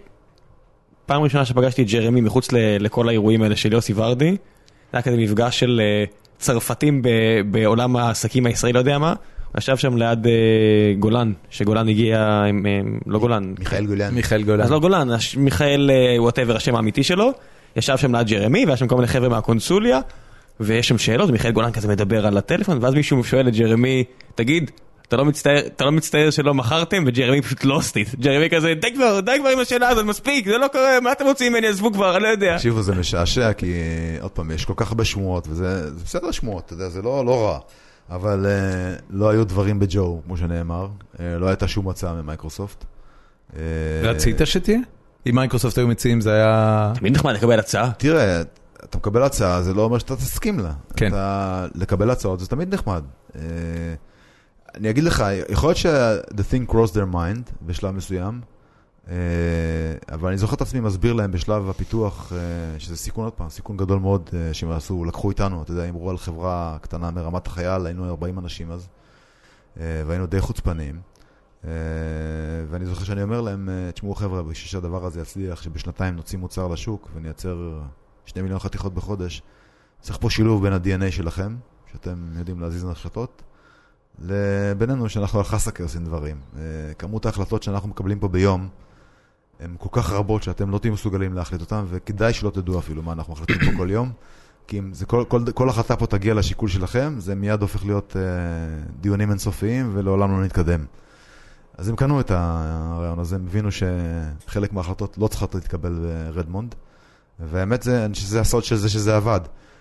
פעם ראשונה שפגשתי את ג'רמי מחוץ לכל האירועים האלה של יוסי ורדי. זה היה כזה מפגש של צרפתים בעולם העסקים הישראלי, לא יודע מה. ישב שם ליד גולן, שגולן הגיע, לא גולן. מיכאל גולן. מיכאל גולן. אז לא גולן, מיכאל, whatever, השם האמיתי שלו, ישב שם ליד ג'רמי, והיה שם כל מיני חבר'ה מהקונסוליה, ויש שם שאלות, ומיכאל גולן כזה מדבר על הטלפון, ואז מישהו שואל את ג'רמי, תגיד, אתה לא מצטער, אתה לא מצטער שלא מכרתם, וג'רמי פשוט לוסט איט. ג'רמי כזה, די כבר, די כבר עם השאלה הזאת, מספיק, זה לא קורה, מה אתם רוצים ממני, עזבו כבר, אני לא יודע. תקשיבו, זה משעשע, כי עוד פעם, יש כל כך הרבה שמועות, וזה בסדר שמועות, אתה יודע, זה לא, לא רע. אבל uh, לא היו דברים בג'ו, כמו שנאמר. Uh, לא הייתה שום הצעה ממייקרוסופט. Uh, רצית שתהיה? אם מייקרוסופט היו מציעים, זה היה... תמיד נחמד לקבל הצעה. תראה, אתה מקבל הצעה, זה לא אומר שאתה תסכים לה. כן. אתה, לקבל הצעות, זה תמיד נחמד. Uh, אני אגיד לך, יכול להיות ש-the thing crossed their mind בשלב מסוים, uh, אבל אני זוכר את עצמי מסביר להם בשלב הפיתוח, uh, שזה סיכון עוד פעם, סיכון גדול מאוד uh, שהם עשו, לקחו איתנו, אתה יודע, אמרו על חברה קטנה מרמת החייל, היינו ארבעים אנשים אז, uh, והיינו די חוצפנים, uh, ואני זוכר שאני אומר להם, uh, תשמעו חבר'ה, בשביל שהדבר הזה יצליח, שבשנתיים נוציא מוצר לשוק, ונייצר שני מיליון חתיכות בחודש, צריך פה שילוב בין ה-די אן איי שלכם, שאתם יודעים להזיז נחשטות, לבינינו שאנחנו על חסקר עושים דברים. כמות ההחלטות שאנחנו מקבלים פה ביום, הן כל כך רבות שאתם לא תהיו מסוגלים להחליט אותן, וכדאי שלא תדעו אפילו מה אנחנו מחליטים פה כל יום, כי אם זה כל, כל, כל החלטה פה תגיע לשיקול שלכם, זה מיד הופך להיות uh, דיונים אינסופיים, ולעולם לא נתקדם. אז הם קנו את הרעיון הזה, הם הבינו שחלק מההחלטות לא צריכות להתקבל ברדמונד, והאמת זה, אני חושב שזה הסוד של זה שזה עבד.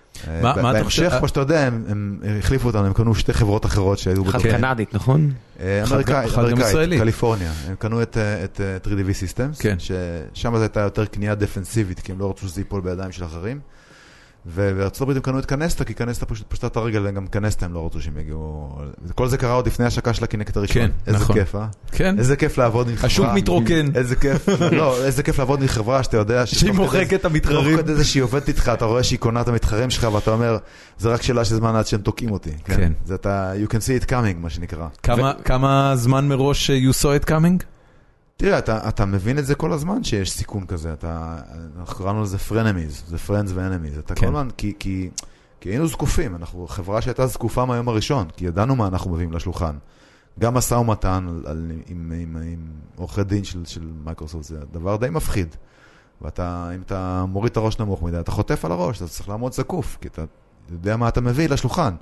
בהמשך, כמו שאתה יודע, הם החליפו אותנו, הם קנו שתי חברות אחרות שהיו... אחת קנדית, נכון? אמריקאית, קליפורניה. הם קנו את תרי די וי Systems, ששם זו הייתה יותר קנייה דפנסיבית, כי הם לא רצו שזה ייפול בידיים של אחרים. ובארצות הברית הם קנו את קנסטה, כי קנסטה פשוט פשטה את הרגל, גם קנסטה הם לא רצו שהם יגיעו... כל זה קרה עוד לפני השקה של הקינקט הראשון. כן, איזה נכון. כיף, אה? כן. איזה כיף לעבוד עם חברה. השוק מתרוקן. איזה כיף, לא, איזה כיף לעבוד עם חברה שאתה יודע... שהיא מוחקת את המתחרים. תוך כדי זה שהיא עובדת איתך, אתה רואה שהיא קונה את המתחרים שלך, ואתה אומר, זה רק שאלה של זמן עד שהם תוקעים אותי. כן. זה אתה, you can see it coming, מה שנקרא. כמה זמן מראש you saw it coming? תראה, אתה, אתה מבין את זה כל הזמן שיש סיכון כזה, אתה, אנחנו קראנו לזה frenemies, זה friends ו-enemies, אתה כל הזמן, כי, כי, כי היינו זקופים, אנחנו חברה שהייתה זקופה מהיום הראשון, כי ידענו מה אנחנו מביאים לשולחן. גם מסע ומתן על, על, עם, עם, עם עורכי דין של, של מייקרוסופט, זה דבר די מפחיד. ואתה, אם אתה מוריד את הראש נמוך מדי, אתה חוטף על הראש, אתה צריך לעמוד זקוף, כי אתה יודע מה אתה מביא לשולחן.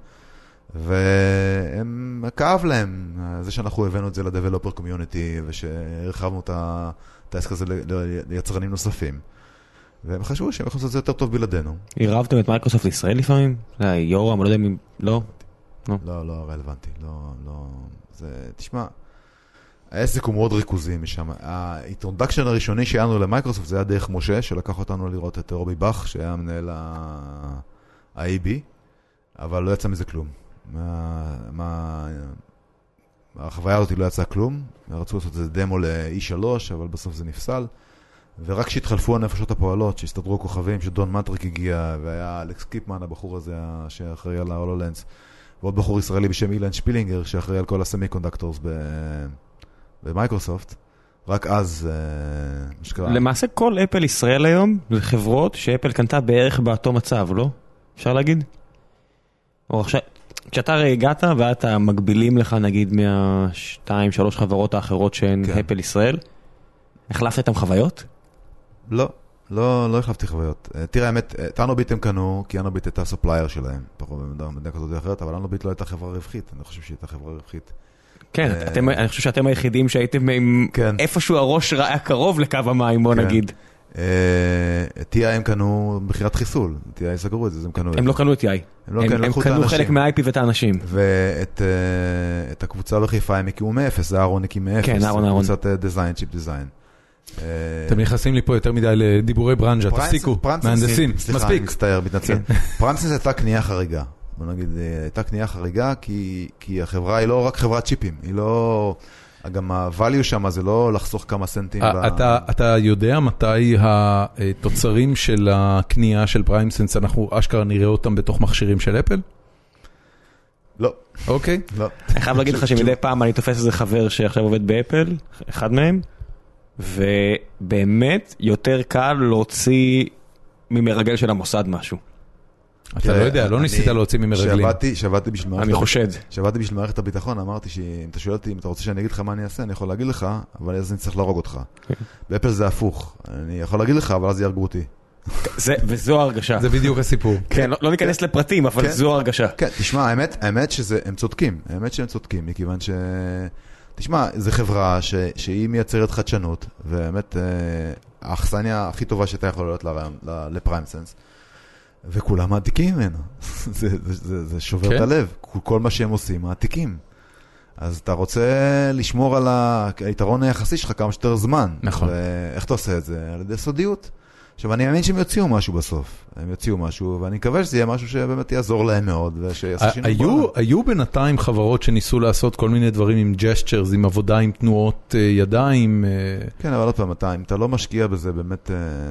והם כאב להם, זה שאנחנו הבאנו את זה לדבלופר קומיוניטי, ושהרחבנו את העסק הזה ליצרנים נוספים. והם חשבו שהם יכולים לעשות את זה יותר טוב בלעדינו. הרבתם את מייקרוסופט לישראל לפעמים? יורם, אני לא יודע מי... לא? לא, לא רלוונטי. לא, לא... זה... תשמע, העסק הוא מאוד ריכוזי משם. האינטרודקשן הראשוני שהיינו למייקרוסופט זה היה דרך משה, שלקח אותנו לראות את רובי בח, שהיה מנהל ה-איי בי, אבל לא יצא מזה כלום. מה, מה, החוויה הזאת לא יצאה כלום, רצו לעשות איזה דמו ל-אי שלוש, אבל בסוף זה נפסל, ורק שהתחלפו הנפשות הפועלות, שהסתדרו כוכבים, שדון מטריק הגיע, והיה אלכס קיפמן, הבחור הזה שאחראי על ההולולנס, ועוד בחור ישראלי בשם אילן שפילינגר, שאחראי על כל הסמי קונדקטורס במייקרוסופט, רק אז מה שקרה. למעשה כל אפל ישראל היום, זה חברות שאפל קנתה בערך באותו מצב, לא? אפשר להגיד? או עכשיו... כשאתה הרי הגעת ואתה מגבילים לך נגיד מהשתיים, שלוש חברות האחרות שהן כן. אפל ישראל, החלפת איתם חוויות? לא, לא, לא החלפתי חוויות. תראה, האמת, אנוביט הם קנו, כי אנוביט הייתה סופלייר שלהם, פחות במדינה כזאת או אחרת, אבל אנוביט לא הייתה חברה רווחית, אני חושב שהיא הייתה חברה רווחית. כן, אתם, אני חושב שאתם היחידים שהייתם עם כן. איפשהו הראש היה קרוב לקו המים, בוא כן. נגיד. טי איי הם קנו בחירת חיסול, טי איי סגרו את זה, הם קנו את זה. הם לא קנו את טי איי, הם קנו חלק מה-איי פי ואת האנשים. ואת הקבוצה בחיפה הם הקימו מאפס, זה אהרון הקים מאפס. כן, אהרון, אהרון. קבוצת דיזיין, צ'יפ דיזיין. אתם נכנסים לי פה יותר מדי לדיבורי ברנז'ה, תפסיקו, מהנדסים, סליחה, אני מצטער, מתנצל. פרנסס הייתה קנייה חריגה, בוא נגיד, הייתה קנייה חריגה, כי החברה היא לא רק חברת צ'יפים, היא לא... גם ה-value שם זה לא לחסוך כמה סנטים. אתה יודע מתי התוצרים של הקנייה של פריימסנס, אנחנו אשכרה נראה אותם בתוך מכשירים של אפל? לא. אוקיי. לא. אני חייב להגיד לך שמדי פעם אני תופס איזה חבר שעכשיו עובד באפל, אחד מהם, ובאמת יותר קל להוציא ממרגל של המוסד משהו. אתה לא יודע, לא ניסית להוציא ממרגלים. שעבדתי בשביל מערכת... אני חושד. שעבדתי בשביל מערכת הביטחון, אמרתי שאם אתה שואל אותי, אם אתה רוצה שאני אגיד לך מה אני אעשה, אני יכול להגיד לך, אבל אז אני צריך להרוג אותך. באפל זה הפוך. אני יכול להגיד לך, אבל אז יהרגו אותי. וזו ההרגשה. זה בדיוק הסיפור. כן, לא ניכנס לפרטים, אבל זו ההרגשה. כן, תשמע, האמת שהם צודקים. האמת שהם צודקים, מכיוון ש... תשמע, זו חברה שהיא מייצרת חדשנות, ובאמת האכסניה הכי טובה שאתה יכול להיות לפריימסנס. וכולם מעתיקים ממנו. זה, זה, זה שובר כן? את הלב. כל מה שהם עושים, מעתיקים. אז אתה רוצה לשמור על היתרון היחסי שלך כמה שיותר זמן. נכון. ואיך אתה עושה את זה? על ידי סודיות. עכשיו, אני מאמין שהם יוציאו משהו בסוף. הם יוציאו משהו, ואני מקווה שזה יהיה משהו שבאמת יעזור להם מאוד, ושיעשה שינוי בעולם. היו בינתיים חברות שניסו לעשות כל מיני דברים עם ג'סטשרס, עם עבודה, עם תנועות ידיים. כן, אבל עוד פעם, אתה, אם אתה לא משקיע בזה באמת...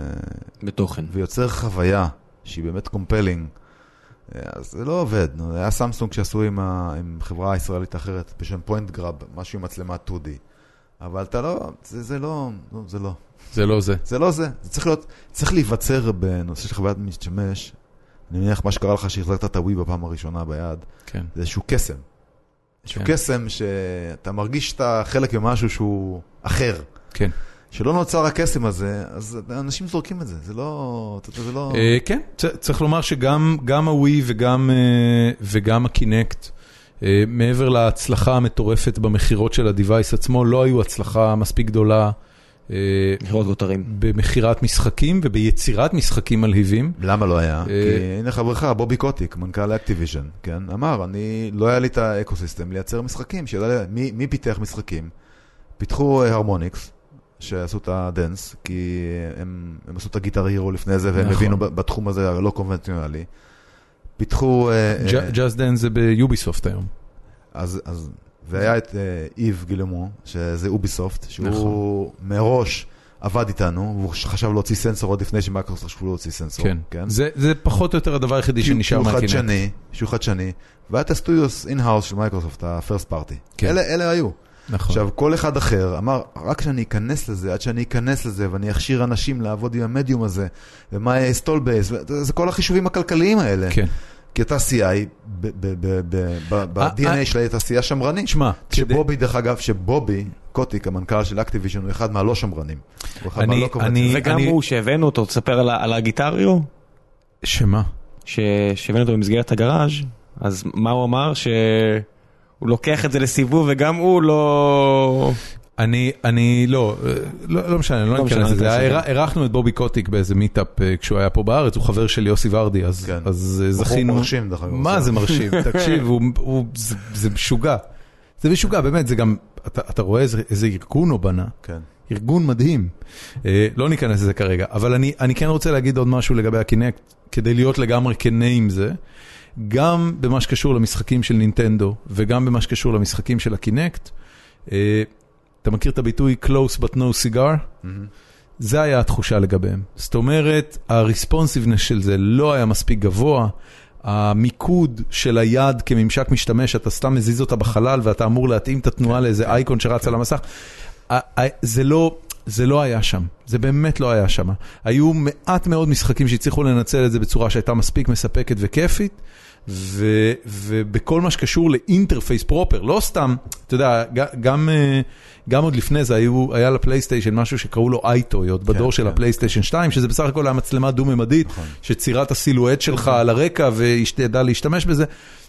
בתוכן. ויוצר חוויה שהיא באמת קומפלינג, אז זה לא עובד. היה סמסונג שעשו עם, ה, עם חברה ישראלית אחרת, בשם פוינט גראב, משהו עם מצלמה טו די. אבל אתה לא, זה, זה לא, זה לא. זה לא זה. זה לא זה. זה צריך להיות, צריך להיווצר בנושא של חוויית משתמש. אני מניח מה שקרה לך שהחזקת את הווי בפעם הראשונה ביד. כן. זה איזשהו קסם. איזשהו קסם שאתה מרגיש שאתה חלק ממשהו שהוא אחר. כן. שלא נוצר הקסם הזה, אז אנשים זורקים את זה, זה לא... זה לא... כן, צריך לומר שגם הווי וגם, וגם הקינקט, מעבר להצלחה המטורפת במחירות של הדיווייס עצמו, לא היו הצלחה מספיק גדולה מחירות גותרים. במחירת משחקים וביצירת משחקים מלהיבים. למה לא היה? כי הנה חברך, בובי קוטיק, מנכ"ל אקטיביז'ן, כן? אמר, אני לא היה לי את האקוסיסטם לייצר משחקים, מי, מי פיתח משחקים? פיתחו הרמוניקס, שעשו את הדנס, כי הם, הם עשו את הגיטר הירו לפני זה, והם הבינו בתחום הזה הלא קונבנציונלי. פיתחו... Just Dance זה ביוביסופט היום. אז, אז, והיה את איב גילמו, שזה אוביסופט, שהוא מראש עבד איתנו, והוא חשב להוציא סנסור עוד לפני שמייקרוסופט חשבו להוציא סנסור. כן, כן? זה, זה פחות או יותר הדבר היחידי שנשאר מהקינקט. שהוא חדשני, שהוא חדשני, והיה את הסטודיוס אין-האוס של מייקרוסופט, ה-first party. כן. אלה, אלה היו. נכון. עכשיו, כל אחד אחר אמר, רק שאני אכנס לזה, עד שאני אכנס לזה, ואני אכשיר אנשים לעבוד עם המדיום הזה, ומה יהיה סטול בייס, זה כל החישובים הכלכליים האלה. כן. כי התעשייה היא, ב-די אן איי שלה היא תעשייה שמרנית. שמה, שבובי, דרך אגב, שבובי, קוטיק, המנכ"ל של אקטיביז'ן, הוא אחד מהלא שמרנים. וגם הוא שהבאנו אותו, תספר על הגיטריו? שמה? שהבאנו אותו במסגרת הגראז', אז מה הוא אמר? ש... הוא לוקח את זה לסיבוב, וגם הוא לא... אני, אני, לא, לא, לא משנה, לא ניכנס לזה. ערכנו את בובי קוטיק באיזה מיטאפ כשהוא היה פה בארץ, הוא חבר של יוסי ורדי, אז, אז זכינו... הוא מרשים, דרך אגב. מה זה מרשים? תקשיב, הוא, זה, זה משוגע. זה משוגע, באמת, זה גם, אתה, אתה רואה איזה, איזה ארגון הוא בנה. כן. ארגון מדהים. לא ניכנס לזה כרגע, אבל אני, אני כן רוצה להגיד עוד משהו לגבי הקינקט, כדי להיות לגמרי כנה עם זה. גם במה שקשור למשחקים של נינטנדו, וגם במה שקשור למשחקים של הקינקט, אתה מכיר את הביטוי close but no cigar? Mm-hmm. זה היה התחושה לגביהם. זאת אומרת, הרספונסיבנס של זה לא היה מספיק גבוה, המיקוד של היד כממשק משתמש, אתה סתם מזיז אותה בחלל, ואתה אמור להתאים את התנועה לאיזה אייקון שרץ על המסך, זה לא... זה לא היה שם, זה באמת לא היה שם. היו מעט מאוד משחקים שהצליחו לנצל את זה בצורה שהייתה מספיק מספקת וכיפית, ו, ובכל מה שקשור לאינטרפייס פרופר, לא סתם, אתה יודע, גם, גם עוד לפני זה היו, היה לפלייסטיישן משהו שקראו לו אייטוי, עוד בדור כן, של כן. הפלייסטיישן שתיים, שזה בסך הכל היה מצלמה דו-ממדית, נכון. שצירת הסילואט שלך על הרקע וידע להשתמש בזה.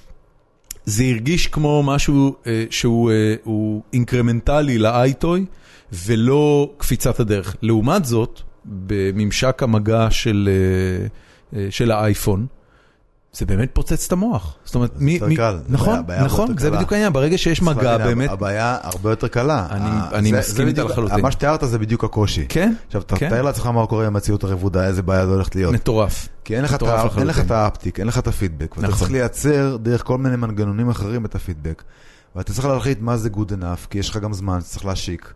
זה הרגיש כמו משהו שהוא אינקרמנטלי לאייטוי, ולא קפיצת הדרך. לעומת זאת, בממשק המגע של, של האייפון, זה באמת פוצץ את המוח. זאת אומרת, מי, מי, נכון, נכון, זה בדיוק העניין, ברגע שיש מגע באמת... הבעיה הרבה יותר קלה. אני מסכים איתה לחלוטין. מה שתיארת זה בדיוק הקושי. כן. עכשיו, תאר לעצמך מה קורה עם המציאות הרבודה, איזה בעיה זה הולכת להיות. מטורף. כי אין לך את האפטיק, אין לך את הפידבק, ואתה צריך לייצר דרך כל מיני מנגנונים אחרים את הפידבק. ואתה צריך להחליט מה זה good enough, כי יש לך גם זמן, צריך להשיק.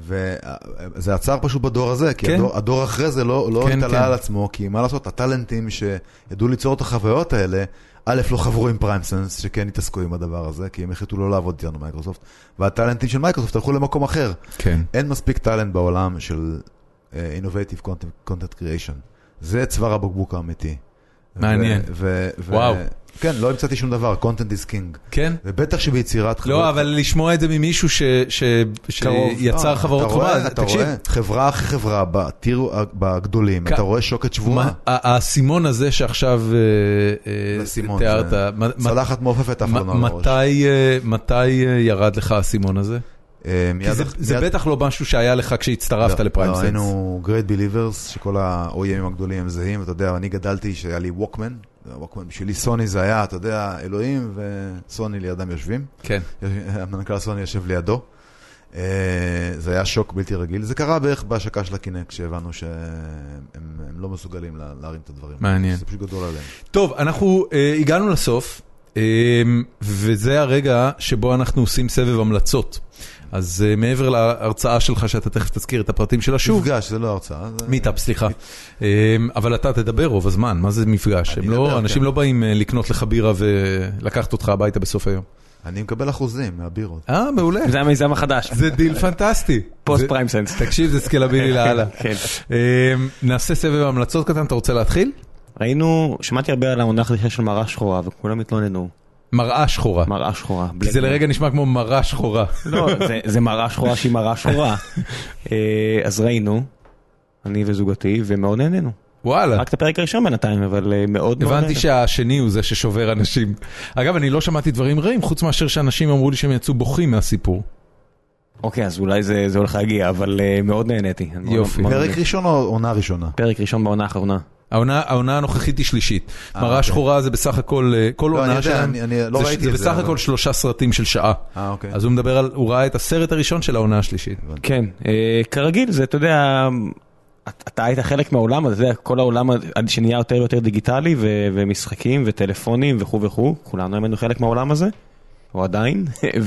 וזה עצר פשוט בדור הזה, כי הדור, הדור אחרי זה לא, לא התעלה על עצמו, כי מה לעשות, הטלנטים שידעו ליצור את החוויות האלה, א' לא חברו עם פריימסנס, שכן התעסקו עם הדבר הזה, כי הם החליטו לא לעבוד איתנו מייקרוסופט, והטלנטים של מייקרוסופט הלכו למקום אחר. כן. אין מספיק טלנט בעולם של uh, innovative content, content creation. זה צוואר הבקבוק האמיתי. מעניין. ו- ו- וואו. כן, לא המצאתי שום דבר, content is king. כן? ובטח שביצירת חברות... לא, אבל לשמוע את זה ממישהו ש- ש- שיצר חברות חובה. אתה רואה, חברה אחרי חברה, בתיר הגדולים, אתה רואה שוקת שבועה. הסימון הזה שעכשיו תיארת, צלחת מעופפת אף אחד לא על הראש. מתי ירד לך הסימון הזה? זה בטח לא משהו שהיה לך כשהצטרפת לפריימסנס. היינו great believers, שכל ה-או אי אמים הגדולים הם זהים, אתה יודע, אני גדלתי שהיה לי ווקמן, ווקמן בשבילי סוני זה היה, אתה יודע, אלוהים וסוני לידם יושבים. כן. המנכ"ל סוני יושב לידו. זה היה שוק בלתי רגיל. זה קרה בערך בהשקה של הקינק, כשהבנו שהם לא מסוגלים להרים את הדברים. מעניין. זה פשוט גדול עליהם. טוב, אנחנו הגענו לסוף, וזה הרגע שבו אנחנו עושים סבב המלצות. אז uh, מעבר להרצאה שלך, שאתה תכף תזכיר את הפרטים שלה שוב. מפגש, זה לא הרצאה. זה... מיטאפ, סליחה. um, אבל אתה תדבר רוב הזמן, מה זה מפגש? לא, אנשים כן. לא באים uh, לקנות לך בירה ולקחת אותך הביתה בסוף היום. אני מקבל אחוזים מהבירות. אה, מעולה. זה המיזם החדש. זה דיל פנטסטי. פוסט פריימסנס. תקשיב, זה סקלבילי להלאה. כן. um, נעשה סבב המלצות קטן, אתה רוצה להתחיל? ראינו, שמעתי הרבה על העונה החדשה של מראה שחורה, וכולם התלוננו. מראה שחורה. מראה שחורה. זה לרגע נשמע כמו מראה שחורה. לא, זה מראה שחורה שהיא מראה שחורה. אז ראינו, אני וזוגתי, ומאוד נהנינו. וואלה. רק את הפרק הראשון בינתיים, אבל מאוד מאוד נהנינו. הבנתי שהשני הוא זה ששובר אנשים. אגב, אני לא שמעתי דברים רעים, חוץ מאשר שאנשים אמרו לי שהם יצאו בוכים מהסיפור. אוקיי, אז אולי זה הולך להגיע, אבל מאוד נהניתי. יופי. פרק ראשון או עונה ראשונה? פרק ראשון בעונה האחרונה. העונה, העונה הנוכחית היא שלישית. מראה שחורה זה בסך הכל, כל עונה שלהם, זה בסך הכל שלושה סרטים של שעה. אז הוא מדבר על, הוא ראה את הסרט הראשון של העונה השלישית. כן, כרגיל זה, אתה יודע, אתה היית חלק מהעולם הזה, כל העולם שנהיה יותר ויותר דיגיטלי, ומשחקים וטלפונים וכו' וכו', כולנו היינו חלק מהעולם הזה, או עדיין,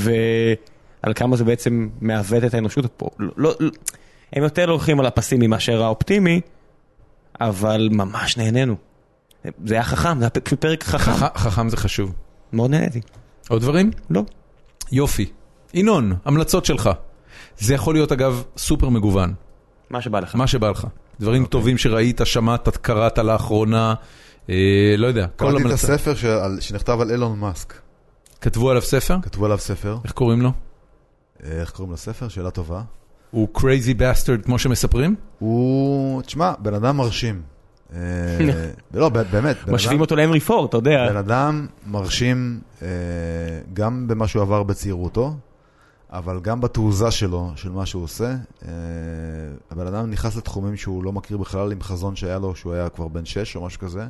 ועל כמה זה בעצם מעוות את האנושות פה. הם יותר הולכים על הפסימי מאשר האופטימי, אבל ממש נהנינו. זה היה חכם, זה היה פרק חכם. חכם זה חשוב. מאוד נהניתי. עוד דברים? לא. יופי. ינון, המלצות שלך. זה יכול להיות אגב סופר מגוון. מה שבא לך. מה שבא לך. דברים טובים שראית, שמעת, קראת לאחרונה, לא יודע. קראתי את הספר שנכתב על אילון מאסק. כתבו עליו ספר? כתבו עליו ספר. איך קוראים לו? איך קוראים לספר? שאלה טובה. הוא crazy bastard כמו שמספרים? הוא, תשמע, בן אדם מרשים. לא, באמת. משווים אותו להנרי פורד, אתה יודע. בן אדם מרשים גם במה שהוא עבר בצעירותו, אבל גם בתעוזה שלו, של מה שהוא עושה. הבן אדם נכנס לתחומים שהוא לא מכיר בכלל עם חזון שהיה לו, שהוא היה כבר בן שש או משהו כזה.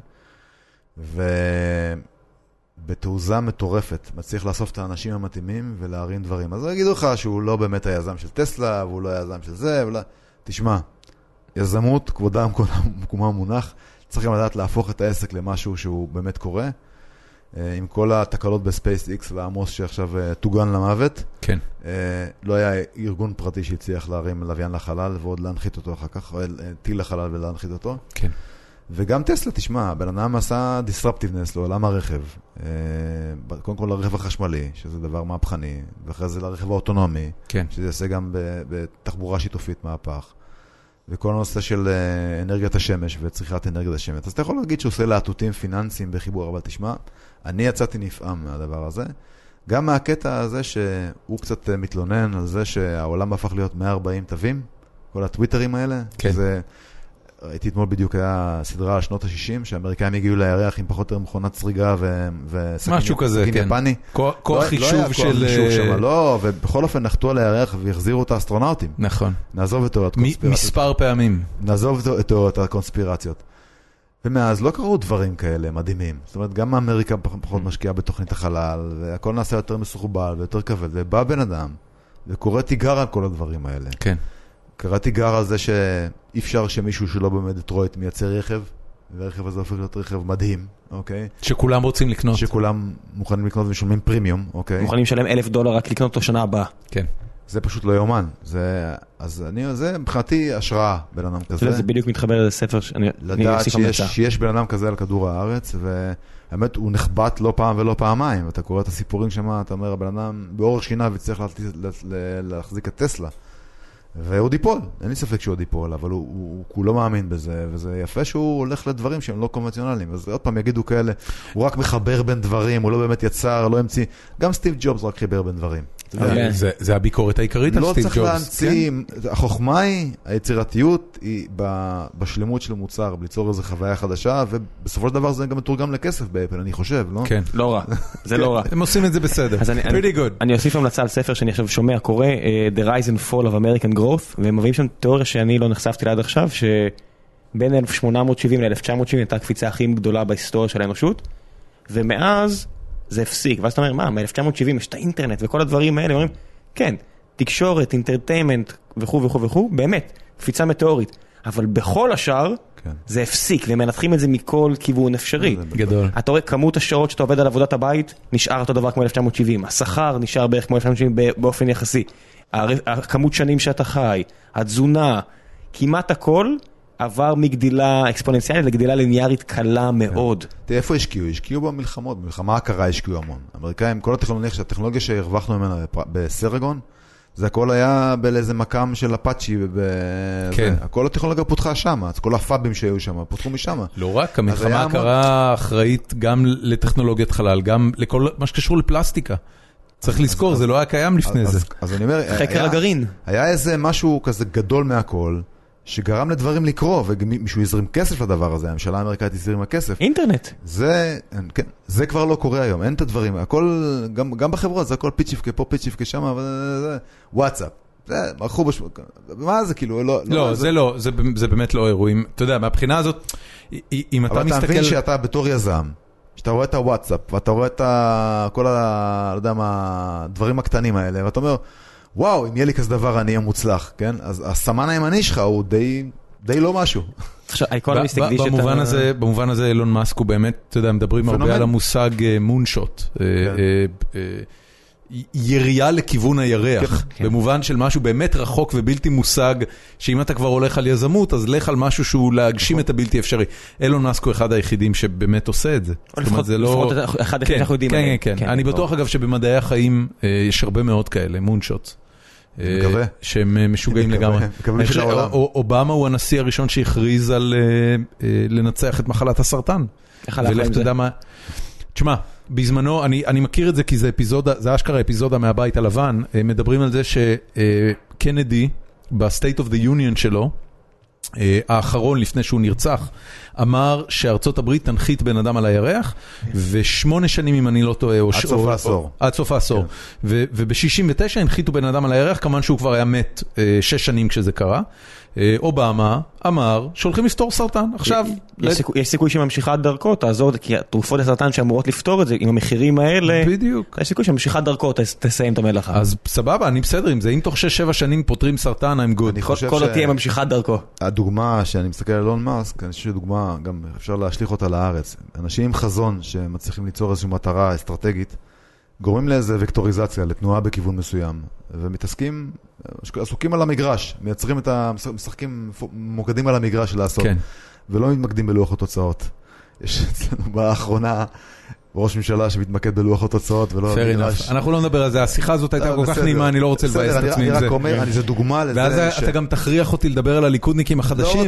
ובתעוזה מטורפת, מצליח לאסוף את האנשים המתאימים ולהרים דברים. אז יגידו לך שהוא לא באמת היזם של טסלה, והוא לא היזם של זה, ולא... תשמע, יזמות, כבודה מקומה מונח, צריך גם לדעת להפוך את העסק למשהו שהוא באמת קורה, עם כל התקלות בספייס איקס והעמוס שעכשיו תוגן למוות. כן. לא היה ארגון פרטי שהצליח להרים לוויין לחלל, ועוד להנחית אותו אחר כך, טיל לחלל ולהנחית אותו. כן. וגם טסלה, תשמע, בן אדם עשה disruptiveness לעולם הרכב. קודם כל לרכב החשמלי, שזה דבר מהפכני, ואחרי זה לרכב האוטונומי, כן. שזה יעשה גם בתחבורה שיתופית מהפך. וכל הנושא של אנרגיית השמש וצריכת אנרגיית השמש. אז אתה יכול להגיד שהוא עושה להטוטים פיננסיים בחיבור, אבל תשמע, אני יצאתי נפעם מהדבר הזה. גם מהקטע הזה שהוא קצת מתלונן על זה שהעולם הפך להיות מאה וארבעים תווים, כל הטוויטרים האלה, כן. שזה... ראיתי אתמול בדיוק היה סדרה על שנות ה-שישים, שהאמריקאים הגיעו לירח עם פחות או יותר מכונת סריגה וסכין משהו כזה, כן. יפני. כוח חישוב של... לא, ובכל אופן נחתו על הירח והחזירו את האסטרונאוטים. נכון. נעזוב את תיאוריות קונספירציות. מספר פעמים. נעזוב את תיאוריות הקונספירציות. ומאז לא קרו דברים כאלה מדהימים. זאת אומרת, גם אמריקה פחות משקיעה בתוכנית החלל, והכל נעשה יותר מסוחבל ויותר כבד, ובא בן אדם, וקורא תיגר על כל הדברים האלה. כן. קראתי גר על זה שאי אפשר שמישהו שלא באמת דטרויט מייצר רכב, והרכב הזה הופך להיות רכב מדהים, אוקיי? שכולם רוצים לקנות. שכולם מוכנים לקנות ומשלמים פרימיום, אוקיי? מוכנים לשלם אלף דולר רק לקנות אותו שנה הבאה. כן. זה פשוט לא יומן. זה, אז אני, זה מבחינתי השראה בן אדם כזה. זה בדיוק מתחבר לספר שאני לדעת שיש, שיש בן אדם כזה על כדור הארץ, והאמת הוא נחבט לא פעם ולא פעמיים. אתה קורא את הסיפורים שמה, אתה אומר, הבן אדם באורך שיניו יצטרך להחזיק את טסלה. והוא דיפול, אין לי ספק שהוא דיפול, אבל הוא, הוא, הוא לא מאמין בזה, וזה יפה שהוא הולך לדברים שהם לא קונבנציונליים. אז עוד פעם יגידו כאלה, הוא רק מחבר בין דברים, הוא לא באמת יצר, לא המציא. גם סטיב ג'ובס רק חיבר בין דברים. זה, זה הביקורת העיקרית על סטיב ג'ובס. לא צריך להמציא, החוכמה היא, היצירתיות היא בשלמות של מוצר, ליצור איזו חוויה חדשה, ובסופו של דבר זה גם מתורגם לכסף באפל, אני חושב, לא? כן. לא רע, זה לא רע. הם עושים את זה בסדר. Pretty good. אני אוסיף המלצה על ספר שאני עכשיו שומע, קורא The Rise and Fall of American Growth, והם מביאים שם תיאוריה שאני לא נחשפתי לה עד עכשיו, שבין אלף שמונה מאות שבעים ל-אלף תשע מאות שבעים הייתה הקפיצה הכי גדולה בהיסטוריה של האנושות, ומאז זה הפסיק. ואז אתה אומר, מה, מ-אלף תשע מאות שבעים יש את האינטרנט וכל הדברים האלה, אומרים, כן, תקשורת, אינטרטיימנט וכו' וכו' וכו', באמת, קפיצה מטאורית. אבל בכל השאר, כן. זה הפסיק, והם מנתחים את זה מכל כיוון אפשרי. גדול. אתה רואה, כמות השעות שאתה עובד על עבודת הבית, נשאר אותו דבר כמו אלף תשע מאות שבעים. השכר נשאר בערך כמו אלף תשע מאות שבעים באופן יחסי. הכמות שנים שאתה חי, התזונה, כמעט הכל עבר מגדילה אקספוננציאלית לגדילה ליניארית קלה מאוד. תראה, איפה השקיעו? השקיעו במלחמות, במלחמה הקרה השקיעו המון. האמריקאים, כל הטכנולוגיה, הטכנולוגיה שהרווחנו ממנה בסרגון, זה הכל היה באיזה מקם של אפאצ'י, כן. כל הטכנולוגיה פותחה שם, כל הפאבים שהיו שם, פותחו משם. לא רק, המלחמה הקרה אחראית גם לטכנולוגיית חלל, גם לכל מה שקשור לפלסטיקה. צריך לזכור, זה לא היה קיים לפני זה. אז אני אומר, חקר הגרעין. היה איזה משהו כזה גדול מהכל, שגרם לדברים לקרוא, ומישהו יזרים כסף לדבר הזה, הממשלה האמריקאית יזרים הכסף. אינטרנט. זה, כן, זה כבר לא קורה היום, אין את הדברים, הכל, גם, גם בחברות, זה הכל פיצ'יפקה פה, פיצ'יפקה שם, אבל זה, וואטסאפ. זה, מרחו בשביל, מה זה כאילו, לא, לא, לא זה, זה לא, זה, זה באמת לא אירועים, אתה יודע, מהבחינה הזאת, אם אתה אבל מסתכל... אבל אתה מבין שאתה בתור יזם, שאתה רואה את הוואטסאפ, ואתה רואה את כל ה... לא יודע מה, הדברים הקטנים האלה, ואתה אומר, וואו, אם יהיה לי כזה דבר, אני אהיה מוצלח, כן? אז הסמן הימני שלך הוא די, די לא משהו. במובן הזה, במובן הזה אילון מאסק הוא באמת, אתה יודע, מדברים הרבה על המושג מונשוט. ירייה לכיוון הירח, במובן של משהו באמת רחוק ובלתי מושג, שאם אתה כבר הולך על יזמות, אז לך על משהו שהוא להגשים את הבלתי אפשרי. אילון מאסק הוא אחד היחידים שבאמת עושה את זה. לפחות אחד היחידים שאנחנו יודעים. כן, כן, כן. אני בטוח אגב שבמדעי החיים יש הרבה מאוד כאלה, מונשוט. שהם משוגעים לגמרי. אובמה הוא הנשיא הראשון שהכריז על לנצח את מחלת הסרטן. ולך אתה יודע מה... תשמע, בזמנו, אני, אני מכיר את זה כי זה אפיזודה, זה אשכרה אפיזודה מהבית הלבן, מדברים על זה שקנדי, ב-State of the Union שלו, האחרון לפני שהוא נרצח, אמר שארצות הברית תנחית בן אדם על הירח, ושמונה שנים אם אני לא טועה, עד סוף העשור. עד סוף העשור. וב-שישים ותשע הנחיתו בן אדם על הירח, כמובן שהוא כבר היה מת שש שנים כשזה קרה. אובמה אמר שהולכים לפתור סרטן. עכשיו... יש סיכוי שממשיכת דרכו תעזור, כי התרופות לסרטן שאמורות לפתור את זה, עם המחירים האלה... בדיוק. יש סיכוי שממשיכת דרכו תסיים את המלאכה. אז סבבה, אני בסדר, אם זה אם תוך שש שבע שנים פותרים סרטן, I'm good. כל עוד תהיה ממשיכת דרכו. הדוגמה שאני מסתכל על אילון מאסק, אני חושב שדוגמה, גם אפשר להשליך אותה לארץ. אנשים עם חזון שמצליחים ליצור איזושהי מטרה אסטרטגית, גורמים לאיזה וקטוריזציה, לתנועה בכיוון מסוים, ומתעסקים, עסוקים על המגרש, מייצרים את המשחקים, מוקדים על המגרש לעשות, כן. ולא מתמקדים בלוח התוצאות. יש אצלנו באחרונה ראש ממשלה שמתמקד בלוח התוצאות, ולא... נגרש... אנחנו לא נדבר על זה, השיחה הזאת הייתה כל כך נעימה, אני לא רוצה לבאס את עצמי עם זה. אני רק אומר, זה דוגמה לזה... ואז אתה גם תכריח אותי לדבר על הליכודניקים החדשים,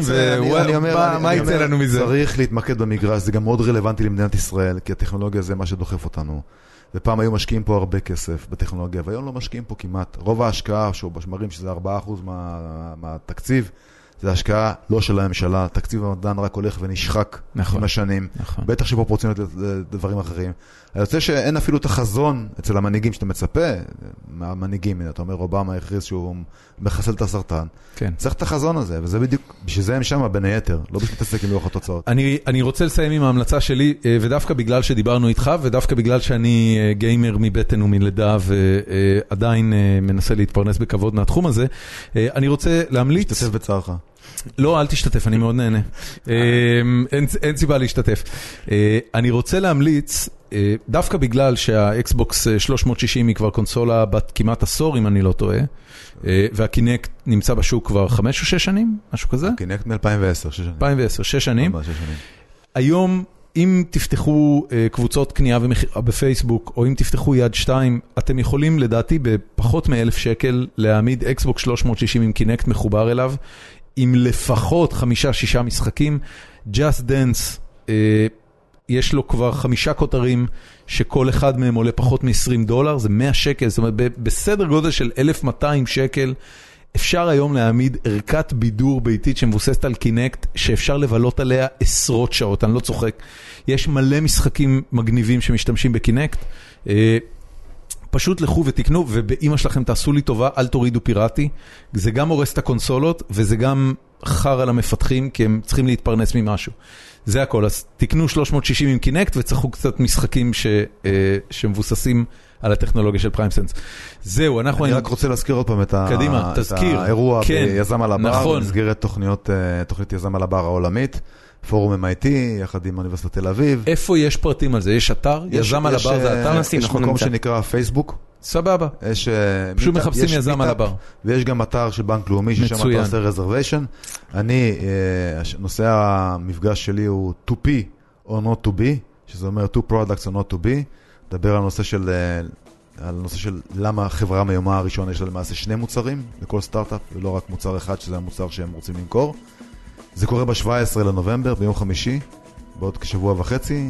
ומה יצא לנו מזה? צריך להתמקד במגרש, זה גם מאוד רלוונטי למדינת ישראל, כי הטכנולוגיה זה מה שדוחף אותנו. ופעם היו משקיעים פה הרבה כסף בטכנולוגיה, והיום לא משקיעים פה כמעט. רוב ההשקעה, שמראים שזה ארבעה אחוז מהתקציב, זה השקעה לא של הממשלה, תקציב המדען רק הולך ונשחק נכון, עם השנים, נכון. בטח שפה פורצים לדברים אחרים. אני רוצה שאין אפילו את החזון אצל המנהיגים שאתה מצפה, מהמנהיגים, אתה אומר אובמה הכריז שהוא מחסל את הסרטן, כן. צריך את החזון הזה, וזה בדיוק, בשביל זה הם שם בין היתר, לא בשביל תעסק עם לוח התוצאות. אני, אני רוצה לסיים עם ההמלצה שלי, ודווקא בגלל שדיברנו איתך, ודווקא בגלל שאני גיימר מבטן ומלידה, ועדיין מנסה להתפרנס בכבוד מהתחום הזה, אני רוצה להמליץ... שתתף בצערך. לא, אל תשתתף, אני מאוד נהנה. אין סיבה להשתתף. אני רוצה להמליץ, דווקא בגלל שהאקסבוקס שלוש מאות שישים היא כבר קונסולה בת כמעט עשור, אם אני לא טועה, והקינקט נמצא בשוק כבר חמש או שש שנים, משהו כזה? הקינקט מ-אלפיים ועשר, שש שנים. אלפיים ועשר, שש שנים. היום, אם תפתחו קבוצות קנייה ומחירה בפייסבוק, או אם תפתחו יד שתיים, אתם יכולים לדעתי בפחות מאלף שקל להעמיד אקסבוקס שלוש מאות שישים עם קינקט מחובר אליו, עם לפחות חמישה, שישה משחקים. Just Dance, אה, יש לו כבר חמישה כותרים, שכל אחד מהם עולה פחות מ-עשרים דולר, זה מאה שקל, זאת אומרת, בסדר גודל של אלף ומאתיים שקל, אפשר היום להעמיד ערכת בידור ביתית שמבוססת על קינקט, שאפשר לבלות עליה עשרות שעות, אני לא צוחק. יש מלא משחקים מגניבים שמשתמשים בקינקט, אה, פשוט לכו ותקנו, ובאמא שלכם תעשו לי טובה, אל תורידו פיראטי. זה גם הורס את הקונסולות, וזה גם חר על המפתחים, כי הם צריכים להתפרנס ממשהו. זה הכל, אז תקנו שלוש מאות שישים עם קינקט, וצריכו קצת משחקים ש, שמבוססים על הטכנולוגיה של פריימסנס. זהו, אנחנו... אני רק רוצה להזכיר עוד פעם את, קדימה, ה... תזכיר. את האירוע כן, ביזם על הבר, נכון. במסגרת תוכניות, תוכנית יזם על הבר העולמית, פורום אם איי טי, יחד עם אוניברסיטת תל אביב. איפה יש פרטים על זה? יש אתר? יש, יזם על יש, הבר זה אתר? יש מקום שנקרא פייסבוק. סבבה. יש, פשוט מיטאפ, מחפשים יש יזם על הבר. ויש גם אתר של בנק לאומי, ששם אתה עושה רזרוויישן. אני, נושא המפגש שלי הוא to be or not to be, שזה אומר two products or not to be. דבר על הנושא של, על הנושא של למה החברה מיומה הראשון יש לה למעשה שני מוצרים לכל סטארט-אפ, ולא רק מוצר אחד, שזה המוצר שהם רוצים למכור. זה קורה ב-שבעה עשר לנובמבר, ביום חמישי, בעוד כשבוע וחצי,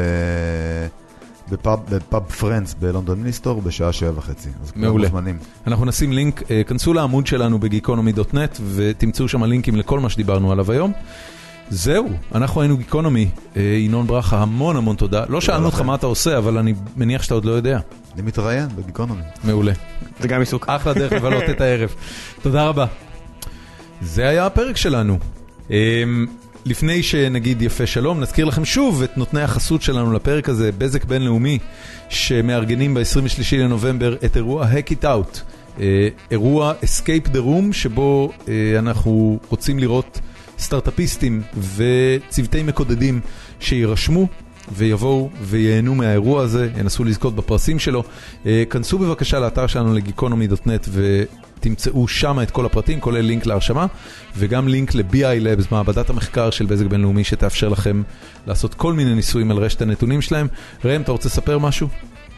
בפאב, בפאב פרנדס בלונדון מיניסטור, בשעה שבע וחצי. מעולה. אנחנו נשים לינק, כנסו לעמוד שלנו בגיקונומי דוט נט, ותמצאו שם לינקים לכל מה שדיברנו עליו היום. זהו, אנחנו היינו גיקונומי. ינון ברכה, המון המון תודה. לא שאלנו אותך מה אתה עושה, אבל אני מניח שאתה עוד לא יודע. אני מתראיין בגיקונומי. מעולה. זה גם עיסוק. אחלה דרך לבלות את הערב. תודה רבה. זה היה הפרק שלנו. לפני שנגיד יפה שלום, נזכיר לכם שוב את נותני החסות שלנו לפרק הזה, בזק בינלאומי, שמארגנים ב-עשרים ושלישי לנובמבר את אירוע Hack It Out. אירוע Escape the Room, שבו אנחנו רוצים לראות סטארט-אפיסטים וצוותי מקודדים שירשמו ויבואו וייהנו מהאירוע הזה, ינסו לזכות בפרסים שלו. כנסו בבקשה לאתר שלנו לגיקונומי דוט נט ותמצאו שם את כל הפרטים, כולל לינק להרשמה, וגם לינק ל-בי איי Labs, מעבדת המחקר של בזק בינלאומי, שתאפשר לכם לעשות כל מיני ניסויים על רשת הנתונים שלהם. ראם, אתה רוצה לספר משהו?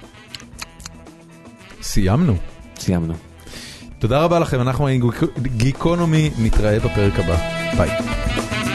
סיימנו. סיימנו. תודה רבה לכם, אנחנו גיקונומי, נתראה בפרק הבא. ביי.